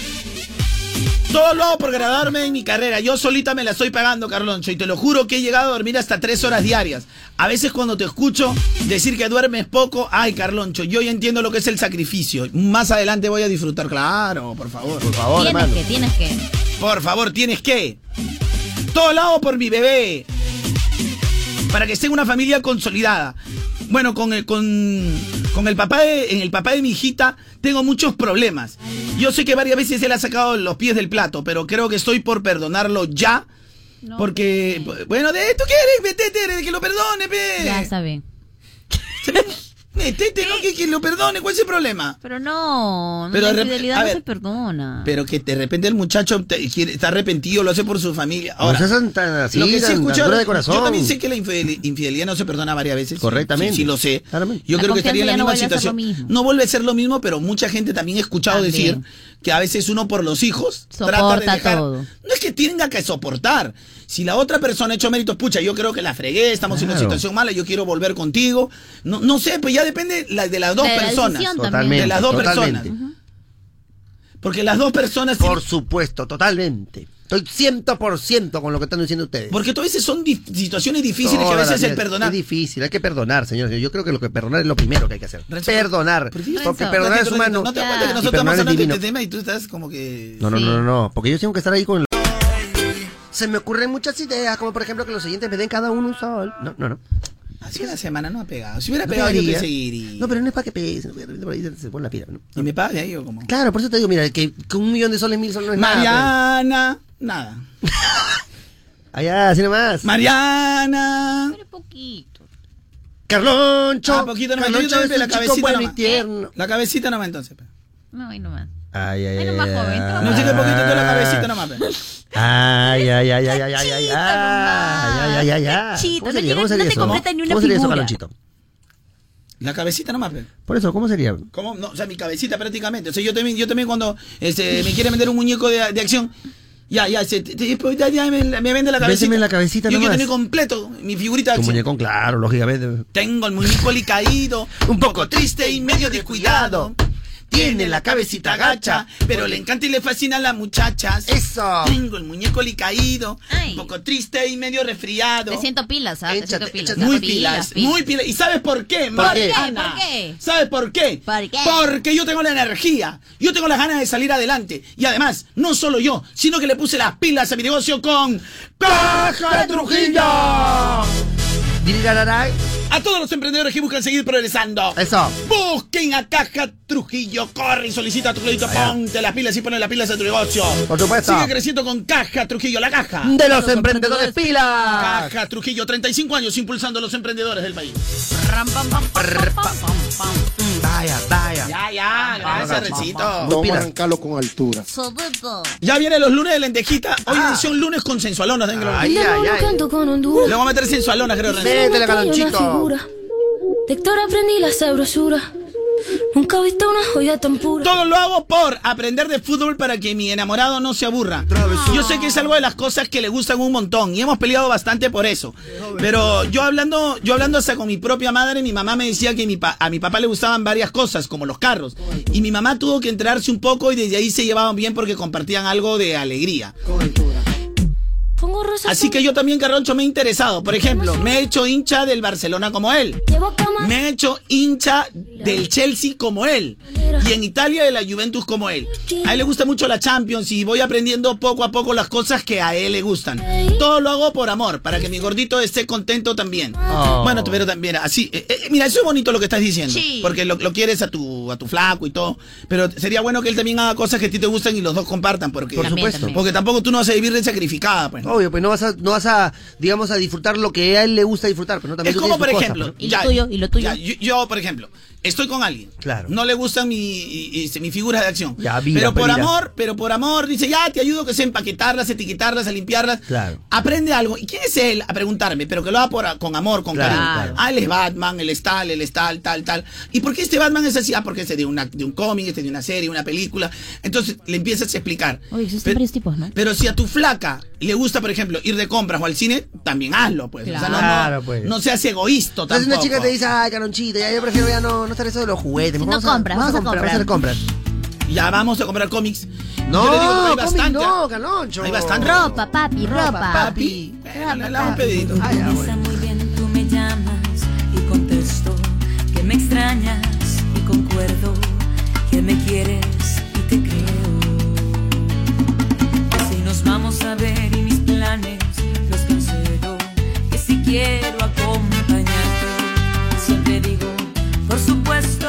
Todo lo hago por graduarme en mi carrera. Yo solita me la estoy pagando, Carloncho. Y te lo juro que he llegado a dormir hasta tres horas diarias. A veces cuando te escucho decir que duermes poco, ay, Carloncho, yo ya entiendo lo que es el sacrificio. Más adelante voy a disfrutar. Claro, por favor. Por favor, Tienes hermano. que, tienes que. Por favor, tienes que. Todo lo hago por mi bebé. Para que esté en una familia consolidada. Bueno, con el, con, con el papá de, en el papá de mi hijita tengo muchos problemas. Yo sé que varias veces él ha sacado los pies del plato, pero creo que estoy por perdonarlo ya. No, Porque, pues. bueno, de tú quieres, metete, de que lo perdone, pe. Ya está bien. Metete, ¿no? Que, que lo perdone, ¿cuál es el problema? Pero no, Pero la de rep- infidelidad a no ver. se perdona. Pero que de repente el muchacho te- quiere- está arrepentido, lo hace por su familia. Ahora, Ahora, no seas tan así, lo que sí he tan- tan escuchado, dura de corazón. yo también sé que la infidel- infidelidad no se perdona varias veces. Correctamente. Sí, sí lo sé. Claramente. Yo La creo que estaría en la confianza ya no misma vuelve a ser situación. lo mismo. No vuelve a ser lo mismo, pero mucha gente también he escuchado También. decir que a veces uno por los hijos trata de Soporta dejar. todo. No es que tenga que soportar. Si la otra persona ha hecho méritos, pucha, yo creo que la fregué, estamos en una Claro. situación mala, yo quiero volver contigo. No, no sé, pues ya depende la- de las dos De la personas. decisión Totalmente. De las dos totalmente. personas. Porque las dos personas... Por supuesto, totalmente. Estoy ciento por ciento con lo que están diciendo ustedes. Porque a veces son di- situaciones difíciles que a Todas veces las el veces. perdonar. Es difícil, hay que perdonar, señores. Yo creo que lo que perdonar es lo primero que hay que hacer. Renzo, perdonar. ¿por qué yo- Porque Renzo, perdonar es Ratito, humano. ratito, ¿no te Ya. das cuenta que Y nosotros perdonar estamos es hablando de divino. este tema y tú estás como que... No, no, Sí. no, no, no, porque yo tengo que estar ahí con... Se me ocurren muchas ideas, como por ejemplo que los oyentes me den cada uno un sol. No, no, no. Así que la semana no ha pegado. Si hubiera No pegado yo pegaría. te seguiría. No, pero no es para que pegues, no, por ahí se pone la pira. ¿no? ¿Y me pagas de ahí o cómo? Claro, por eso te digo, mira, que con un millón de soles, mil soles no es nada. Mariana... Nada. pues. Allá, así nomás. Mariana... Pero poquito. Carloncho. Ah, poquito nomás. Yo Carloncho también, es la un chico cabecita bueno y nomás. tierno. La cabecita nomás entonces. pe. No, ahí nomás. Ay, ay, Ay, ay. nomás ay, joven, ay, No Ah. sé qué poquito tú la cabecita nomás. pe. Ay, ay, ay, ay, ay, ay, ay, ay, Cachito ay, ay, ay, ay. Cachito, ¿Cómo no sería? ¿Cómo tiene- sería no te eso? completa ni una ¿Cómo sería eso, figura. Carlonchito? La cabecita nomás. pe. Por eso, ¿cómo sería? ¿Cómo? No, o sea, mi cabecita prácticamente. O sea, yo también, yo también cuando este, me quiere vender un muñeco de, de acción, ya, ya, se, te- te- pues, ya, ya me, me vende la cabecita. Véndeme la cabecita Yo quiero nomás. tener completo mi figurita de Tu acción. muñecón, claro, lógicamente. Tengo el muñeco caído, un poco triste y medio descuidado. Tiene la cabecita gacha, pero le encanta y le fascina a las muchachas. ¡Eso! Tengo el muñeco caído, Ay. un poco triste y medio resfriado. Te siento pilas, ¿ah? Te Échate, siento pilas. échate. Muy pilas, pilas, muy pilas. ¿Y sabes por qué, ¿Por qué? Mariana? ¿Por qué? ¿Sabes por qué? ¿Por qué? Porque yo tengo la energía, yo tengo las ganas de salir adelante. Y además, no solo yo, sino que le puse las pilas a mi negocio con Caja de Trujillo. Dirigararay. A todos los emprendedores que buscan seguir progresando. Eso. Busquen a Caja Trujillo. Corre y solicita tu crédito. Allá. Ponte las pilas y ponle las pilas a tu negocio. Por supuesto. Sigue creciendo con Caja Trujillo, la caja. De los emprendedores pilas. Caja Trujillo, treinta y cinco años impulsando a los emprendedores del país. Vaya, vaya. Ya, ya, gracias, Recito. Vamos a arrancarlo con altura. Ya vienen los lunes de lendejita. Hoy Ah. edición lunes con sensualonas. Ay, Ay, ay, ay. Canto con Honduras. Le vamos a meter sensualonas, creo, Renzo. Métele, Calonchito. Una figura. De Héctor aprendí la sabrosura. Nunca he visto una joya tan pura. Todo lo hago por aprender de fútbol para que mi enamorado no se aburra. Yo sé que es algo de las cosas que le gustan un montón y hemos peleado bastante por eso. Pero yo hablando, yo hablando hasta con mi propia madre, mi mamá me decía que mi pa- a mi papá le gustaban varias cosas, como los carros. Y mi mamá tuvo que enterarse un poco y desde ahí se llevaban bien porque compartían algo de alegría. Pongo rosas. Así que yo también, Carroncho, me he interesado. Por ejemplo, me he hecho hincha del Barcelona como él. Llevo cama. Me he hecho hincha del Chelsea como él. Y en Italia de la Juventus como él. A él le gusta mucho la Champions y voy aprendiendo poco a poco las cosas que a él le gustan. Todo lo hago por amor, para que mi gordito esté contento también. Oh. Bueno, pero también así. eh, eh, mira, eso es bonito lo que estás diciendo. Sí. Porque lo, lo quieres a tu, a tu flaco y todo. Pero sería bueno que él también haga cosas que a ti te gustan y los dos compartan. Porque, Por También, supuesto. también. porque tampoco tú no vas a vivir de sacrificada, pues. Obvio, pues no vas a, no vas a, digamos, a disfrutar lo que a él le gusta disfrutar, pero no también Es tú como, tienes por tus ejemplo, cosas, ¿Y lo tuyo? ¿Y lo tuyo? ya, yo, yo, por ejemplo, estoy con alguien. Claro. No le gustan mi, y- y- mi figuras de acción. Ya, mira, pero por pues, mira. amor, pero por amor, dice, ya te ayudo que sé empaquetarlas, etiquetarlas, a limpiarlas. Claro. Aprende algo. ¿Y quién es él? A preguntarme, pero que lo haga por, con amor, con Claro, cariño. claro. Ah, él es Batman, él es tal, él es tal, tal, tal. ¿Y por qué este Batman es así? Ah, porque este es de, una, de un cómic, este es de una serie, una película. Entonces le empiezas a explicar. Oye, existen Pero- varios tipos, ¿no? Pero si a tu flaca le gusta, por ejemplo, ir de compras o al cine, también hazlo, pues. O sea, no, no, Claro, pues. no seas egoísta Entonces tampoco. una chica te dice, ay, Caronchito, ya yo prefiero ya no, no estar eso de los juguetes. No vamos compras, vamos a vamos a hacer compras. Ya vamos a comprar cómics. No, Yo le digo, hay cómic bastante. no, Caloncho. Hay bastante. Ropa, papi, ropa. Papi. Eh, Le damos un pedidito. Ah, ya, bueno. Muy bien, tú me llamas y contesto que me extrañas y concuerdo que me quieres y te creo. Que si nos vamos a ver y mis planes los cancelo, que si quiero acompañarte, siempre digo, por supuesto.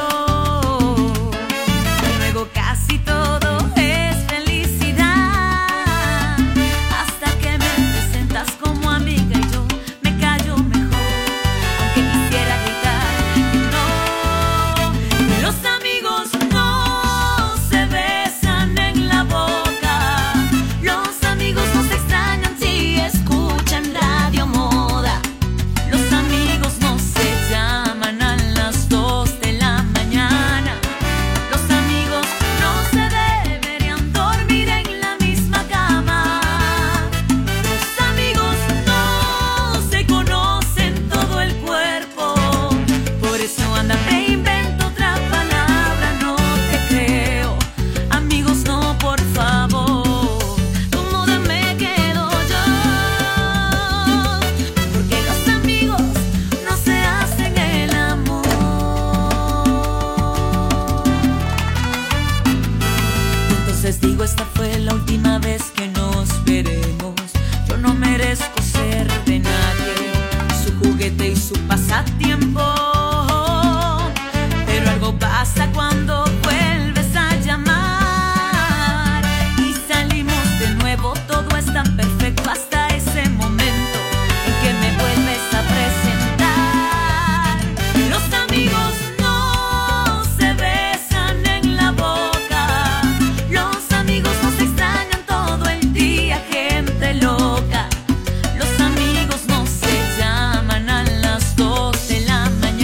Y luego casi todo es felicidad, hasta que me presentas como amiga y yo me callo mejor, aunque quisiera gritar que no. Los amigos no se besan en la boca, los amigos no se extrañan si escuchan Radio Moda, los amigos no se llaman a las dos de la mañana, los amigos no se deberían dormir en la misma cama, los amigos no se conocen todo el cuerpo, por eso anda te invento otra palabra, no te creo, amigos no, por favor, como de me quedo yo, porque los amigos no se hacen el amor. Entonces digo, esta fue la última vez que nos veremos. Yo no merezco ser de nadie, su juguete y su pasatiempo. Pero algo pasa cuando vuelves a llamar y salimos de nuevo. Todo es tan perfecto hasta ese momento en que me vuelves a presentar. Los amigos no se besan en la boca, los amigos no se extrañan todo el día, gente loca. Los amigos no se llaman a las dos de la mañana.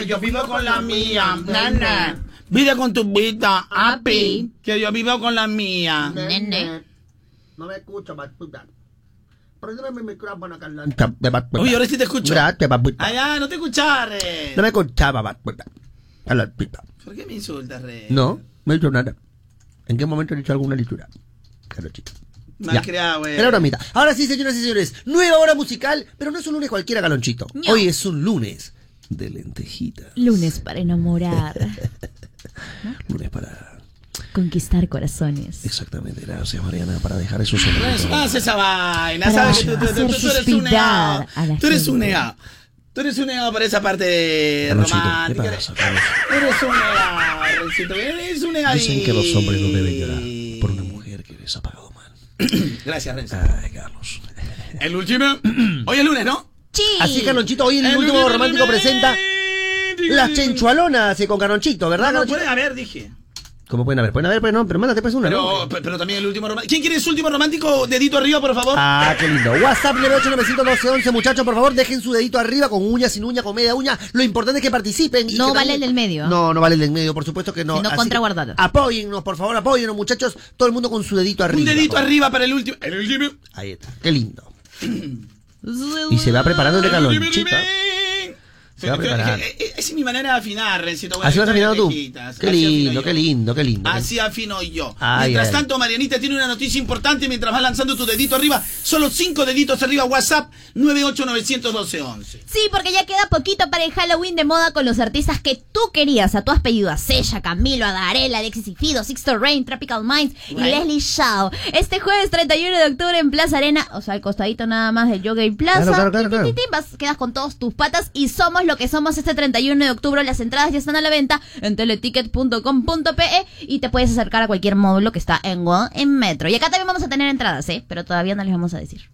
que yo vivo con la mía, nana. Vive con tu vida, api, que yo vivo con la mía. Nene. No me escucho, puta. Prendeme mi micrófono, Carlos. Uy, ahora sí te escucho. Gracias, paputa. Ay, ya, no te escuchas, Re. No me escuchaba, puta. ¿Por qué me insultas, Re? No, no he dicho nada. ¿En qué momento he dicho alguna lectura? Claro, chico. Mal creado, güey. Era bromita. Ahora sí, señoras y señores, nueva hora musical, pero no es un lunes cualquiera, Galonchito. No. Hoy es un lunes de lentejitas. Lunes para enamorar. Lunes para... Conquistar corazones. Exactamente, gracias, Mariana, para dejar esos sonidos. No haces esa vaina, Para sabes que tú, tú- tú- hacer tú eres un suspirar negado. a la Tú eres un gente. negado. Tú eres un negado para esa parte Galonchito, ¿qué romántica. pasa, Carlos? Eres un negado, Rencito, eres un negado. Dicen que los hombres no deben llorar por una mujer que les ha pagado mal. Gracias, Renzo. Ay, Carlos. El último. Hoy es lunes, ¿no? Sí. Así, Carlonchito, hoy en el El último último romántico lunes. presenta las chenchualonas eh, con Carlonchito, ¿verdad, No, no Carlonchito? pueden haber, dije. ¿Cómo pueden haber? Pueden haber, pero no, pero mándate pues una, Pero, ¿no? pe- pero también el último romántico. ¿Quién quiere su último romántico? Dedito arriba, por favor. Ah, qué lindo. WhatsApp nueve ocho nueve uno dos once, muchachos, por favor, dejen su dedito arriba con uña, sin uña, con media uña. Lo importante es que participen. y No que vale también- el del medio. No, no vale el del medio, por supuesto que no. Si no, Así contraguardalo. que Apóyennos, por favor, apóyennos, muchachos. Todo el mundo con su dedito arriba. Un dedito por favor. arriba para el último. El último. Ahí está, qué lindo. Y se va preparando el de Carlonchito. Se va a preparar. Eh, eh, Esa es mi manera de afinar, Rencito. ¿Así vas afinado tú? Lentejitas. Qué Así afino lindo, yo. qué lindo, qué lindo. Así afino yo. Ay, Mientras ay. tanto, Marianita tiene una noticia importante mientras va lanzando tu dedito arriba. Solo cinco deditos arriba. WhatsApp nueve ocho nueve uno dos once. Sí, porque ya queda poquito para el Halloween de moda con los artistas que tú querías. A tú has pedido a Sella, Camilo, a Darela, Alexis y Fido, Sixto Rain, Tropical Minds y Right. Leslie Shaw. Este jueves treinta y uno de octubre en Plaza Arena, o sea, al costadito nada más del Yoga y Plaza. Claro, claro, claro, Tin, tin, claro. tin, vas, quedas con todos tus patas y somos lo que somos este treinta y uno de octubre. Las entradas ya están a la venta en teleticket punto com punto pe y te puedes acercar a cualquier módulo que está en Go en Metro. Y acá también vamos a tener entradas, ¿eh? Pero todavía no les vamos a decir.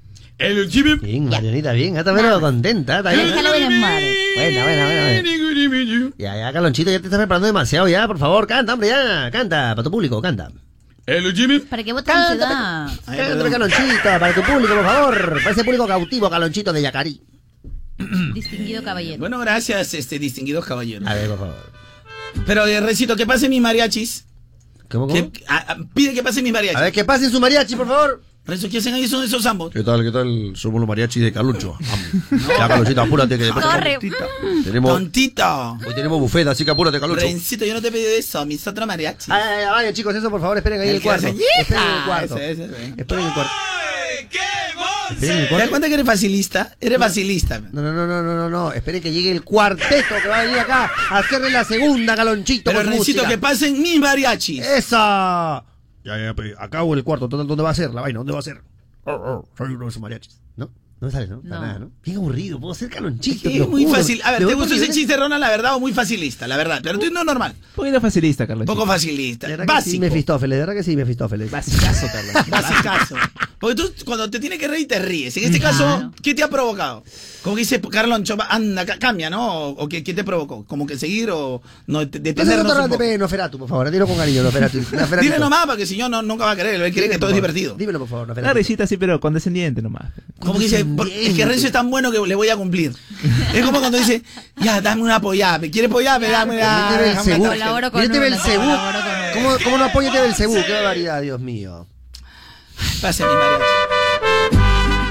El último. Bien, Marianita, bien. Está pero contenta, está bien. El Halloween en moda. Buena, buena, buena, buena. Ya, ya, Carlonchito, ya te estás preparando demasiado ya, por favor, canta, hombre, ya, canta, para tu público, canta. El último. Para que voten Canta, ciudad. Ay, Cántame, perdón. Carlonchito, para tu público, por favor, para ese público cautivo, Carlonchito de Yacarí. Distinguido caballero. Bueno, gracias, este distinguidos caballeros. A ver, por favor. Pero, eh, Rencito, que pasen mis mariachis. ¿Cómo, cómo? Que- a- a- pide que pasen mis mariachis. A ver, que pasen su mariachi, por favor. Renzo, ¿qué hacen ahí? Son esos ambos. ¿Qué tal, qué tal? Somos los mariachis de Carloncho. Ya, Carlonchito, apúrate, que después Corre. tenemos, Tontito. hoy tenemos buffet, así que apúrate, Carloncho. Rencito, yo no te he pedido eso, mis otros mariachis. Ay, ay, ay, vayan, chicos, eso, por favor, esperen ahí El el que cuarto. hace, Esperen en el ¡yeja! cuarto. Ese, ese, ese. Esperen en el cuarto. Esperen en el ¿Te das cuarto. cuenta que eres facilista? Eres facilista. No, no, no, no, no, no, no. Esperen que llegue el cuarteto que va a venir acá a hacerle la segunda, Galonchito. Pero, con su Rencito, música. que pasen mis mariachis. ¡Esa! Ya, ya, pe- acá o en el cuarto. ¿Dónde dónde va a ser la vaina? ¿Dónde va a ser? Oh, oh, soy uno de sus mariachis. ¿No? No me sale, ¿no? Para No. nada, ¿no? Bien aburrido. Puedo ser Calonchito. Sí, te lo muy juro. fácil. A ver, Me ¿te voy gustó por ese nivel- chiste, Ronald? La verdad, o muy facilista, la verdad. Pero tú no normal. Un poquito facilista, Carlos. Un poco facilista. De verdad que sí, Básico. Mefistófeles. De verdad que sí, Mefistófeles. Basicazo, Carlos. Basicazo. Porque tú, cuando te tienes que reír, te ríes. En este caso, Claro. ¿qué te ha provocado? Como que dice Carloncho, anda, ca- cambia, ¿no? ¿O, o qué, qué te provocó? ¿Como que seguir o no, de- Ese es detenernos otro un poco? de Noferatu, por favor. Dilo con cariño, Noferatu. Noferatu. Dile nomás, porque si yo no, nunca va a querer. Él va a querer que todo es divertido. Dímelo, por favor, Una Noferatu. risita así, pero condescendiente nomás. Como que dice, por- es que Renzo es tan bueno que le voy a cumplir. Es como cuando dice, ya, dame una apoyada. ¿Me quiere apoyar? Dame una. Mírate déjame Belcebú. atar- Colaboro con Mírate uno, Belcebú. colaboro con uno. ¿Cómo, ¿Cómo no apoyate Belcebú? Qué barbaridad, Dios mío. Pase mi mariachi.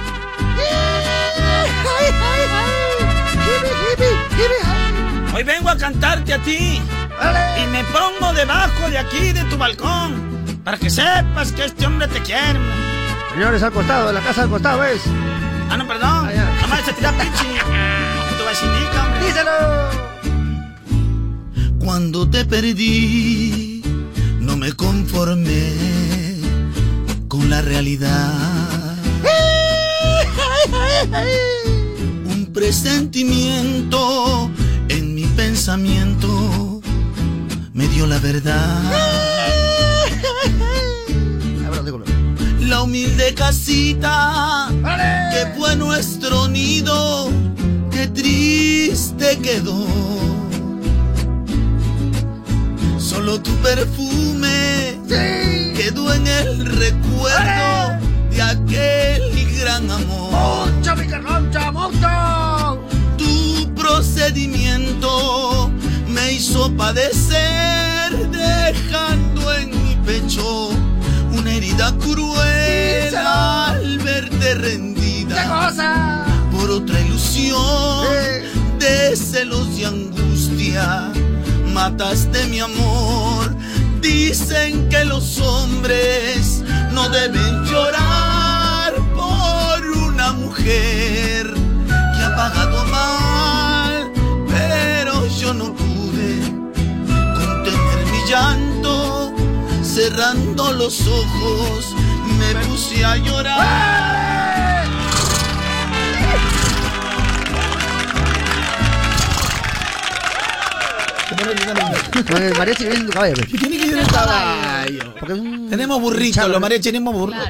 Hoy vengo a cantarte a ti. Y me pongo debajo de aquí, de tu balcón. Para que sepas que este hombre te quiere. Señores, al costado, en la casa al costado, ¿ves? Ah, no, perdón. Ah, ya. Nomás se tira pichi. En tu vacinica, hombre. ¡Díselo! Cuando te perdí, no me conformé con la realidad. Un presentimiento en mi pensamiento me dio la verdad. La humilde casita que fue nuestro nido, qué triste quedó. Solo tu perfume quedó en el recuerdo de aquel gran amor. ¡Mucho, mi Carloncho, mucho! Tu procedimiento padecer, dejando en mi pecho una herida cruel al verte rendida por otra ilusión de celos y angustia. Mataste mi amor. Dicen que los hombres no deben llorar por una mujer que ha pagado mal, pero yo no pude contener mi llanto. Cerrando los ojos me puse a llorar. Con el mariachi viene tu caballo. ¿Qué tiene que ir el caballo? Porque es un... Tenemos burritos, los mariachis tenemos burritos.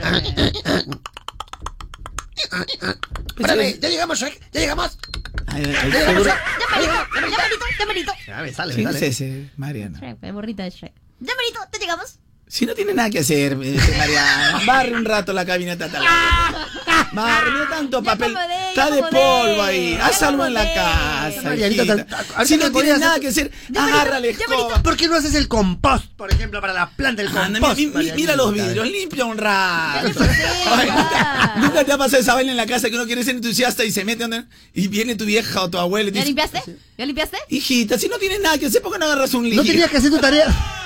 Espérame, ya llegamos, Shrek, ya llegamos. Ay, ay, Ya ay, llegamos, seguro- Shrek. Ya, merito, ya, merito. Ya me sale, ¿Quién me es sale. ese, Mariana? Shrek, el burrito de Shrek. Ya, merito, te llegamos. Si no tiene nada que hacer, este Mariana. Barre un rato la cabineta. Barre, no tanto Ya papel. acomodé, Está ya de acomodé, polvo ahí. ya Haz algo en la acomodé. casa. Marianita, hijita. tal- ahorita Si que no tienes podías nada hacer- que hacer, Ya, Marito, agarra la ya, escoba. Marito. ¿Por qué no haces el compost, por ejemplo, para la planta del Anda, compost? mi- mi- Marianita? mira los vidrios, limpia un rato. Ya le pasé, Ay, ya. nunca, nunca te ha pasado esa vaina en la casa que uno quiere ser entusiasta y se mete donde, y viene tu vieja o tu abuela y te ¿Ya dice, limpiaste? ¿Ya limpiaste? hijita, si no tienes nada que hacer, ¿por qué no agarras un No líquido? tenías que hacer tu tarea.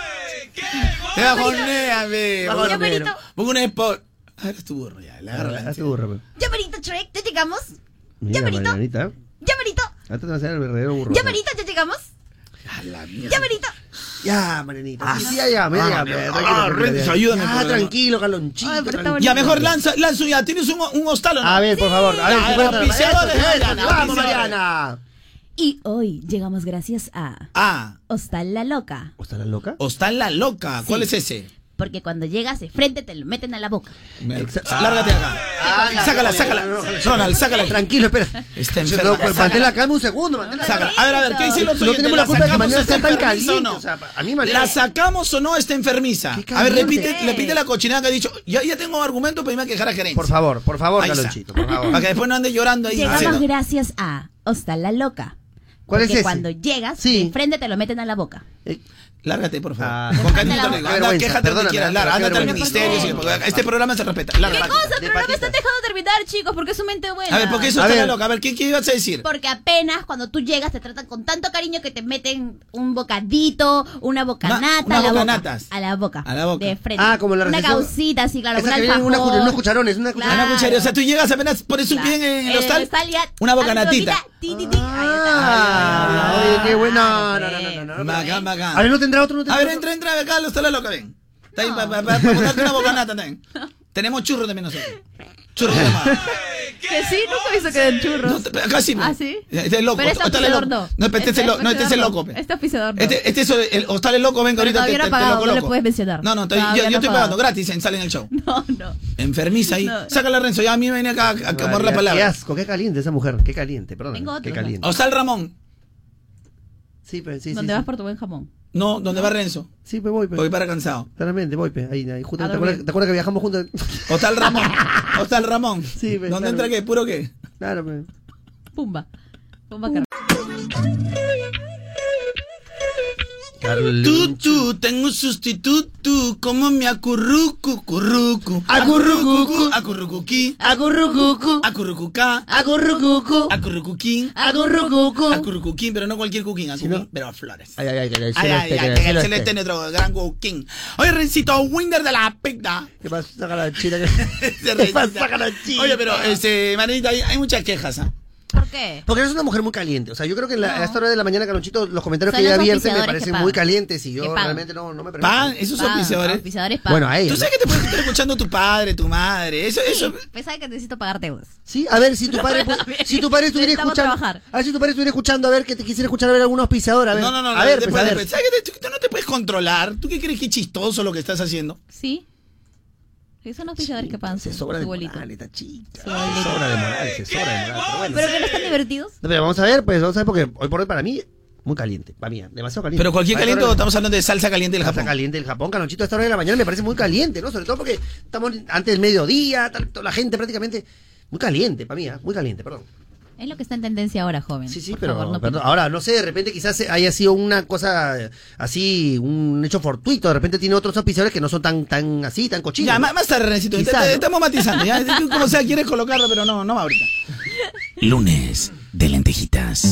Te bajonea, ve. Bajonea. Ya, merito. Pongo un spot. Agarra tu burro ya, le agarra la Haz tu ansia. burro, pues. Ya, merito, Shrek, ya llegamos. Mira, Marito. Marianita. Ya, merito. Ahorita te vas a hacer el verdadero burro. Ya, merito, ya llegamos. A la mierda. Ya, merito. Ya, Marianita. Ah, Sí, sí, ya, ya, ya, ah, ya, ah, tranquilo, ah, tranquilo, Renzo, ya. ayúdame, Ah, por favor. tranquilo, Calonchito. Ay, pero está tranquilo. Ya, mejor lanza, lanza ya. ¿Tienes un, un hostal o no? A ver, por favor. A ver, Ya, si los puedes- auspiciadores, eso, eso, Mariana, Vamos, auspiciadores. Mariana. Y hoy llegamos gracias a Ah, Hostal La Loca. ¿O está la loca? hostal la loca. ¿Cuál Sí. es ese? Porque cuando llegas de frente te lo meten a la boca. Exacto. Lárgate acá. Sácala, sácala. Ronald, sácala. Tranquilo, espera. Está No, enferma. pues, mantén calma un segundo, mantén la Sácala. A ver, a ver, ¿qué dicen los No oyentes? tenemos la culpa de que sacamos, Mariana está sea tan enfermiza o caliente. no? O sea, a mí Mariana... ¿La sacamos o no está enfermiza? Qué A ver, caliente. repite, repite la cochinada que ha dicho. Ya, ya tengo argumento para irme a quejar a gerencia. Por favor, por favor, Ahí está. Calonchito, por favor. Para que después no ande llorando ahí. Llegamos haciendo- gracias a Hostal La Loca. ¿Cuál es Porque ese? cuando llegas, Sí. de frente te lo meten a la boca. Eh, Lárgate, por favor. Ah. Con cariño Qué te lo digo. Anda, vergüenza, quéjate donde perdóname, quieras. pero Lara, qué ándate al vergüenza. ministerio. sí, porque este programa se respeta. Lara, ¿Qué Lara. cosa? de Pero no me patitas. están dejando terminar, chicos, porque es su mente buena. A ver, ¿por qué eso A está ver. loca? A ver, ¿qué, ¿qué ibas a decir? Porque apenas cuando tú llegas te tratan con tanto cariño que te meten un bocadito, una bocanata Una- a la unas boca. bocanatas. A la boca. A la boca. De frente. Ah, como en la Una recepción. causita, así, claro. Esa un que viene en una alfajor. cu- unos cucharones, una Claro. Una cuchara. O sea, tú llegas apenas pones un Claro. pie en el Eh, hostal. hostal ya- Una bocanatita. bocanatita, ti, ti, ti. Ahí está. Ah, oye, qué bueno. No, no, no, no, no, no. Bacán, bacán. A ver, ¿no tendrá otro? ¿No A tendrá ver, otro? entra, entra, acá, está la loca, ven. Está ahí para pa, pa, pa botarte una bocanata también. Tenemos churros también nosotros. Churros de más. Que sí, nunca he visto que den churros. No, te- acá sí. ¿Ah, sí? Este es loco. Pero este Hostal es auspiciador loco. no. No, este es el lo- no, este es el loco. pe. Este auspiciador no. Este, este es el hostal es loco, venga, Pero ahorita te, todavía no te, ha te pagado, lo no le coloco. puedes mencionar. No, no, estoy- yo, Todavía yo no ha estoy pagado. pagando gratis en Sale en el Show. No, no. Enfermiza ahí. No. Sácala, Renzo, ya a mí me viene acá a, a María, quemar la Qué palabra. asco, qué caliente esa mujer, qué caliente, perdón. Tengo Qué otro, caliente. Hostal Ramón. Sí, pero sí, sí. ¿Dónde sí. vas por tu buen jamón? No, ¿dónde va Renzo? Sí, pues voy, pues. Voy para cansado. Claramente, voy, pues. Ahí, ahí, justo. A ¿Te dormir. acuerdas, ¿Te acuerdas que viajamos juntos? Hostal Ramón. Hostal Ramón. Sí, pues, ¿Dónde claro. entra qué? ¿Puro qué? Claro, pues. Pumba. Pumba car- Tú, tú, tengo un sustituto, como mi acurrucu, currucu. Acurrucucu. Acurrucuqui. Agurrucucu. Acurrucucá. Agurrucucu. Acurrucuquín. Agurrucucu. Acurrucuquín, pero no cualquier cuquín, a Sí, cuquín, ¿no? pero a flores. Ay, ay, ay, que el Ay, celeste, ay, que ay, el que el celeste. celeste nuestro gran cuquín. Oye, Rencito, Winder de la picta. ¿Qué pasa? Saca la china que... Ese ¿Qué pasa? Rencito. Saca la china. Oye, pero, este, Manita, hay, hay muchas quejas, ¿ah? ¿Por qué? Porque eres una mujer muy caliente. O sea, yo creo que en la- No. a esta hora de la mañana, Calonchito, los comentarios Son que ella los vierte me auspiciadores parecen que muy pagan. calientes y Que yo pagan. realmente no, no me permito. Pan, esos son Pagan, auspiciadores. auspiciadores pagan. Bueno, a ella. Tú sabes que te puede estar escuchando tu padre, tu madre. Eso, eso. Sí, pensaba que necesito pagarte vos. Sí, a ver, si tu padre, Pero pu- si tu padre estuviera necesitamos escuchando, trabajar. a ver si tu padre estuviera escuchando, a ver que te quisiera escuchar a ver algún auspiciador, a ver. No, no, no, a ver, después, pues, a ver. después. ¿Sabes que te- tú no te puedes controlar? ¿Tú qué crees que es chistoso lo que estás haciendo? Sí. Sí, son auspiciadores que pagan su, Se sobra su de bolito. moral esta chica. Su Se bolito. sobra de moral, se sobra de moral, pero bueno. Pero que no están divertidos. No, pero vamos a ver, pues, vamos a ver, porque hoy por hoy para mí, muy caliente, para mí, demasiado caliente. Pero cualquier Para caliente esta o hora- estamos hablando de salsa caliente del Salsa Japón. caliente del Japón, Calonchito, a esta hora de la mañana me parece muy caliente, ¿no? Sobre todo porque estamos antes del mediodía, tal- toda la gente prácticamente muy caliente, para mí, ¿ah? Muy caliente, perdón. Es lo que está en tendencia ahora, joven. Sí, sí, Por pero, favor, no pero opines. ahora, no sé, de repente quizás haya sido una cosa así, un hecho fortuito, de repente tiene otros auspiciadores que no son tan tan así, tan cochinos. Ya, ¿no? más, más tarde, Renecito. te- Quizás, te- ¿no? Estamos matizando. Ya, tú como sea, quieres colocarlo, pero no, no ahorita. Lunes de lentejitas.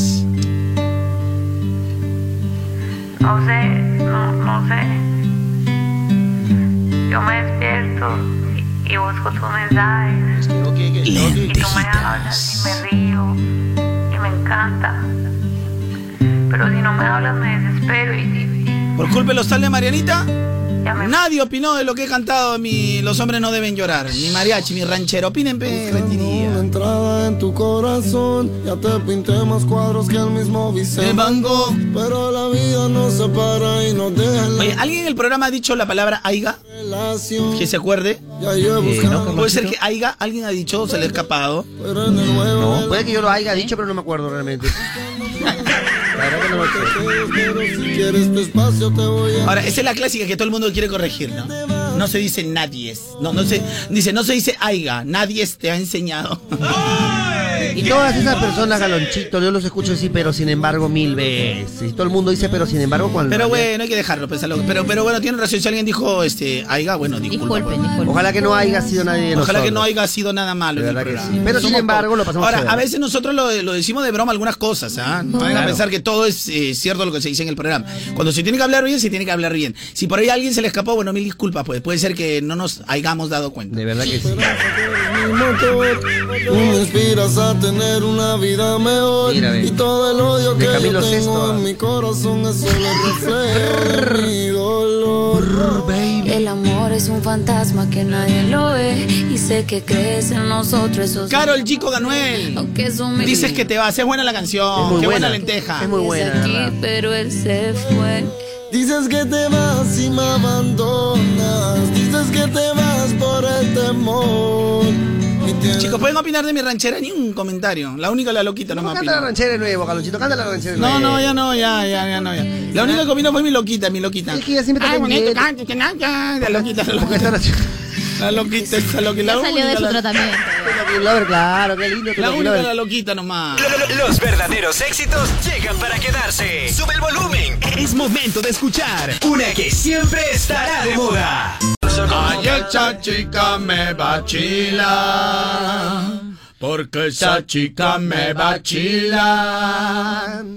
No sé, no, no sé. Yo me despierto y, y busco tus mensajes. Y tú me hablas y me río y me encanta. Pero si no me hablas me desespero y, y- Por culpa de los tal de Marianita, ya me... nadie opinó de lo que he cantado mi Los hombres no deben llorar. Mi mariachi, mi ranchero. Opinen, pe, Retiría. Una entrada en tu corazón, ya te pinté más cuadros que el mismo Vicente Van Gogh, pero la vida nos separa y nos deja en la Oye, ¿alguien en el programa ha dicho la palabra aiga? relación. Que se acuerde. Ya yo he buscado, Puede ser que aiga, alguien ha dicho, se le ha escapado. pero en el huevo No, puede que yo lo haya dicho, pero no me acuerdo realmente. La verdad que no lo sé. pero si quieres tu espacio te voy a... Ahora, esa es la clásica que todo el mundo quiere corregir, ¿no? No se dice nadie. No, no se, dice, no se dice aiga, nadie te ha enseñado. Y todas esas personas, Galonchito, yo los escucho decir, pero sin embargo, mil veces. Y todo el mundo dice, pero sin embargo, cuando... Pero bueno, hay que dejarlo, pensarlo. Pero, pero bueno, tiene razón. Si alguien dijo este aiga, bueno, disculpa. Disculpen, disculpen. Ojalá que no haya sido nadie de Ojalá que no nosotros. haya sido nada malo. De en el verdad que programa. sí. Pero sin Somos embargo, pocos. lo pasamos Ahora, chévere. a veces nosotros lo, lo decimos de broma algunas cosas, ¿ah? No vayan a Claro. pensar que todo es eh, cierto lo que se dice en el programa. Cuando se tiene que hablar bien, se tiene que hablar bien. Si por ahí a alguien se le escapó, bueno, mil disculpas, pues puede ser que no nos hayamos dado cuenta. De verdad que sí. mi motor. Tú me inspiras a tener una vida mejor. Mira, ve. Y todo el odio De que Camilo yo tengo Sesto, en mi corazón es solo el reflejo de mi dolor. El amor es un fantasma que nadie lo ve y sé que crees en nosotros esos. Carol Chico Ganuel. Aunque son mil- Dices que te vas, es buena la canción, Es muy qué buena, buena. lenteja. Es muy buena, aquí, ¿verdad? pero él se fue. Dices que te vas y me abandonas. Dices que te vas por el temor. Y tienes- Chicos, ¿pueden opinar de mi ranchera? Ni un comentario. La única la loquita no me Canta la opinó. ranchera de nuevo, Galonchito, canta la ranchera de No, nuevo. no, ya no, ya, ya, ya no, ya. La única que opinó fue mi loquita, mi loquita. Es que ella siempre está Ay, bonito, pendiente. canta, que nada, la loquita, la Porque están loquita. haciendo... La loquita, esa loquita. Ya La salió de única, su la- tratamiento. Lucky Lover, claro, qué lindo tu La Lucky única, Lover. la loquita nomás. Los verdaderos éxitos llegan para quedarse. Sube el volumen. Es momento de escuchar una que siempre estará de moda. Ay, esa chica me vacila, porque esa chica me vacila.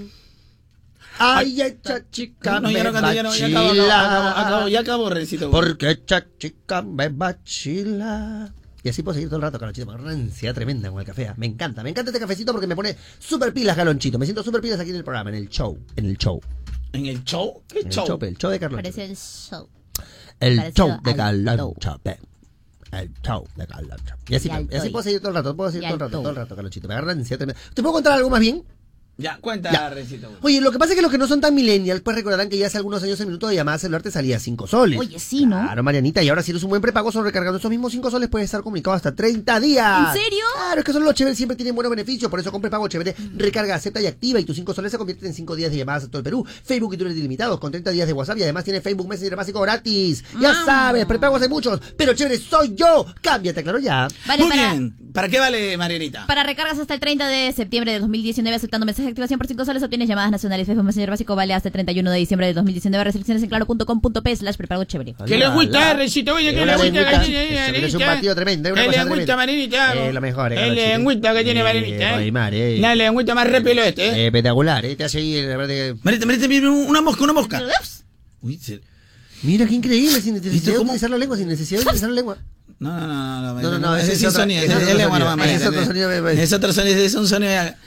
Ay, esa chica No, me ya no canto, ya no, ya acabo, vacila. acabo, acabo, acabo, ya acabo, Rencito. Porque esa chica me vacila. Y así puedo seguir todo el rato, Galonchito. Una rancia tremenda con el café. Me encanta, me encanta este cafecito porque me pone súper pilas, Galonchito. Me siento súper pilas aquí en el programa, en el show. En el show. ¿En el show? ¿Qué En el show? show, el show de Carlos. Parece el show. El parecido show de al Carlos show. Chope. El show de Carlos Chope. Y así, Y al y así toy. puedo seguir todo el rato, puedo seguir Y todo el al rato, toy. todo el rato, Galonchito. Me agarra ansiedad tremenda. ¿Te puedo contar algo más bien? Ya, cuenta, Ya. Rencito. Oye, lo que pasa es que los que no son tan millennials, pues recordarán que ya hace algunos años el minuto de llamada celular te salía cinco soles. Oye, sí, ¿no? Claro, Marianita, y ahora si eres un buen prepago solo recargando esos mismos cinco soles puedes estar comunicado hasta treinta días. ¿En serio? Claro, es que solo los chéveres siempre tienen buenos beneficios, por eso con prepago chévere, recarga, acepta y activa y tus cinco soles se convierten en cinco días de llamadas a todo el Perú, Facebook y Twitter ilimitados con treinta días de WhatsApp y además tiene Facebook Messenger básico gratis. Ya Mm. sabes, prepagos hay muchos, pero chévere soy yo. Cámbiate, claro ya. Vale, Muy para, bien. ¿Para qué vale, Marianita? para recargas hasta el treinta de septiembre de dos mil diecinueve aceptando mensaje de activación por cinco soles obtienes llamadas nacionales. Facebook Messenger básico vale hasta el treinta y uno de diciembre de dos mil diecinueve. Restricciones en claro punto com punto pe slash prepago chévere. ¿Qué le gusta, Rencito? Oye, ¿qué le gusta? Es un partido tremendo, es una ¿Qué cosa le gusta, tremenda. Marinita? Eh, lo mejor, eh, El Galonchito. lengüita que tiene Eh, Marinita. oye, Mare, eh. La lengüita más repelo este, ¿eh? Eh, espectacular, eh, te hace ahí, la verdad que... Marita, Marita, mira, una mosca, una mosca. Uy, se- Mira, qué increíble, sin necesidad ¿Viste de cómo? utilizar la lengua, sin necesidad de utilizar la lengua. No, no, no, no, no, No, no, no, ese ese es es sin otro- sonido, ese es ese es otro lengua sonido, nomás, ese es Marita, otro sonido, bebé. Es otro sonido, es un sonido. ya.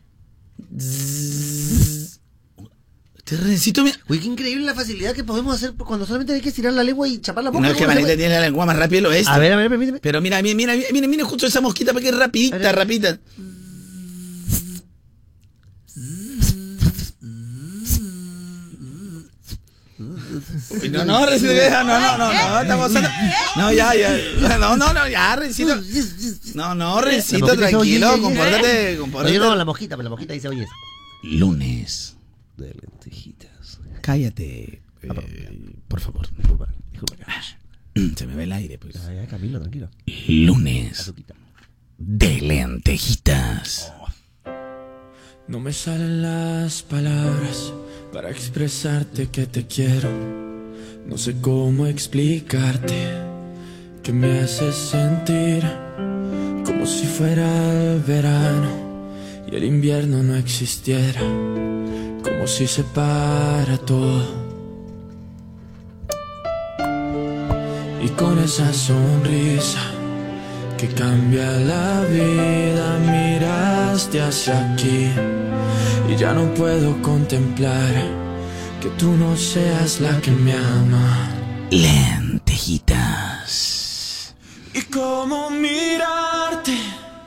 Este Rencito, mira. Uy, qué increíble la facilidad que podemos hacer cuando solamente hay que estirar la lengua y chapar la boca. No, es que ¿Cómo se Marita llama? tiene la lengua más rápida lo es. A ver, a ver, permíteme. Pero mira, mira, mira, mira, mira justo esa mosquita porque es rapidita, rapidita. Uy, no, no, Rencito, no, no, no, no, no, estamos hablando- No, ya, ya. No, no, no, ya, Rencito. No, no, Rencito, La mosquita dice, oye, tranquilo, oye, compórtate, oye. compórtate. No, yo no, la mosquita, pero la mosquita dice, oye. Lunes. De lentejitas. Cállate, eh, por favor. Disculpa, disculpa. Se me va el aire, pues. Ya, ya, Camilo, tranquilo. Lunes Azuquita. de lentejitas. No me salen las palabras para expresarte que te quiero. No sé cómo explicarte que me haces sentir como si fuera el verano y el invierno no existiera, como si se para todo. Y con esa sonrisa que cambia la vida, miraste hacia aquí y ya no puedo contemplar que tú no seas la que me ama. Lentejitas. Y cómo mirarte,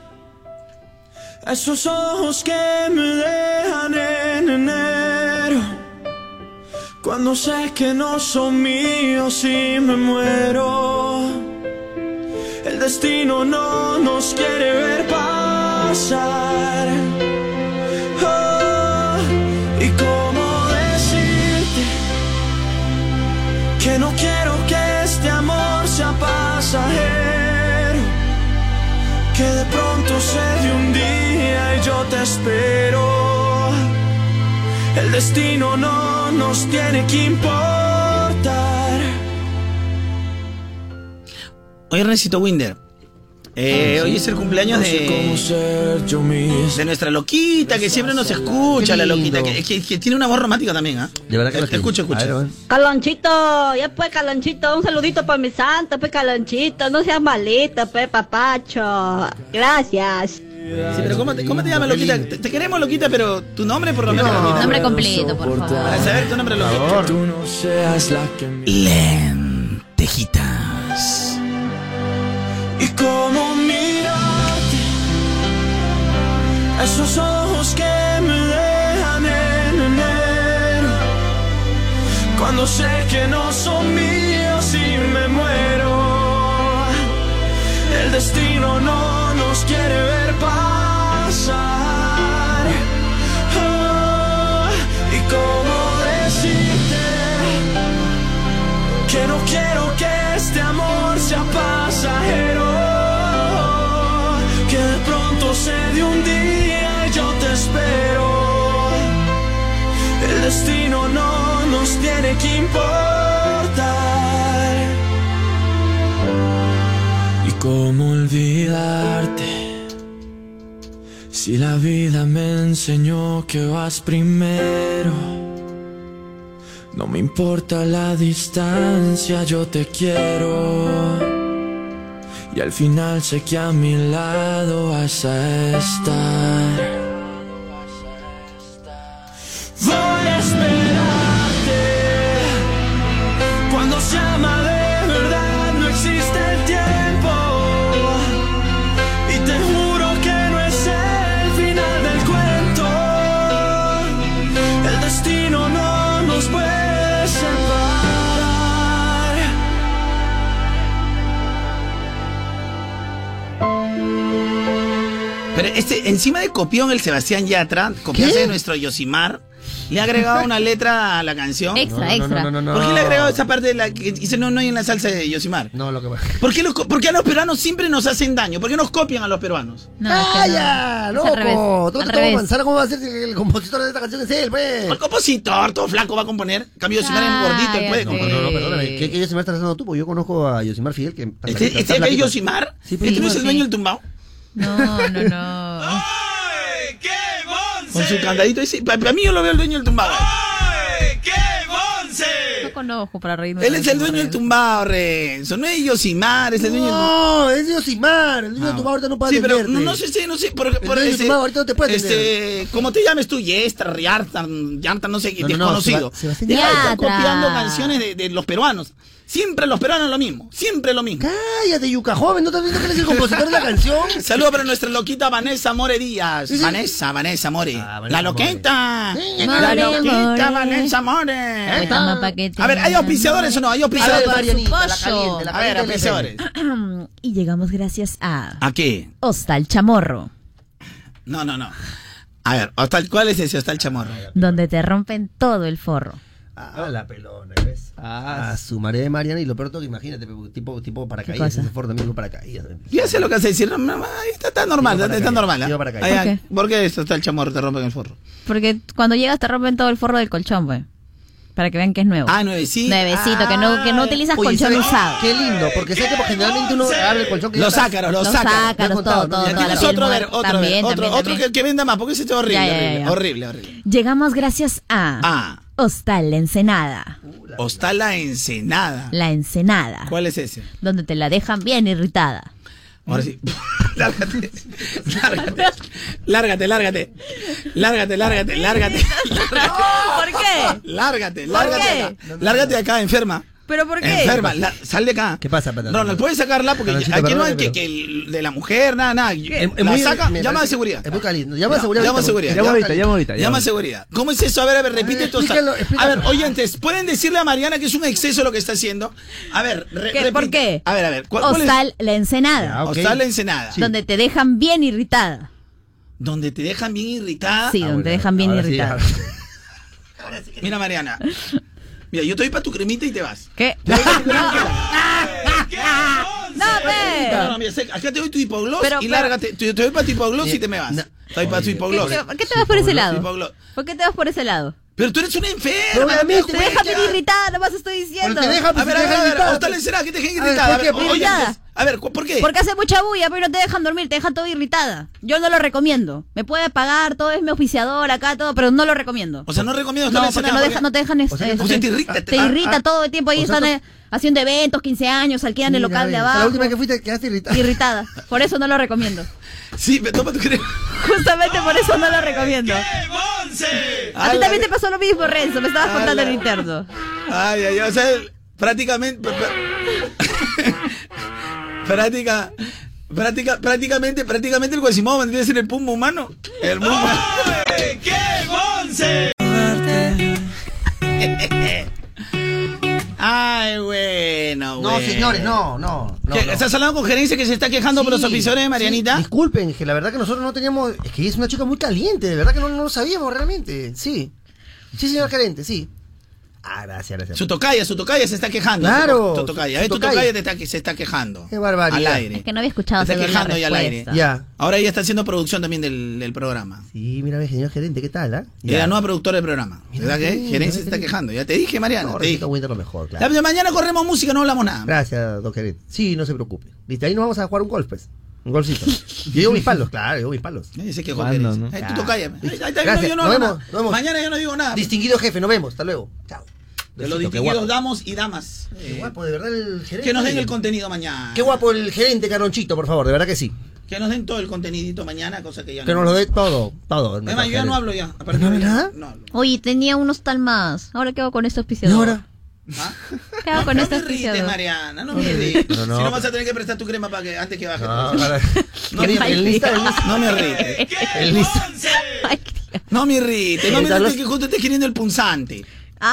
esos ojos que me dejan en enero, cuando sé que no son míos y me muero. El destino no nos quiere ver pasar. Oh, y cómo decirte que no quiero que este amor sea pasajero, que de pronto se de un día y yo te espero. El destino no nos tiene que importar. Oye, Ernestito Winder, eh, hoy es el cumpleaños No sé de, cómo ser yo mismo. de nuestra loquita, que siempre nos escucha, la loquita, que, que, que tiene una voz romántica también, ¿ah? De verdad que Eh, lo tiene. Escucha, escucha. A ver, a ver. Calonchito, ya pues Calonchito, un saludito para mi santo, pues Calonchito, no seas malito, pues papacho, gracias. Sí, pero ¿cómo te, cómo te llamas, loquita? Te, te queremos, loquita, pero tu nombre por lo menos, No. loquita. Nombre completo, por favor. Para saber tu nombre, loquita. Que tú no seas la que me... Lentejitas. Y cómo mirarte, esos ojos que me dejan en enero, cuando sé que no son míos y me muero. El destino no nos quiere ver pasar. Oh, y cómo decirte que no quiero que este amor sea pasajero, que de pronto se de un día y yo te espero. El destino no nos tiene que importar. Y cómo olvidarte si la vida me enseñó que vas primero. No me importa la distancia, yo te quiero. Y al final sé que a mi lado vas a estar. Voy a esperarte. Cuando se ama de verdad no existe el tiempo. Y te juro que no es el final del cuento. El destino no nos puede separar. Pero este, encima de copión, el Sebastián Yatra, copiarse de nuestro Yosimar, le ha agregado una letra a la canción. Extra, No, no, extra. no, no, no, ¿Por qué no. le ha agregado esa parte de la que dice no, no hay en la salsa de Yosimar? No, lo que pasa. ¿Por qué, los, co- por qué a los peruanos siempre nos hacen daño? ¿Por qué nos copian a los peruanos? No, es que ¡Calla! no. Es al revés, ¡Loco! ¿Tú al te revés. Manzana cómo va a ser el, el compositor de esta canción? Es él, pues. El compositor, todo flaco, va a componer. En cambio, Yosimar es gordito, él puede Cállate. componer. No, no, perdóname. ¿Qué, qué Yosimar estás hablando tú? Porque yo conozco a Yosimar Fidel, que... ¿Este, este está es flaquito. Yosimar? Sí, pues, ¿Este no es el sí. dueño del tumbao? No, no, no. Con su candadito ese. Para mí yo lo veo el dueño del tumbao. No conozco para reírme. Él es el dueño del tumbao, Renzo. No es Yosimar, es el dueño del tumbao. No, es Yosimar. El dueño de tu ahorita no puede Sí, pero atenderte. no, no sé, sí, no sé. Por, El por dueño de ese- tu mamá ahorita no te puede este, como te llames tú, Yestra, Yartan, Yartan, no sé qué, No, no, no, desconocido. Seba- Sebastián Deja de estar Yatra. copiando canciones de, de los peruanos. Siempre los peruanos lo mismo, siempre lo mismo. Cállate, Yuca Joven, ¿no estás viendo que él es el compositor de la canción? Saludos para nuestra loquita Vanessa More Díaz. Sí, sí. Vanessa, Vanessa More. Ah, Vanessa la loquita. More. La More, loquita More. Vanessa More. Pues toma pa' que te A ver, ¿hay auspiciadores o no? ¿Hay A ver, auspiciadores? Marianita, la pollo. caliente, la A ver, caliente del auspiciadores. Y llegamos gracias a ¿A qué? Hostal Chamorro, No, no, no. A ver, hasta el- ¿cuál es ese? Hasta el chamorro. donde te rompen todo el forro. Ah, la pelona, ¿ves? Ah, su marea de Mariana y lo peor todo que imagínate, tipo, tipo paracaídas, ese Ford también con paracaídas. Ya sé lo que hace decir, no, no, está, está normal, está, está normal. ¿eh? ¿Por qué? ¿Por qué esto está el chamorro, te rompen el forro? Porque cuando llegas te rompen todo el forro del colchón, pues. Para que vean que es nuevo. Ah, nuevecito. Nuevecito, ah, que no, que no utilizas oye, colchón ¿sabes? usado. Qué lindo, porque sé que pues, generalmente uno abre el colchón que Los ya ácaros, los Los ácaros. ácaros, todo, todo. Ya tienes otro, a ver, otro, también, otro, también, otro también. Que, que venda más, porque ese está horrible, Ya, ya, horrible, ya, ya. horrible, horrible. Llegamos gracias a Ah. Hostal La Ensenada. Hostal La Ensenada. La Ensenada. ¿Cuál es ese? Donde te la dejan bien irritada. Ahora sí. Lárgate. Lárgate. Lárgate, lárgate. Lárgate, lárgate, lárgate. ¿Por qué? Lárgate, ¿Por lárgate qué? acá. Lárgate acá, enferma. ¿Pero por qué? Enferma, la- sal de acá. ¿Qué pasa, Patata? Ronald, ¿puedes sacarla? Porque Carlonchito, aquí no hay perdóname, que, que el de la mujer, nada, nada. Es- es La muy- saca, me llama parece- a seguridad. Es muy caliente. Llama a seguridad. Llama a seguridad. Llama ahorita, llama ahorita. Llama a seguridad. ¿Cómo es eso? A ver, a ver, repite esto. explícalo, A explícalo. ver, oyentes, ¿pueden decirle a Mariana que es un exceso lo que está haciendo? A ver, re- ¿Qué? ¿Por repite. qué? A ver, a ver. ¿cuál, cuál es? Hostal La Ensenada. Ya, ok. Hostal La Ensenada. Donde te dejan bien irritada. Donde te dejan bien irritada. Sí, Ah, donde bueno, te dejan bien ahora sí, irritada. ahora- Mira, Mariana. Mira, yo te doy para tu cremita y te vas. ¿Qué? Te doy pa' tu cremita. ¡No, pe! No, no, mira, sé- acá te doy tu hipogloss Pero, y pero- lárgate. Te, te doy para tu hipogloss y te me vas. No. Te doy para tu Oye. hipogloss. ¿Qué- ¿Por qué te vas por ese lado? Hipogloss. ¿Por qué te vas por ese lado? Pero tú eres una enferma. Obviamente, Te deja bien irritada, nomás estoy diciendo. Pero te deja- A ver, a ver, a ver, irritada, Hostal La pues. Ensenada, ¿qué te deja A ver, irritada? ¿por qué? A ver, ¿Por oye, irritada? a ver, ¿cu- ¿por qué? Porque hace mucha bulla, pero no te dejan dormir, te dejan todo irritada. Yo no lo recomiendo. Me puede pagar, todo es mi oficiador acá, todo, pero no lo recomiendo. O sea, no recomiendo Hostal No, La porque Ensenada. no, deja, no te dejan... O sea, este, o sea, te irrita, te- te ah, irrita ah, todo el tiempo. Ahí o sea, están tú- eh, haciendo eventos, quince años, alquilan el Mira, local de mira, abajo. La última que fuiste quedaste irritada. Irritada. Por eso no lo recomiendo. Sí, me toma tu crema. Justamente por eso no lo recomiendo. A ti también te pasó lo mismo, Renzo. Me estabas A contando la- en interno. Ay, ay, ay, o sea, prácticamente... práctica... Práctica, prácticamente, prácticamente el Quasimodo vendría a ser el puma humano. El puma. ¡Qué bonce! Ay, bueno, No, bueno. señores, no, no. no, ¿Qué? no. ¿Estás hablando con gerencia que se está quejando por los Sí, oficiales de Marianita? sí, disculpen, que la verdad que nosotros no teníamos. Es que ella es una chica muy caliente, de verdad que no, no lo sabíamos realmente. Sí. Sí, señor gerente, sí. Ah, gracias, gracias. Su tocaya, su tocaya se está quejando. Claro, Tu tocaya, su ¿eh? Tu tocaya. tocaya te está, que se está quejando. Qué barbaridad. Al aire. Es que no había escuchado Se está seguro la quejando ya al aire. respuesta. Ya. Ahora ella está haciendo producción también del, del programa. Sí, mira, ve, señor gerente, ¿qué tal, ah? Es la nueva productora del programa. ¿Verdad que? sí, Gerencia se mira, está qué quejando. Ya te dije, Mariana. No, te dije. Recito Winter lo mejor, La claro. de mañana corremos música, no hablamos nada. Gracias, don gerente. Sí, no se preocupe. Listo, ahí nos vamos a jugar un golf, pues. Un golfito. Yo llevo mis palos, claro, llevo mis palos. Ya sé que ¿Cuándo, gerencia. no? Eh, Claro. tú tocaya. Ahí está, Gracias, yo no nos hablo vemos, nada. nos vemos. Mañana yo no digo nada. Distinguido jefe, nos vemos. Hasta luego. Chao. De los Besito, qué distinguidos guapo. damos y damas. Qué Eh, guapo, de verdad, el gerente. que nos den el contenido mañana. Qué guapo el gerente, Caronchito, por favor, de verdad que sí. Que nos den todo el contenidito mañana, cosa que ya Que no. nos lo dé todo, todo. Además, yo ya no hablo ya. A partir ¿No de hablas ya nada? No hablo. Oye, tenía unos tal más. ¿Ahora qué hago con este ¿Y auspiciador? ahora? ¿Ah? ¿Qué hago No, con no este me irrites, auspiciador? Mariana, no me irrites. No, no. Si no vas a tener que prestar tu crema para que antes que baje. No, pues. para- No, Querido, me el lista, el lista. no me irrites. El lista. Ay, Dios. No me irrites. No me Eh, Carlos- irrites que justo estés queriendo el punzante.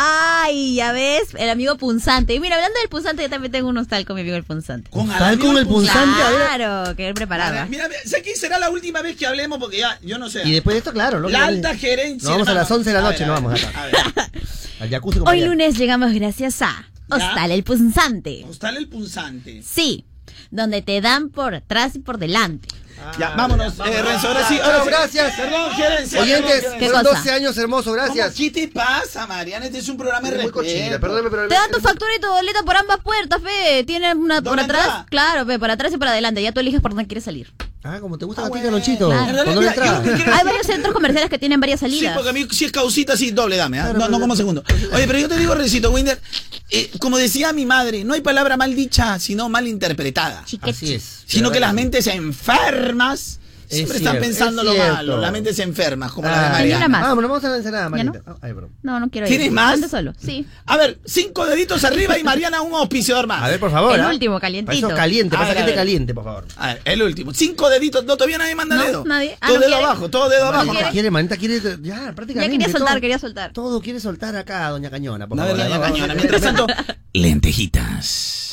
Ay, ya ves, el amigo punzante. Y mira, hablando del punzante, yo también tengo un hostal con mi amigo el punzante. Con ¿Tal amigo con el punzante? A ver. Claro, que él A preparaba. ver, mira, sé que será la última vez que hablemos porque ya, yo no sé. Y después de esto, claro, ¿no? La alta gerencia. Nos vamos a las hermano. once de la A noche, ver, nos a vamos ver, acá. a ver. Al jacuzzi con Hoy Mariana. lunes llegamos gracias a Hostal el Punzante. Hostal el punzante. Sí, donde te dan por atrás y por delante. Ya, vámonos, eh, Renzo, ahora sí, ahora Bueno, sí. gracias. Perdón, gerencia. Oyentes, perdón, ¿Qué fueron cosa? doce años hermosos, gracias. ¿Qué te pasa, Mariana? Este es un programa de Muy respeto. cochina, perdóneme, pero... Te dan tu factura y tu boleta por ambas puertas, fe. Tiene una por ¿Dónde atrás. entra? Claro, fe, para atrás y para adelante. Ya tú eliges por dónde quieres salir. Ah, como te gusta Ah, a ti, bueno. Caronchito. Claro. ¿Por dónde Mira, entra? yo lo que quiero- Hay varios centros comerciales que tienen varias Sí, salidas. porque a mí si es causita, sí, doble dame, ¿ah? Claro, no, no pero- como segundo. Oye, pero yo te digo, Rencito Winder, eh, como decía mi madre, no hay palabra mal dicha, sino mal interpretada. Así es. Sino que las mente mentes enfermas siempre están cierto, pensando es lo cierto. malo, las mentes enfermas, como la de Ah, Tenía una Mariana. más. Vámonos, vamos a la ensalada, ¿Ya Mariana. Ah, ay, perdón. No, no quiero ir. ¿Tienes más? Ponte solo, sí. A ver, cinco deditos arriba y Mariana un auspiciador más. A ver, por favor. El ¿ah? último, Para calientito. eso caliente, A pasa ver, que a te ver. caliente, por favor. A ver, el último. Cinco deditos, no, todavía nadie manda No, dedo. nadie. Ah, todo no dedo quiere. abajo, todo dedo abajo. Manita nomás. quiere, manita quiere, ya, prácticamente. Ya quería soltar, todo, quería soltar. Todo quiere soltar acá, doña Cañona, por A favor. ver, doña Vamos, Cañona. vamos. Mientras tanto, lentejitas.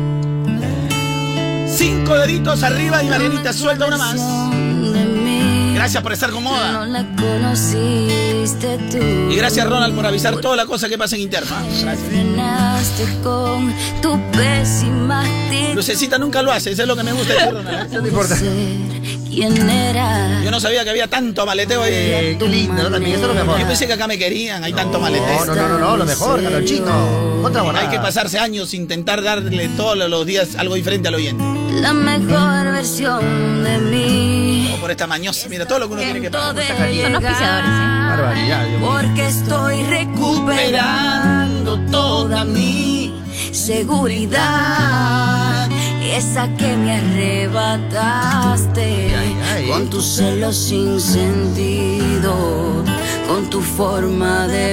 Cinco deditos arriba y Marianita suelta una más. Gracias por estar con Moda. No la conociste tú. Y gracias, Ronald, por avisar toda la cosa que pasa en interno. Gracias. Frenaste con tu pésima actitud. Lucecita nunca lo hace, eso es lo que me gusta de Ronald. No me importa. ¿Quién era? Yo no sabía que había tanto maleteo ahí. Eh, qué lindo, ¿no? También eso es lo mejor. Yo pensé que acá me querían, hay tanto maleteo. No, no, no, no, lo mejor, Carlonchito. Otra borrada. Hay que pasarse años sin intentar darle todos los días algo diferente al oyente. La mejor versión de mí. O por esta mañosa, mira todo lo que uno tiene que pagar. Son auspiciadores, ¿eh? Barbaridad, Dios mío. Porque estoy recuperando toda mi seguridad. Esa que me arrebataste ay, ay. con tus celos sin sentido, con tu forma de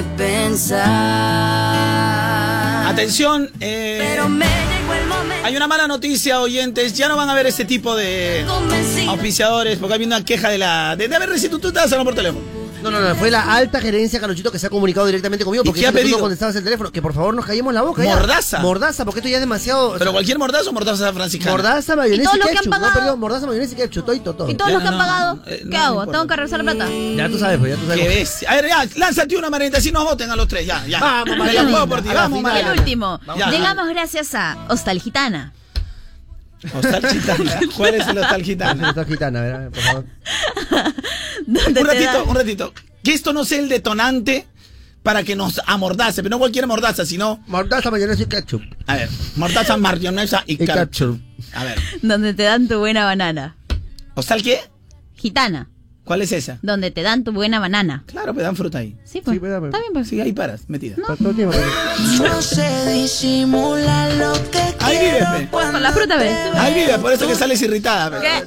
pensar. Atención, eh, Pero me llegó el momento. hay una mala noticia, oyentes. Ya no van a ver ese tipo de auspiciadores porque hay una queja de la... De, de haber recibido tu teléfono por teléfono. No, no, no, fue la alta gerencia, Carlonchito, que se ha comunicado directamente conmigo porque qué ha eso que tú pedido? no contestabas el teléfono. Que por favor nos callemos la boca. ya. ¿Mordaza? Mordaza, porque esto ya es demasiado. ¿Pero cualquier mordaza o mordaza franciscana? Mordaza, mayonesa ¿Y todo y lo que han ketchup. No, pagado? perdón, mordaza, mayonesa y ketchup, todo y todo. ¿Y todos Ya, los que han no, pagado? no, eh, no, ¿Qué no hago? importa. ¿Tengo que regresar la plata? Ya tú sabes, pues, ya tú sabes. Qué bestia. A ver, ya, lánzate una Marianita, así nos voten a los tres, ya, ya. Vamos, Me Marianita, la juego por ti, a la vamos, final. El Marianita. último. Ya. Llegamos gracias a Hostal Gitana. Hostal Gitana. ¿Cuál es el Hostal Gitana? Esta gitana, a ver, a ver, por favor. Donde Un te ratito, da- un ratito. Que esto no sea el detonante para que nos amordace, pero no cualquier mordaza, sino... Mordaza, mayonesa y ketchup. A ver, mordaza, mayonesa y, Y ketchup. ketchup. A ver, Donde te dan tu buena banana. ¿hostal qué? Gitana. ¿Cuál es esa? Donde te dan tu buena banana. Claro, me dan fruta ahí. Sí, pues. Sí, pues, dame. Está bien, pues. Sí, ahí paras, metida. Para todo el tiempo. No se disimula lo que Ahí vive, pe. Con la fruta, ¿ves? Ahí vive, por eso que sales irritada. pe. ¿Qué?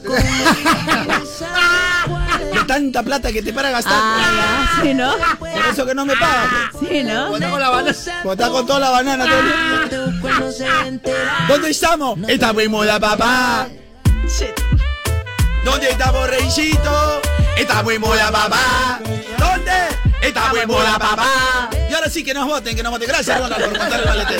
De tanta plata que te para gastar. Ah, ya. Sí, ¿no? Por eso que no me pagas. pe. Sí, ¿no? Con la banana. Botá con toda la banana. todo el día. ¿Dónde estamos? Estamos en moda, papá. ¿Dónde estamos, Reycito? Estamos en moda, papá. ¿Dónde? Estamos en moda, papá. Y ahora sí que nos voten, que nos voten. Gracias, Ronald, por contar el maleteo.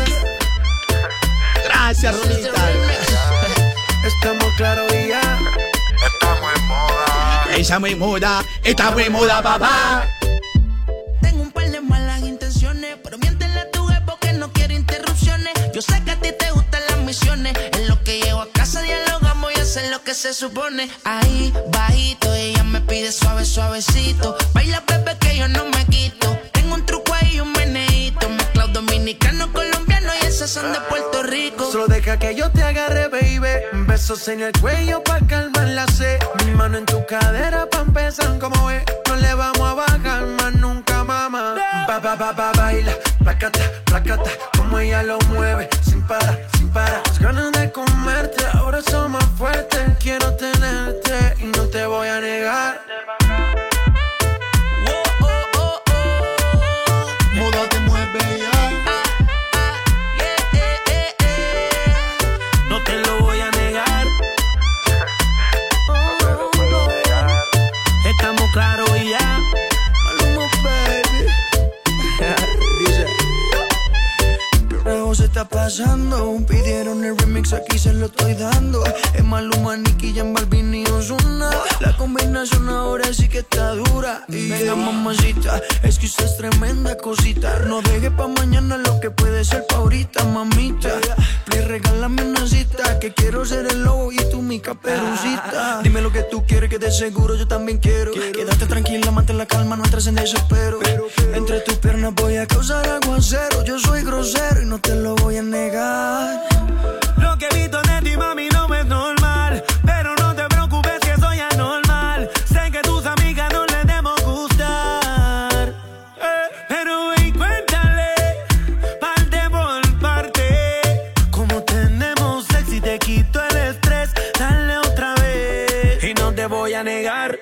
Gracias, Ronita. Estamos claros y ya. Estamos en moda. Estamos en moda, estamos en moda, papá. Tengo un par de malas intenciones, pero miéntele a tu jefe porque no quiere interrupciones. Yo sé que a ti te gustan las misiones. En lo que llego a casa dialogamos y hacer lo que se supone. Ahí, bajito, ella me pide suave, suavecito. Baila, bebé, que yo no me quito. Tengo un truco ahí, un meneíto. Mezclado dominicano, colombiano y esas son de Puerto Rico. Solo deja que yo te agarre, baby. Besos en el cuello pa' calmar la sed. Mi mano en tu cadera pa' empezar como es. No le vamos a bajar más nunca, mamá. Ba, ba, ba, ba, baila, placata, placata. Como ella lo mueve, sin parar, sin parar. Las ganas de comerte, ahora son más fuertes. Quiero tenerte y no te voy a negar. Oh, oh, oh, oh. Moda te mueve ya. Yeah, eh, eh, eh. No te lo voy a negar. Estamos claros y ya. Maluma, baby. Dice. ¿Qué carajo se está pasando? Pidieron el remix, aquí se lo estoy dando. Es Maluma, Nicky, Jan Balvin y Ozuna. La combinación ahora sí que está dura. Y venga, mamacita, es que usted es tremenda cosita. No deje pa' mañana lo que puede ser pa' ahorita, mamita. Please, regálame una cita, que quiero ser el lobo y tú mi caperucita. Dime lo que tú quieres, que de seguro yo también quiero. Quédate tranquila, mantén la calma, no entres en desespero. Entre tus piernas voy a causar aguacero. Yo soy grosero y no te lo voy a negar. Lo que he visto de ti, mami, no es normal. Pero no te preocupes que soy anormal. Sé que tus amigas no les debemos gustar. Eh, pero ven, cuéntale, parte por parte. Como tenemos sexy, te quito el estrés. Dale otra vez. Y no te voy a negar.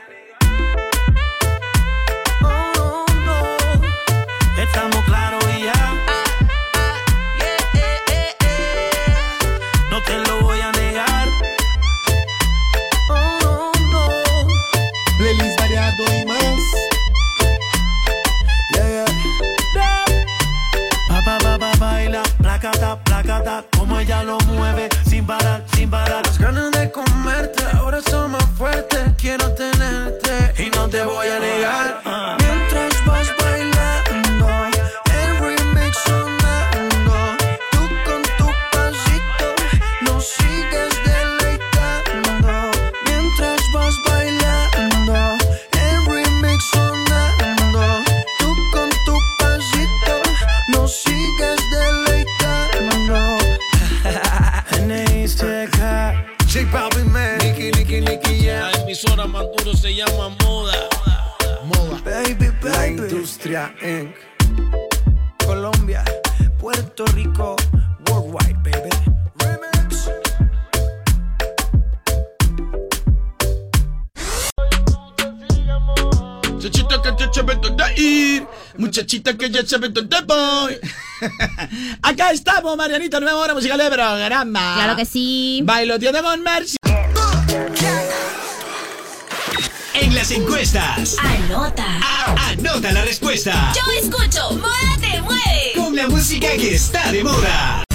Oh, no, no. Estamos claros y ya. No te lo voy a negar. Oh, no. Playlist variado y más. Yeah, yeah. Pa, pa, pa, pa, baila, placata, placata. Como ella lo mueve, sin parar, sin parar. Las ganas de comerte ahora son más fuertes. Quiero tenerte Nicky, Nicky, Nicky, yeah. La emisora más duro se llama Moda. Moda. Baby, baby. La industria incorporated. Colombia, Puerto Rico, worldwide, baby. Remix. Muchachita que ya sabe dónde ir. Muchachita que ya sabe dónde voy. Acá estamos, Marianita, nueva hora musical de programa. Claro que sí. Bailoteo de Monmercy. En las encuestas. Anota. A- anota la respuesta. Yo escucho Moda Te Mueve. Con la música que está de moda.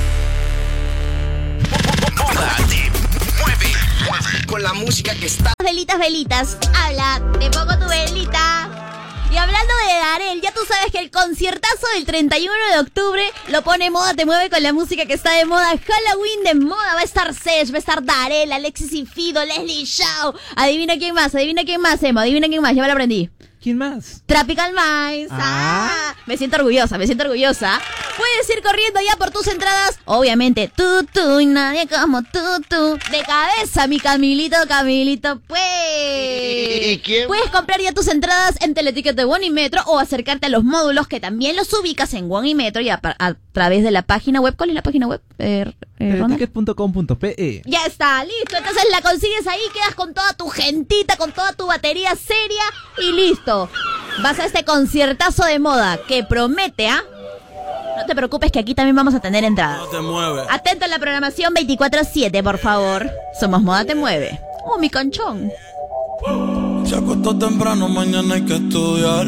Moda Te Mueve. Mueve. Con la música que está. Velitas, velitas. Habla, te pongo tu velita. Y hablando de Darel, ya tú sabes que el conciertazo del treinta y uno de octubre lo pone Moda Te Mueve con la música que está de moda. Halloween de moda. Va a estar Sesh, va a estar Darel, Alexis y Fido, Leslie Shaw. Adivina quién más, adivina quién más, Emo. Adivina quién más, ya me lo aprendí. ¿Quién más? Tropical Minds. Ah. ah, me siento orgullosa, me siento orgullosa. Puedes ir corriendo ya por tus entradas. Obviamente, tú, tú y nadie como tú, tú. De cabeza, mi Camilito, Camilito, pues. ¿Quién? Puedes comprar ya tus entradas en Teleticket de One y Metro o acercarte a los módulos que también los ubicas en One y Metro y a, a través de la página web. ¿Cuál es la página web? Eh, eh, Teleticket punto com punto pe. Ya está, listo. Entonces la consigues ahí, quedas con toda tu gentita, con toda tu batería seria y listo. Vas a este conciertazo de moda que promete, ¿ah? ¿eh? No te preocupes que aquí también vamos a tener entradas. No te mueves. Atento a la programación veinticuatro siete, por favor. Somos Moda Te Mueve. Oh, mi canchón. Se acostó temprano, mañana hay que estudiar.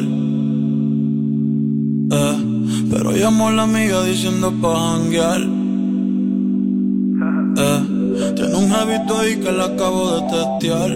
Eh, pero llamó a la amiga diciendo pa' janguear. Eh, tiene un hábito ahí que la acabo de testear.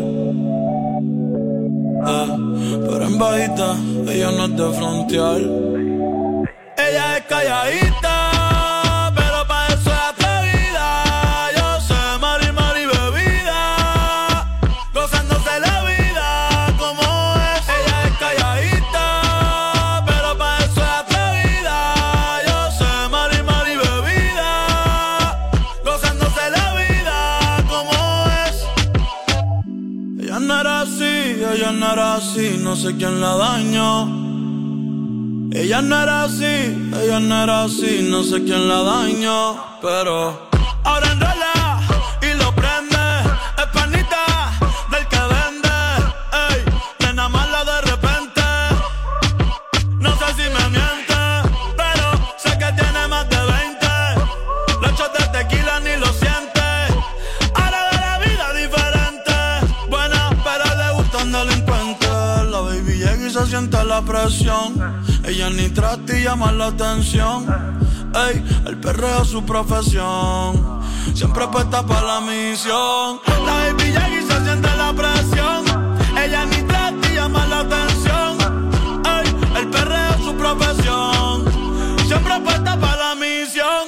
Eh, pero en bajita, ella no es de frontear. Ella es calladita, pero pa' eso es atrevida. Yo sé mari, mari, bebida, gozándose la vida como es. Ella es calladita, pero pa' eso es atrevida. Yo sé mari, mari, bebida, gozándose la vida como es. Ella no era así, ella no era así, no sé quién la dañó. Ella no era así, ella no era así, no sé quién la dañó, pero ahora enrola y lo prende, es panita del que vende, ey, nena mala de repente, no sé si me miente, pero sé que tiene más de veinte, los shots de tequila ni lo siente, ahora ve la vida diferente, buena pero le gustan delincuentes, la baby llega y se siente la presión. Ella ni trata y llama la atención. Ey, el perreo es su profesión. Siempre puesta para la misión. La baby llega y se siente la presión. Ella ni trata y llama la atención. Ey, el perreo es su profesión. Siempre puesta para la misión.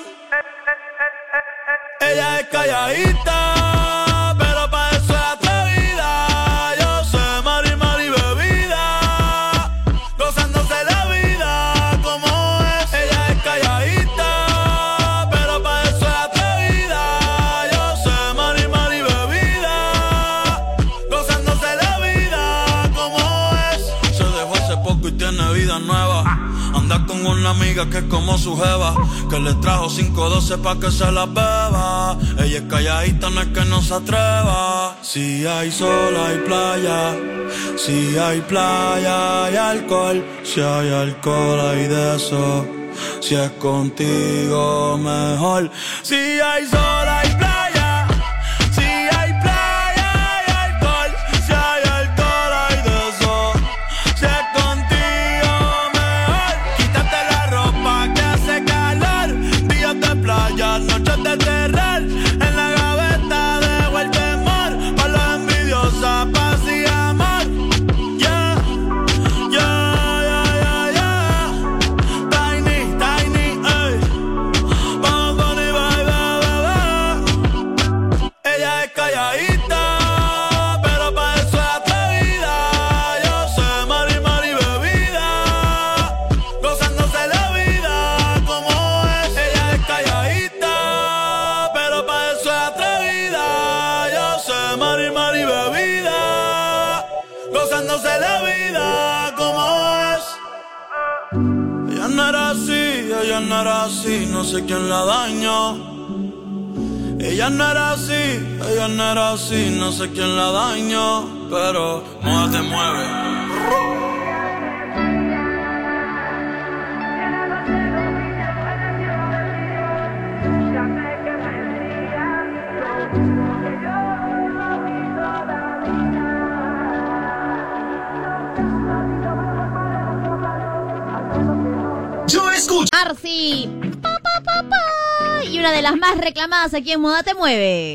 Ella es calladita, pero pa' eso es atrevida. Yo sé mari, mari, bebida, gozándose la vida. Anda con una amiga que es como su jeva, que le trajo cinco doce pa' que se la beba. Ella es calladita, no es que no se atreva. Si hay sol, hay playa. Si hay playa, hay alcohol. Si hay alcohol, hay de eso. Si es contigo, mejor. Si hay sol, hay playa. Si hay playa, hay alcohol. Si hay alcohol, hay de eso. Si es contigo, mejor. Quítate la ropa que hace calor. Días de playa, noches de terror. En la gaveta dejo el temor. Pa' las envidiosas, paz y amor. Yeah, yeah, yeah, yeah, yeah. Tiny, tiny, ey. Vamos con el baile, bebé. buscándose la vida como es. Ella no era así, ella no era así, no sé quién la dañó. Ella no era así, ella no era así, no sé quién la dañó. Pero moda te mueve. Yo escucho Arsi, pa, pa, pa, pa. Y una de las más reclamadas aquí en Moda Te Mueve.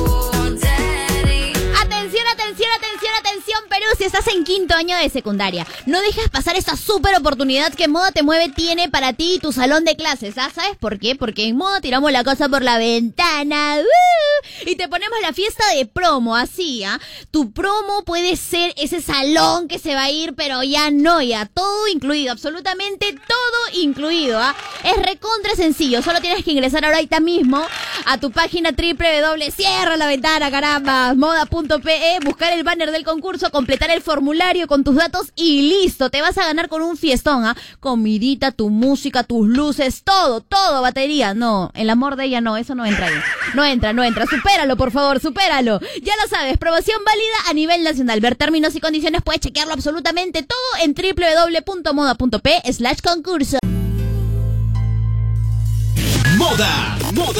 Atención, atención, atención, atención, Perú, si estás en quinto año de secundaria, no dejes pasar esta súper oportunidad que Moda Te Mueve tiene para ti y tu salón de clases. ¿Ah? ¿Sabes por qué? Porque en Moda tiramos la cosa por la ventana. ¡Uh! Y te ponemos la fiesta de promo, así, ¿ah? Tu promo puede ser ese salón que se va a ir, pero ya no, ya. Todo incluido, absolutamente todo incluido, ¿ah? Es recontra sencillo, solo tienes que ingresar ahorita mismo a tu página triple doble, cierra la ventana, caramba, moda punto pe, buscar el banner del concurso, completar el formulario con tus datos y listo, te vas a ganar con un fiestón, ¿ah? Comidita, tu música, tus luces, todo, todo, batería. No, el amor de ella no, eso no entra ahí. No entra, no entra, supéralo, por favor, supéralo. Ya lo sabes, promoción válida a nivel nacional. Ver términos y condiciones, puedes chequearlo absolutamente todo en triple doble doble punto moda punto pe slash concurso. Moda, moda.